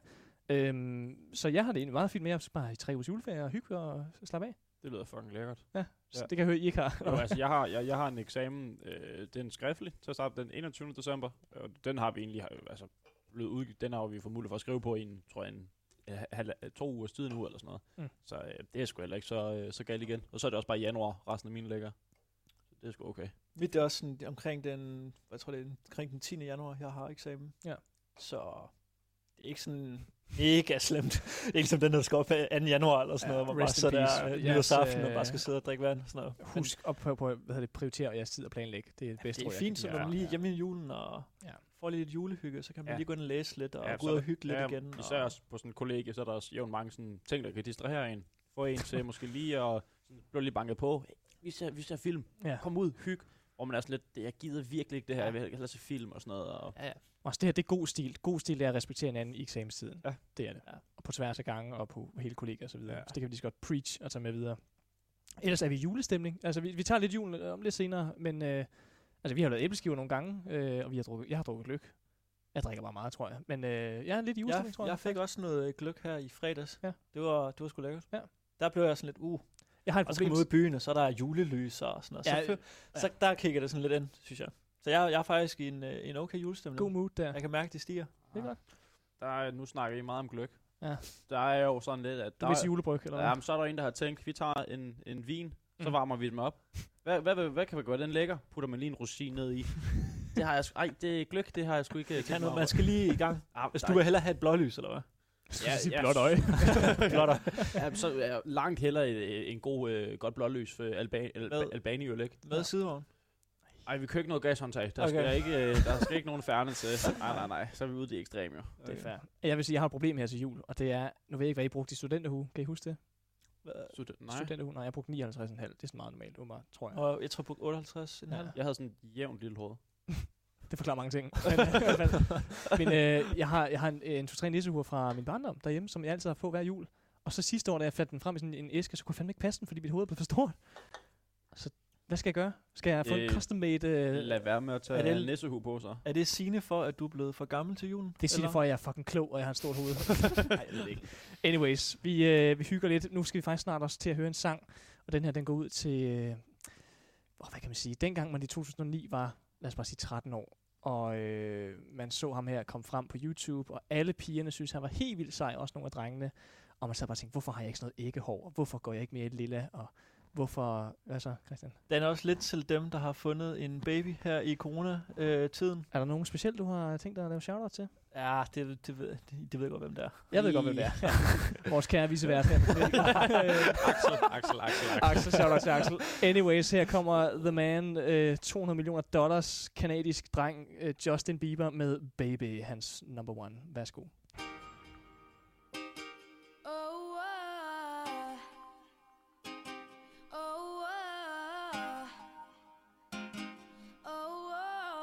Øhm, så jeg har det egentlig meget fint med, at jeg bare har i tre ugers juleferie og hygge og slappe af. Det lyder fucking lækkert. Ja, så Ja. det kan jeg høre, I ikke har. Jo, altså, jeg har, jeg, jeg har en eksamen, øh, den skriftlig, til at starte den enogtyvende december, og den har vi egentlig, altså, blevet ud, den har vi fået mulighed for at skrive på i en, tror jeg, en, halv, to ugers tid nu, eller sådan noget. Mm. Så øh, det er sgu heller ikke så, øh, så galt igen. Og så er det også bare i januar, resten af mine ligger. Så det er sgu okay. Mit er også sådan, omkring den, jeg tror det er omkring den tiende januar, jeg har eksamen. Ja. Så det er ikke sådan mega slemt. Det er ikke som den, der skal op anden januar eller sådan Ja, noget, hvor man bare rest in sidder peace. der øh, Jeres, nytårsaften og øh, bare skal sidde og drikke vand og sådan noget. Men Husk op på, på hvad hedder det, prioritere jeres tid og planlægge. Det er det bedste, det tror er jeg, fint, så jeg når kan man give. lige er hjemme i julen og Ja. får lidt julehygge, så kan man Ja. lige gå ind og læse lidt og Ja, gå så ud og der- hygge lidt ja, igen. Især og, også på sådan en kollegie, så er der også jævnt mange sådan ting, der kan distrahere en. Få en til måske lige at blive lige banket på. Hey, vi ser, vi ser film. Ja. Kom ud, hyg. Og man er sådan lidt, det, jeg gider virkelig ikke det her. Jeg vil hellere se film og sådan noget. Og ja, ja. Også det her, det er god stil. God stil, det er at respektere hinanden i eksamenstiden. Ja. Det er det. Ja. Og på tværs af gange og på hele kollegaer og så videre. Ja. Så det kan vi lige så godt preach og tage med videre. Ellers er vi i julestemning. Altså, vi, vi tager lidt julen om lidt senere, men øh, altså, vi har lavet æbleskiver nogle gange, øh, og vi har drukket, jeg har drukket gløgg. Jeg drikker bare meget, tror jeg. Men øh, jeg er lidt i julestemning, jeg, tror jeg. jeg fik også noget gløk her i fredags. Ja. Det var, det var sgu lækkert. Ja. Der blev jeg sådan lidt, uh, Jeg har et og så kom problem. jeg ud i byen, og så er der julelys og sådan noget. Ja, Så, ja. så der kigger det sådan lidt ind, synes jeg. Så jeg, jeg er faktisk i en, øh, en okay julestemning. God mood der. Jeg kan mærke, det stiger. Det er godt. der er, nu snakker I meget om gløgg. Ja. Der er jo sådan lidt, at Du der vil er, sige julebryg, eller hvad? ja, men så er der en, der har tænkt, vi tager en, en vin, så Mm. varmer vi dem op. Hvad, hvad, hvad, hvad kan vi gøre den lækker? Putter man lige en rosin ned i. Det har jeg sgu, ej, det er gløgg, det har jeg sgu ikke. Det kan noget, man skal lige i gang. Ah, Hvis der du er- vil hellere have et blålys, eller hvad? Skal Ja, du sige ja. blåt øje? Blotter. Ja, så er jeg langt hellere et, en god, øh, godt blålys for Alba- Al- Hvad? Albaniøl, ikke? Med sidevogn. Ej, vi kører ikke noget gashåndtag. Der, Okay. okay. skal ikke, øh, der skal ikke nogen færne til. Nej, nej, nej. Så er vi ude i det ekstreme, jo. Det er fair. Jeg vil sige, jeg har et problem her til jul, og det er, nu ved jeg ikke, hvad I brugte i studenterhue. Kan I huske det? Stud- nej. Studenterhue? Nej, jeg brugte nioghalvtreds komma fem. Det er sådan meget normalt, åbenbart, tror jeg. Og jeg tror på otteoghalvtreds komma fem. Ja. Jeg havde sådan et jævnt lille hoved. Det forklarer mange ting. Men, i hvert fald. Men øh, jeg har, jeg har en, en to-tre nissehuer fra min barndom derhjemme, som jeg altid har på hver jul. Og så sidste år, da jeg fandt den frem i sådan en æske, så kunne jeg fandme ikke passe den, fordi mit hoved blev for stort. Så hvad skal jeg gøre? Skal jeg få Øh, en custom-made... Øh, Lad være med at tage Er det- det nissehue på, så. Er det sigende for, at du er blevet for gammel til julen? det siger eller? for, at jeg er fucking klog, og jeg har et stort hoved. Nej, jeg ved det ikke. Anyways, vi, øh, vi hygger lidt. Nu skal vi faktisk snart også til at høre en sang. Og den her, den går ud til... Øh, oh, hvad kan man sige? Dengang man i to tusind og ni var, lad os bare sige tretten år, og øh, man så ham her komme frem på YouTube, og alle pigerne synes, han var helt vildt sej, også nogle af drengene. Og man sad bare og tænkte, hvorfor har jeg ikke sådan noget æggehår? Og hvorfor går jeg ikke mere i lilla? Og hvorfor... Hvad så, Christian? Den er også lidt til dem, der har fundet en baby her i corona-tiden. Er der nogen specielt, du har tænkt dig at lave shout-out til? Ja, det, det, ved, det, det ved jeg godt, hvem det er. Jeg ved godt, hvem det er. Ja. Vores kære vicevært her. Axel, Axel, Axel, Axel. Axel, shout out til Axel. Anyways, her kommer The Man, øh, to hundrede millioner dollars, kanadisk dreng, øh, Justin Bieber med Baby, hans number one. Værsgo. Oh, uh, oh, uh, oh,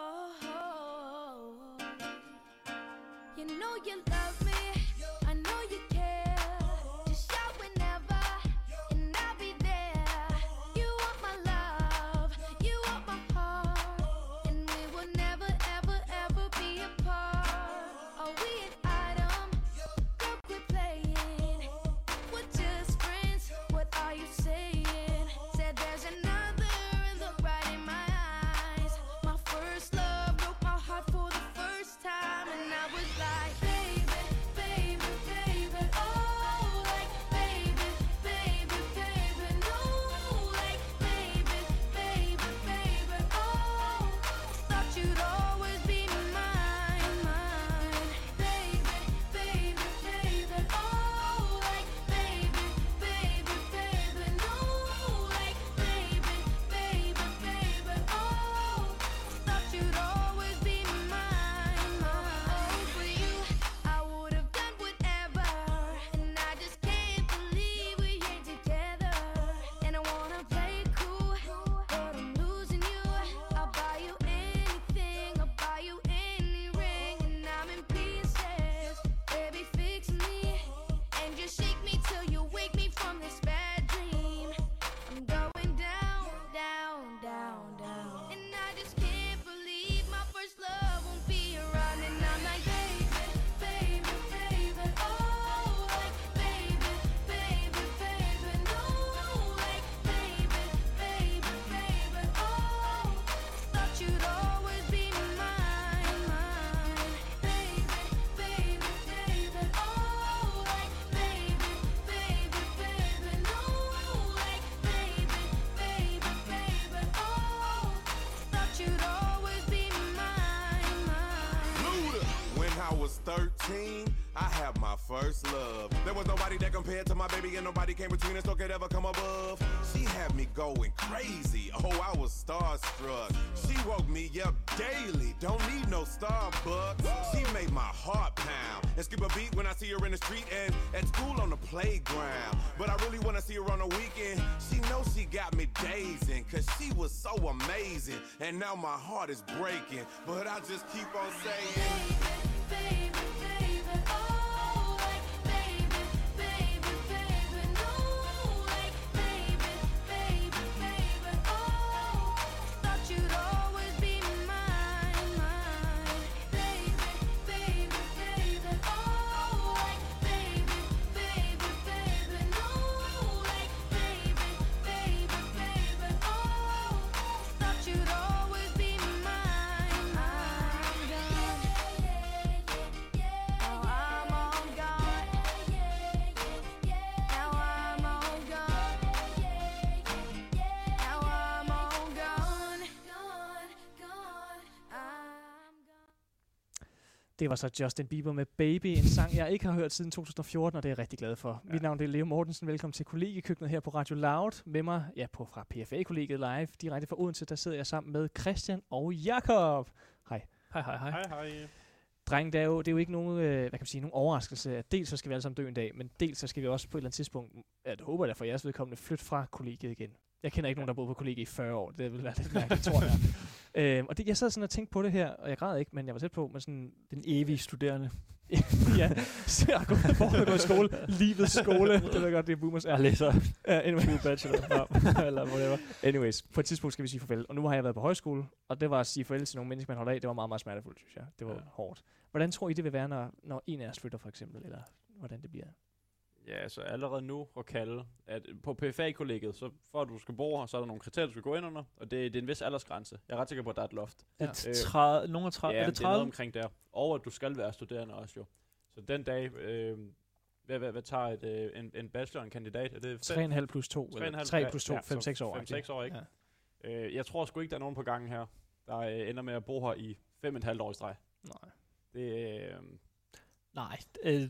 oh, you know you love me, I know you care. Just shout whenever, and I'll be there. You want my love, you want my heart, and we will never, ever, ever be apart. Are we an item? Go quit playing. We're just friends. What are you saying? Said there's another look right in my eyes. My first love broke my heart for the first time, and I was like, baby, was thirteen, I had my first love. There was nobody that compared to my baby, and nobody came between us or could ever come above. She had me going crazy. Oh, I was starstruck. She woke me up daily. Don't need no Starbucks. She made my heart pound and skip a beat when I see her in the street and at school on the playground. But I really wanna see her on the weekend. She knows she got me dazing, cause she was so amazing. And now my heart is breaking, but I just keep on saying, Baby, baby, oh, like baby, baby, baby, no, like baby, baby, baby, oh, thought you'd always be mine, mine, baby, baby, baby, oh, like baby, baby, baby, no, like baby, baby, baby, oh, thought you'd always be mine, mine, done. Now I'm all gone. Now I'm all gone. Now I'm all gone. Gone, gone. I'm gone. Det var så Justin Bieber med Baby, en sang, jeg ikke har hørt siden to tusind og fjorten, og det er jeg rigtig glad for. Ja. Mit navn er Leo Mortensen. Velkommen til kollegekøkkenet her på Radio Loud. Med mig, ja, på fra P F A-kollegiet live, direkte fra Odense, der sidder jeg sammen med Christian og Jakob. Hej. Hej, hej, hej. Hej, hej. Dreng, det er jo, det er jo ikke nogen, øh, hvad kan man sige, nogen overraskelse, at dels så skal vi alle sammen dø en dag, men dels så skal vi også på et eller andet tidspunkt, jeg håber jeg for jeres vedkommende, flytte fra kollegiet igen. Jeg kender ikke nogen, der har boet på kollegiet i fyrre år. Det vil være lidt mærkeligt, tror jeg. øhm, og det, jeg sad sådan og tænkte på det her, og jeg græd ikke, men jeg var tæt på med sådan... Den evige studerende. ja, så jeg har gået bort og gået i skole. Livets skole. Det ved jeg godt, det er boomers. Jeg læser uh, anyway. to bachelor. Ja, eller whatever. Anyways, på et tidspunkt skal vi sige farvel. Og nu har jeg været på højskole, og det var at sige farvel til nogle mennesker, man holder af. Det var meget, meget smertefuldt, synes jeg. Det var ja. hårdt. Hvordan tror I, det vil være, når, når en af os flytter, for eksempel? Eller hvordan det bliver? Ja, altså allerede nu at kalde, at på P F A-kollegiet, så for at du skal bo her, så er der nogle kriterier, du skal gå ind under, og det, det er en vis aldersgrænse. Jeg er ret sikker på, at der er et loft. Ja. Øh, tredive, nogle af tredive, ja, er det tredive? Ja, det er noget omkring der. Og at du skal være studerende også jo. Så den dag, øh, hvad, hvad, hvad tager et, øh, en, en bachelor og en kandidat? Er det tre komma fem plus to, eller tre plus to, ja, fem seks år. fem seks år, ikke? Ja. Øh, jeg tror sgu ikke, der er nogen på gangen her, der øh, ender med at bo her i fem og et halvt år i streg. Nej. Det, øh, Nej, øh,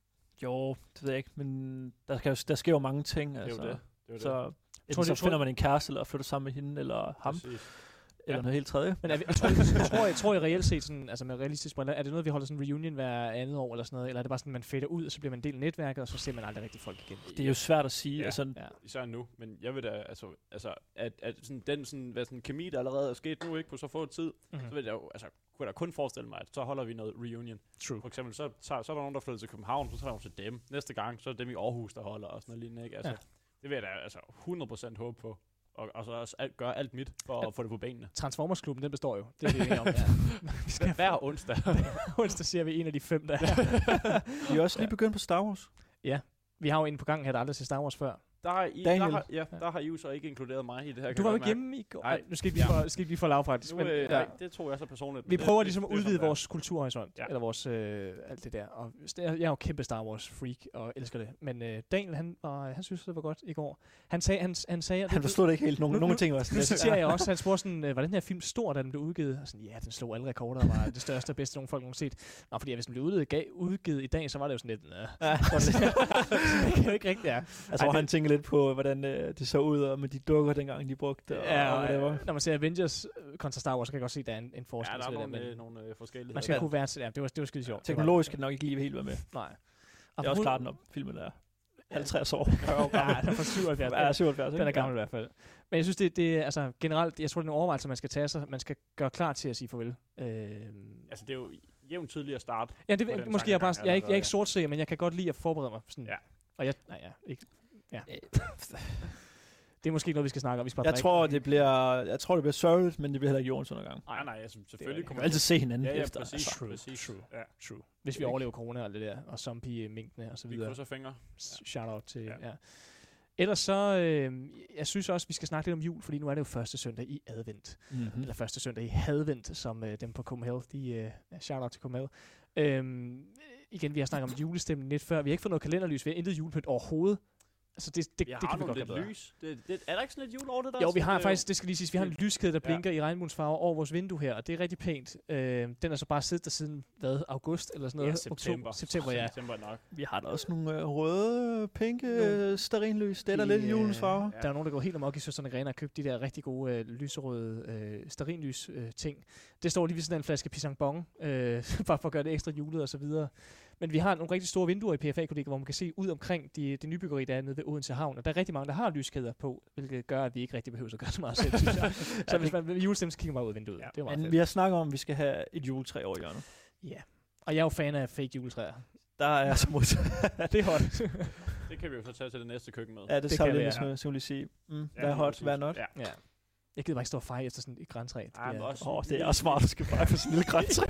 jo, det ved jeg ikke, men der, skal, der sker jo mange ting. Altså. Det er jo det. det, er jo så det. Tror, så finder man en kæreste, eller flytter sammen med hende, eller ham, Præcis. eller ja. noget helt tredje. Men er vi, jeg, tror, jeg, tror, jeg tror I reelt set, sådan, altså med realistisk briller, er det noget, vi holder sådan en reunion hver andet år, eller sådan noget, eller er det bare sådan, man fader ud, og så bliver man en del af netværket, og så ser man aldrig rigtig folk igen? Det er jo svært at sige. Ja, altså, ja. Især nu, men jeg ved da, altså, altså at, at sådan, den sådan, hvad sådan kemi, der allerede er sket nu, ikke på så få tid, mm-hmm. så ved jeg jo, altså, kunne jeg da kun forestille mig, at så holder vi noget reunion. True. For eksempel, så, så, så er der nogen, der flytter til København, så tager vi til dem. Næste gang, så er det dem i Aarhus, der holder, og sådan noget lignende, ikke? Altså, ja. Det vil jeg da altså hundrede procent håbe på. Og, og så også alt, gøre alt mit for ja. At få det på benene. Transformers-klubben, den består jo. Det er vi enige om. Ja. Vi skal hver onsdag. onsdag siger vi en af de fem, der Vi er også lige begyndt på Star Wars. Ja, vi har jo en på gang her, der aldrig set Star Wars før. Der har, I, der, har, ja, der har I jo så ikke inkluderet mig i det her. Du var jo hjemme i går. Nej, nu skal vi lige for, skal vi for lavpraktisk. Nu, øh, nej, det tror jeg så personligt. Vi prøver ligesom at udvide vores kulturhorisont, ja. Eller vores øh, alt det der. Og jeg er jo kæmpe Star Wars freak og elsker det. Men øh, Daniel, han, var, han synes det var godt i går. Han sagde, han, han sagde, han forstod det ikke helt. Nogle, nu, nogle ting var sådan. Nu citerer jeg også. Han spurgte sådan, øh, var den her film stor, da den blev udgivet? Og sådan, ja, den slog alle rekorder og var det største og bedste, nogen folk nogensinde set. Nå, fordi hvis den blev udgivet, udgivet i dag, så var det jo sådan lidt. Øh, ja. Det kan jo ikke rigtigt, ja. Jeg tror, han tænker lidt på, hvordan øh, det så ud, og med de dukker dengang, de brugte. Ja, og, og og når man ser Avengers kontra Star Wars, kan jeg godt se, at der er en, en forskel. Ja, der er nogle, det, nogle øh, forskellige. Man skal ja. kunne være til det. Ja, det var, det var skide sjovt. Teknologisk kan det nok ikke lige helt være med. Nej. Det er også klart, når filmen er halvtreds år. Ja, den er fra syvoghalvfjerds. Ja, syvoghalvfjerds. Den er gammel i hvert fald. Men jeg synes, det, det er altså generelt, jeg tror, det er en overvejelse, man skal tage sig. Man skal gøre klar til at sige farvel. Øhm. Altså, det er jo jævnt tidligt at starte. Ja, det er måske jeg bare, jeg er ikke, jeg er ikke sortseer, men jeg kan godt lide at forberede mig. Sådan. Ja. Og jeg, nej, ja, ikke, ja. Det er måske noget, vi skal snakke om. Vi skal jeg tror, det bliver, jeg tror, det bliver sørgeligt, men det bliver heller ikke jordens undergang. Nej, nej, altså, selvfølgelig kommer vi altid se hinanden ja, ja, efter. Præcis, true, præcis. True, ja. True. Hvis vi overlever corona og alt det der, og zombie-minkene og så videre. Vi krydser fingre. Shout out til, ja. ja. Ellers så, øh, jeg synes også, vi skal snakke lidt om jul, fordi nu er det jo første søndag i advent. Mm-hmm. Eller første søndag i hadvent, som øh, dem på Copenhagen, de, øh, shout out til Copenhagen. Øhm, igen, vi har snakket om julestemning lidt før. Vi har ikke fået noget kalenderlys, vi har intet julepynt overhovedet. Altså, det, det, Jeg det har kan vi godt nogle gøre bedre. lidt lys. Det, det, er der ikke sådan lidt jul over det der? Jo, vi har Sådan, faktisk, det skal lige siges, vi har en lyskæde, der Ja. blinker i regnbuensfarver over vores vindue her, og det er rigtig pænt. Øh, den er så bare siddet der siden, hvad, august eller sådan noget? Ja, september. Oktober, september, ja. September nok. Vi har da også nogle øh, røde, pinke Nogle- øh, stearinlys. Det er der lidt i øh, julens farver. Der er nogen, der går helt amok i Søsterne Grene og har købt de der rigtig gode øh, lyserøde øh, stearinlys øh, ting. Det står lige ved sådan en flaske Pisang Bong, øh, bare for at gøre det ekstra julet og så videre. Men vi har nogle rigtig store vinduer i P F A-kollegiet, hvor man kan se ud omkring de, de nybyggeri, der er nede ved Odense Havn. Og der er rigtig mange, der har lyskæder på, hvilket gør, at vi ikke rigtig behøver at gøre så meget selv, synes jeg. Så hvis man vil julestemme, så kigger man bare ud af vinduet. Ja. Det er meget Men fedt. vi har snakket om, at vi skal have et juletræ over hjørnet. Ja. Og jeg er jo fan af fake juletræer. Der er jeg så modsat. Det er hot. Det kan vi jo så tage til det næste køkken med. Ja, det, Det det kan kan vi være. lige så, så vil jeg sige. Mm, Ja, hvad er lige hot, præcis. hvad er not? Ja. Ja. Jeg gider bare ikke stå og feje efter sådan et græntræ. Det Ej, men bliver- også- Åh, oh, det er også smart, du skal bare for sådan en lille græntræ.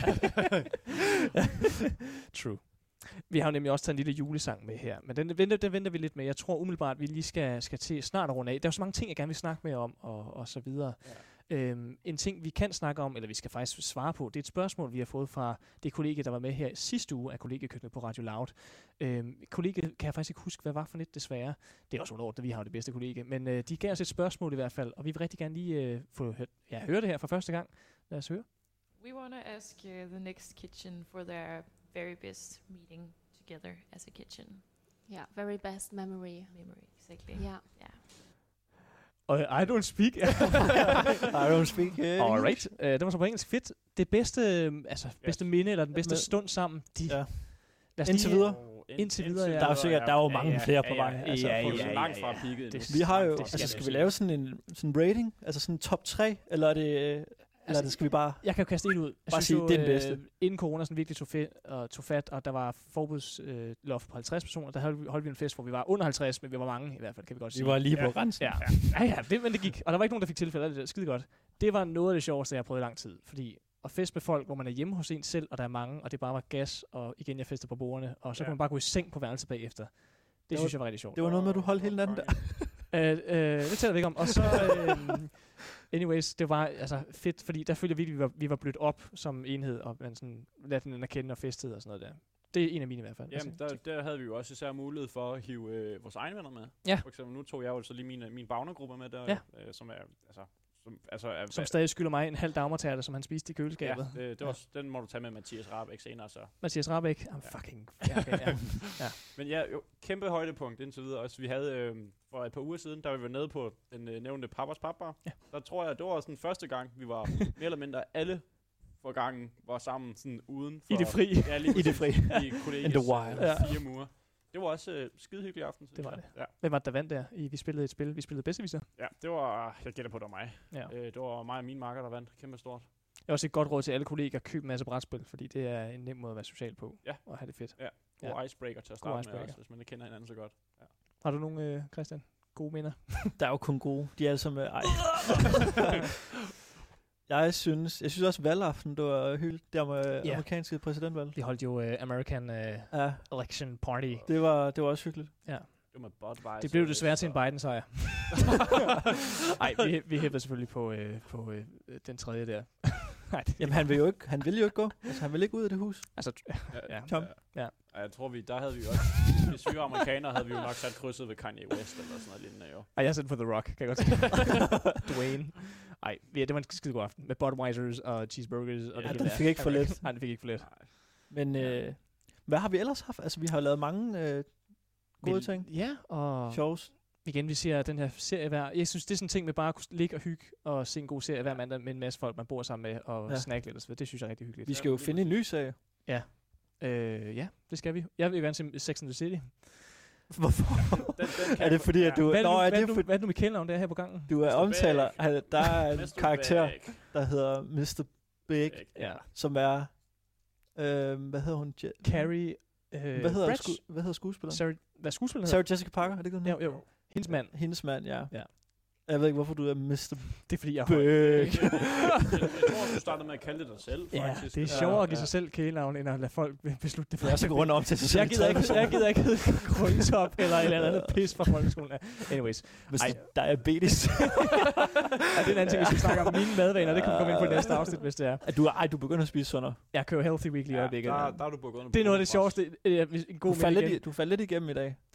True. Vi har jo nemlig også taget en lille julesang med her, men den venter, den venter vi lidt med. Jeg tror umiddelbart, at vi lige skal, skal til snart at runde af. Der er jo så mange ting, jeg gerne vil snakke med om, og, og så videre. Ja. Øhm, en ting, vi kan snakke om, eller vi skal faktisk svare på, det er et spørgsmål, vi har fået fra det kollega, der var med her sidste uge af kollegekøkkenet på Radio Loud. Øhm, kollegiet kan jeg faktisk ikke huske, hvad var for lidt, desværre. Det er også ulovligt, at vi har jo det bedste kollega. Men øh, de gav os et spørgsmål i hvert fald, og vi vil rigtig gerne lige øh, få hørt, ja, høre det her for første gang. Lad os høre. We want to ask uh, the next kitchen for their very best meeting together as a kitchen Yeah, very best memory. memory. Exactly. Yeah. Yeah. Og I don't speak. I don't speak uh, Alright. Uh, det var så på engelsk. Fedt. Det bedste, øh, altså, bedste minde, eller den bedste Men- stund sammen. De, Ja. lad os Indtil lige- videre. Indtil videre, ja. Der er jo sikkert, der er jo mange ja, ja, flere ja, på ja, vej. ja, Altså, ja, ja, ja, ja, langt fra ja. peaked. Det- Vi har jo, Det skal altså jeg skal vi sige. lave sådan en sådan rating? Altså sådan top tre? Eller er det, eller Altså, er det skal vi bare... Jeg kan jo kaste en ud. Jeg Bare synes sige, jo, det er den øh, bedste. Inden corona sådan virkelig tog, fe- og tog fat, og der var forbudsloft øh, loft på halvtreds personer, der holdt vi, holdt vi en fest, hvor vi var under halvtreds, men vi var mange i hvert fald, kan vi godt sige. Vi var lige på Ja. grænsen. Ja, ja, ja det, men det gik. Og der var ikke nogen, der fik tilfælde af det der. Skide godt. Det var noget af det sjoveste, jeg har prøvet i lang tid. Fordi at feste med folk, hvor man er hjemme hos en selv, og der er mange, og det bare var gas, og igen, jeg festede på bordene, og så Ja. kunne man bare gå i seng på værelset bagefter. Det, Det synes var- jeg var rigtig sjovt. Det var noget med, at du holdt hele natten der. Øh, øh, det taler vi ikke om. Og så, øh, anyways, det var altså fedt, fordi der følte jeg virkelig, vi var, vi var blødt op som enhed, og man sådan lærte den at kende og festede og sådan noget der. Det er en af mine i hvert fald. Jamen, der, der havde vi jo også især mulighed for at hive øh, vores egne venner med. Ja. For eksempel, nu tog jeg jo så lige min, min bagnergruppe med der, Ja. øh, som er, altså, som, altså er, Som stadig skylder mig en halv dagmartærte, som han spiste i køleskabet. ja, det, det var, den må du tage med Mathias Rabeck senere så. Mathias Rabeck, I'm Ja. fucking... Ja, okay, ja. Ja. Men ja, jo, kæmpe højdepunkt indtil videre også. Vi havde øh, for et par uger siden, der var vi nede på den øh, nævnte Pappers Papbar. Ja. Der tror jeg, det var sådan første gang, vi var mere eller mindre alle for gangen var sammen sådan uden for... I det fri. Ja, lige I det fri. I kollegiets In the wild. øh, Ja. fire mure. Det var også øh, skide hyggelig aften. synes Det var jeg. det. Ja. Hvem var det, der vandt der? I, vi spillede et spil. Vi spillede bedsteviser. ja, det var... Jeg gætter på, det var mig. Ja. Øh, det var mig og min makker, der vandt. Kæmpe stort. Jeg har også et godt råd til alle kolleger. Køb en masse brætspil, fordi det er en nem måde at være social på. Ja. Og have det fedt. God Ja. icebreaker til at God starte med icebreaker. også, hvis man ikke kender hinanden så godt. Ja. Har du nogle, øh, Christian, gode minder? Der er jo kun gode. De er alle sammen... Ej. jeg synes... Jeg synes også, valgaften, det var hyldt. Det var Ja. amerikanske præsidentvalg. De holdt jo øh, American øh, Ja, Election Party. det var, det var også hyggeligt. Ja. Det var med Budweiser. Det blev desværre til en Biden-sejr. Nej, vi, vi hæpper selvfølgelig på, øh, på øh, den tredje der. Nej, det, Jamen, han vil jo ikke, han vil jo ikke gå. Altså, han vil ikke ud af det hus. altså, Ja, ja. Tom. Ja. Ja, jeg tror, vi, der havde vi jo også... Hvis vi var amerikanere, havde vi jo nok sat krydset ved Kanye West eller sådan noget lignende, jo. Ej, jeg har sendt på The Rock, kan jeg godt sige. Dwayne. Ej, ja, det var en skide god aften. Med Budweisers og cheeseburgers. Og Ja, det den hele der. fik ikke for Ej, lidt. Nej, den fik ikke for lidt. Nej. Men øh, hvad har vi ellers haft? Altså, vi har lavet mange øh, gode Men- ting. Ja, og Shows. igen, vi ser den her serie hver... Jeg synes, det er sådan en ting med bare at kunne ligge og hygge og se en god serie hver mandag med en masse folk, man bor sammen med og Ja. ja. snakke lidt og så videre. Det synes jeg er rigtig hyggeligt. Vi skal jo finde en ny serie. Øh, ja, det skal vi. Jeg vil gerne se Sex and the City. Hvorfor? Den, den kan Er det fordi, at du... Hvad er Nå, nu, er hvad, er det nu, for, hvad er nu mit kælenavn der her på gangen? du er mister omtaler... Big. at Der er en mister karakter, Big. der hedder mister Big, Big. Ja. som er... Øh, hvad hedder hun? Je- Carrie... Øh, hvad, hedder Bradshaw? sku- hvad hedder skuespilleren? Sarah, hvad skuespilleren Sarah Jessica Parker, er det ikke den? hedder? Jo, jo. Hendes mand. Hendes mand, ja. Ja. Jeg ved ikke, hvorfor du er mister Det er fordi, jeg Big. har Jeg, jeg tror, du startede med at kalde det dig selv, Ja, faktisk. det er sjovere at give sig selv kælenavn, end at lade folk beslutte det for Det er så gå rundt om til sig selv. Jeg gider ikke, jeg gider ikke hedde Krøntop eller et eller andet pis fra folkeskolen. Anyways. Hvis Ej. du diabetes. Ja, det er en anden ting, hvis vi snakker om mine madvaner. Det kan vi komme ind på i næste afsnit, hvis det er. At du, ej, du begynder at spise sundere. Jeg kører Healthy Weekly i Ja, øjeblikket. der, der er du begyndt Det er noget af det sjoveste. øh, En god Du faldt, minde lidt, igen. i- du faldt lidt igennem i dag.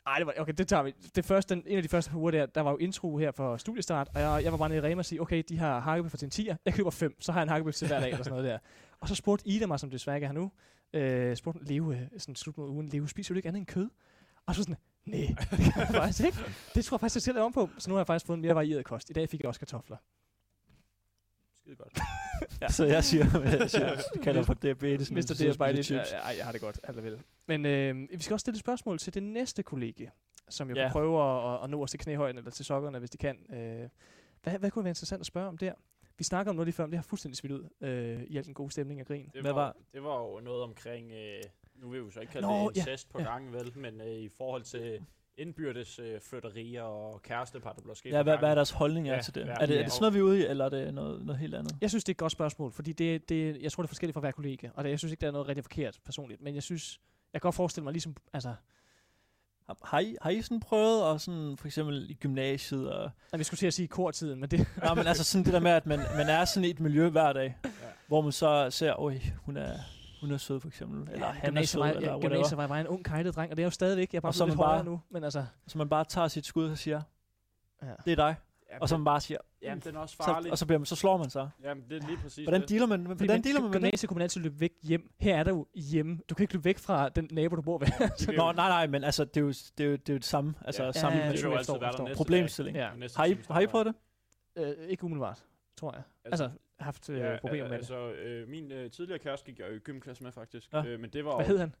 Ej, det var, okay, det tager vi. Det første, den, en af de første uger der, der var jo intro her for studiestart, og jeg, jeg var bare nede i Rema og sige, okay, de har hakkebøf for til en tier, jeg køber fem, så har jeg en hakkebøf til hver dag, eller sådan noget der. Og så spurgte Ida mig, som desværre ikke er her nu, øh, spurgte Leo, øh, sådan slut mod ugen, Leo, spiser du ikke andet end kød? Og så sådan, nej, det kan jeg faktisk ikke. Det tror jeg faktisk, jeg selv er om på. Så nu har jeg faktisk fået en mere varieret kost. I dag fik jeg også kartofler. Skide godt. Ja. Så jeg siger, jeg siger jeg kalder for diabetes. mister Diabetes. Ej, jeg har det godt. Alt vel. Men øh, vi skal også stille et spørgsmål til det næste kollega, som jo ja. kan prøve at, at nå os til knæhøjden eller til sokkerne, hvis de kan. Øh, hvad, hvad kunne være interessant at spørge om der? Vi snakker om noget lige før, men det har fuldstændig smidt ud øh, i al den gode stemning og grin. Det var, var? det var jo noget omkring, øh, nu vil vi jo så ikke kalde Nå, det incest ja. på ja. gangen, vel, men øh, i forhold til indbyrdes øh, flytterier og kærestepar, der bliver sket. Ja, hvad, hvad er deres holdning ja, til det? Ja, er det, ja. er det sådan noget, vi er ude i, eller er det noget, noget helt andet? Jeg synes, det er et godt spørgsmål, fordi det, det, jeg tror, det er forskelligt fra hver kollega, og det, jeg synes ikke, der er noget rigtig forkert personligt, men jeg synes, jeg kan godt forestille mig ligesom, altså... Har I, har I sådan prøvet, og sådan for eksempel i gymnasiet og... Ja, vi skulle til at sige kortiden, men det... Nej, men altså sådan det der med, at man, man er sådan i et miljø hver dag, ja. hvor man så ser, oj, hun er... Hun er sød, for eksempel. Eller ja, han er sød, eller whatever. Gymnasiet var bare en ung kajtet dreng, og det er jo stadigvæk. Jeg er bare blevet lidt højere nu. Men altså. Så man bare tager sit skud og siger, ja. det er dig. Ja, og så man bare siger, ja, den er også farlig. Så, og så, bliver man, så slår man sig. Jamen, det er lige præcis Hvordan det. dealer man, hvordan man, dealer man med det? Gymnasiet kunne man altid løbe væk hjem. Her er der jo hjemme. Du kan ikke løbe væk fra den nabo, du bor ved. Nå, nej, nej, men altså, det er jo det, er jo, det, er jo det samme. Altså, ja, samme ja, det vil jo altid være der næste problemstilling. Ja. Har, I, har I prøvet det? Øh, ikke umiddelbart, tror jeg. Altså, altså haft øh, ja, problemer med altså, det. Altså, øh, min øh, tidligere kæreste gik jeg jo i gymklasse med, faktisk. Ja. Øh, men det var Hvad hed han?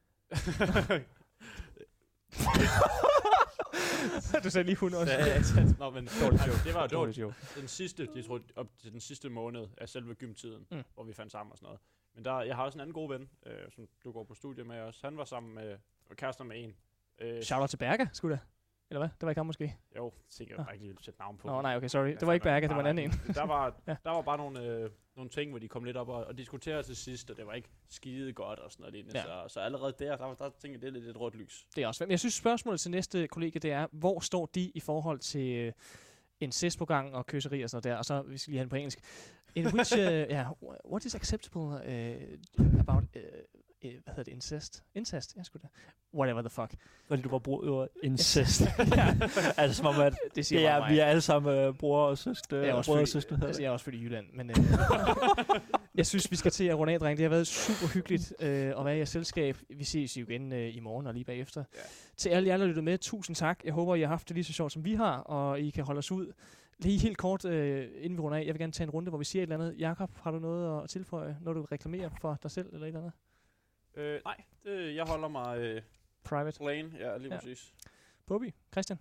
Du sagde lige hundrede. Ja, ja, Nå, men det var jo det var den sidste, jeg tror, op til den sidste måned af selve gymtiden, mm. hvor vi fandt sammen og sådan noget. Men der, jeg har også en anden god ven, øh, som du går på studie med os. Han var sammen med, og kærester med en. Øh, Shout-out til Berga, skulle det? Eller hvad? Det var ikke ham måske? Jo, tænker jeg bare ikke lige sætte navn på. Nå, nej, okay, sorry. Det var ikke Berga, det var en anden en. Der var, ja. der var bare nogle, øh, nogle ting, hvor de kom lidt op og, og diskuterede til sidst, og det var ikke skide godt og sådan noget lignende. Ja. Så, så allerede der, der, der tænker jeg, det er lidt et rødt lys. Det er også. Men jeg synes, spørgsmålet til næste kollega, det er, hvor står de i forhold til øh, incest på gang og kysseri og sådan noget der, og så, vi skal lige have den på engelsk. In which, uh, yeah, what is acceptable uh, about... Uh, hvad hedder det, incest? Incest, ja, sgu da. Whatever the fuck. Fordi du bare bruger incest. Ja. Altså som om, at det, det er, vi er alle sammen uh, bror og søster. Jeg er også, bror født, altså, jeg er også født i Jylland. Men uh, jeg synes, vi skal til at runde af, dreng. Det har været super hyggeligt uh, at være i jeres selskab. Vi ses jo igen uh, i morgen og lige bagefter. Ja. Til alle jer, der lyttede med, tusind tak. Jeg håber, I har haft det lige så sjovt, som vi har, og I kan holde os ud. Lige helt kort, øh, inden vi runder af. Jeg vil gerne tage en runde, hvor vi siger et eller andet. Jakob, har du noget at tilføje? Noget, du vil reklamere for dig selv eller et eller andet? Øh, nej, det, jeg holder mig øh, private. Plain, ja, lige ja. præcis. Bobby, Christian.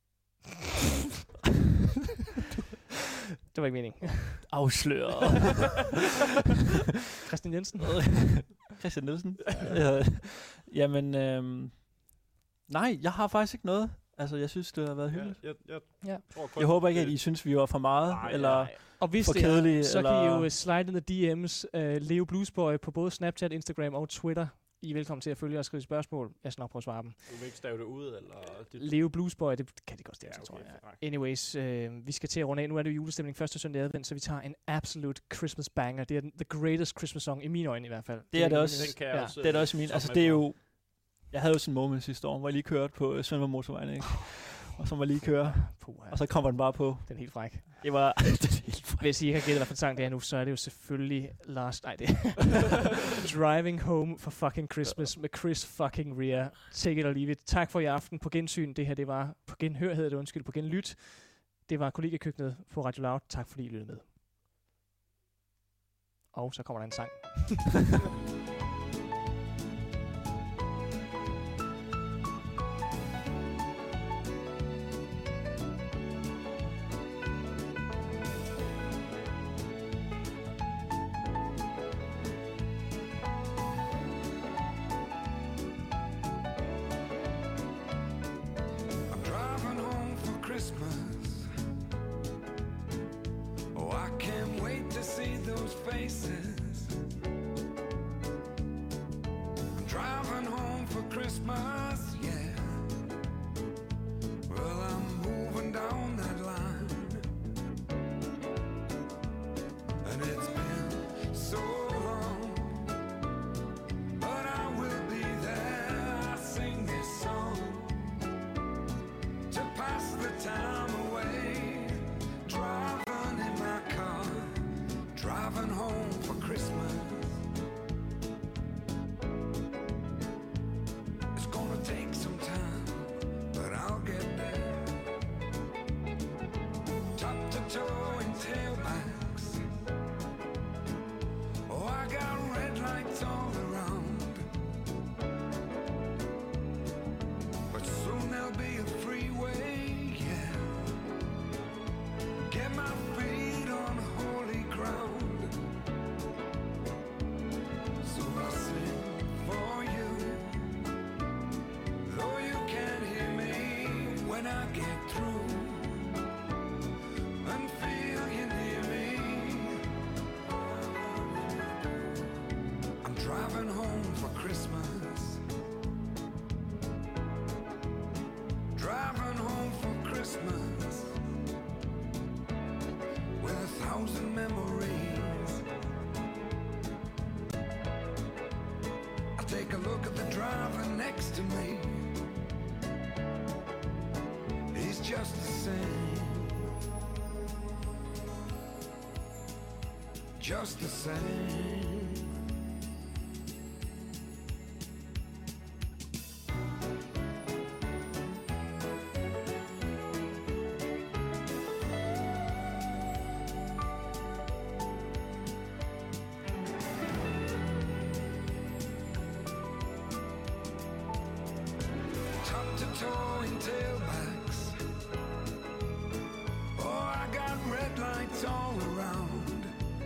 Det var ikke meningen. Afsløret. Christian Jensen. Christian Nielsen. Jamen, øhm, nej, jeg har faktisk ikke noget. Altså, jeg synes, det har været hyggeligt. Ja, jeg, jeg, ja. tror jeg håber ikke, at I synes, vi var for meget, nej, eller nej. Og hvis for det kedelige. Er, så eller kan I jo slide in the D M's uh, Leo Bluesboy på både Snapchat, Instagram og Twitter. I er velkommen til at følge og skrive spørgsmål. Jeg skal nok prøve at svare dem. Du vil ikke stave det ud, eller? Leo Bluesboy, det kan de godt stave, ja, okay, tror jeg. Ja. Anyways, øh, vi skal til at runde af. Nu er det jo julestemning første søndag advent, så vi tager en absolute Christmas banger. Det er den, the greatest Christmas song, i mine øjne i hvert fald. Det er det også. Ja. også det er det også i min. Altså, det er jo... Jeg havde jo sådan en moment sidste år, hvor jeg lige kørte på Svendborg Motorvejen, ikke? Og så må jeg lige køre, Puh, og så kommer den bare på. Den er helt fræk. Det var helt fræk. Hvis I ikke har gættet, hvad for en sang det er nu, så er det jo selvfølgelig Last... Nej, det Driving Home for Fucking Christmas med Chris fucking Rea. Take it or leave it. Tak for i aften. På gensyn. Det her, det var... På genhør hedder det, undskyld. På genlyt. Det var kollegekøkkenet på Radio Loud. Tak fordi I lyttede med. Og så kommer der en sang. time away, driving in my car, driving home for Christmas. It's gonna take some time, but I'll get there. Top to toe in tailbacks. Oh, I got red lights all around, but soon there'll be a freeway, yeah. Get my feet on holy ground. So I'll sing for you, though you can't hear me when I get through, and feel you near me. I'm driving home for Christmas, driving home for Christmas, with a thousand memories. I take a look at the driver next to me. He's just the same, just the same. Top to toe in tailbacks. Oh, I got red lights all around.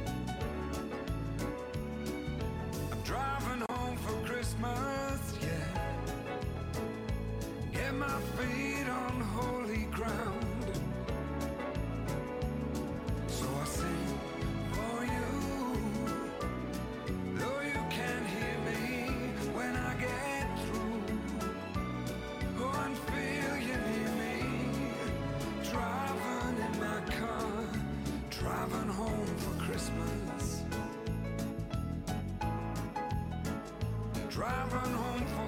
I'm driving home for Christmas, yeah. Get my feet on holy ground. So I sing for you, though you can't hear me when I get through. Go and feel you near me, driving in my car, driving home for Christmas, driving home for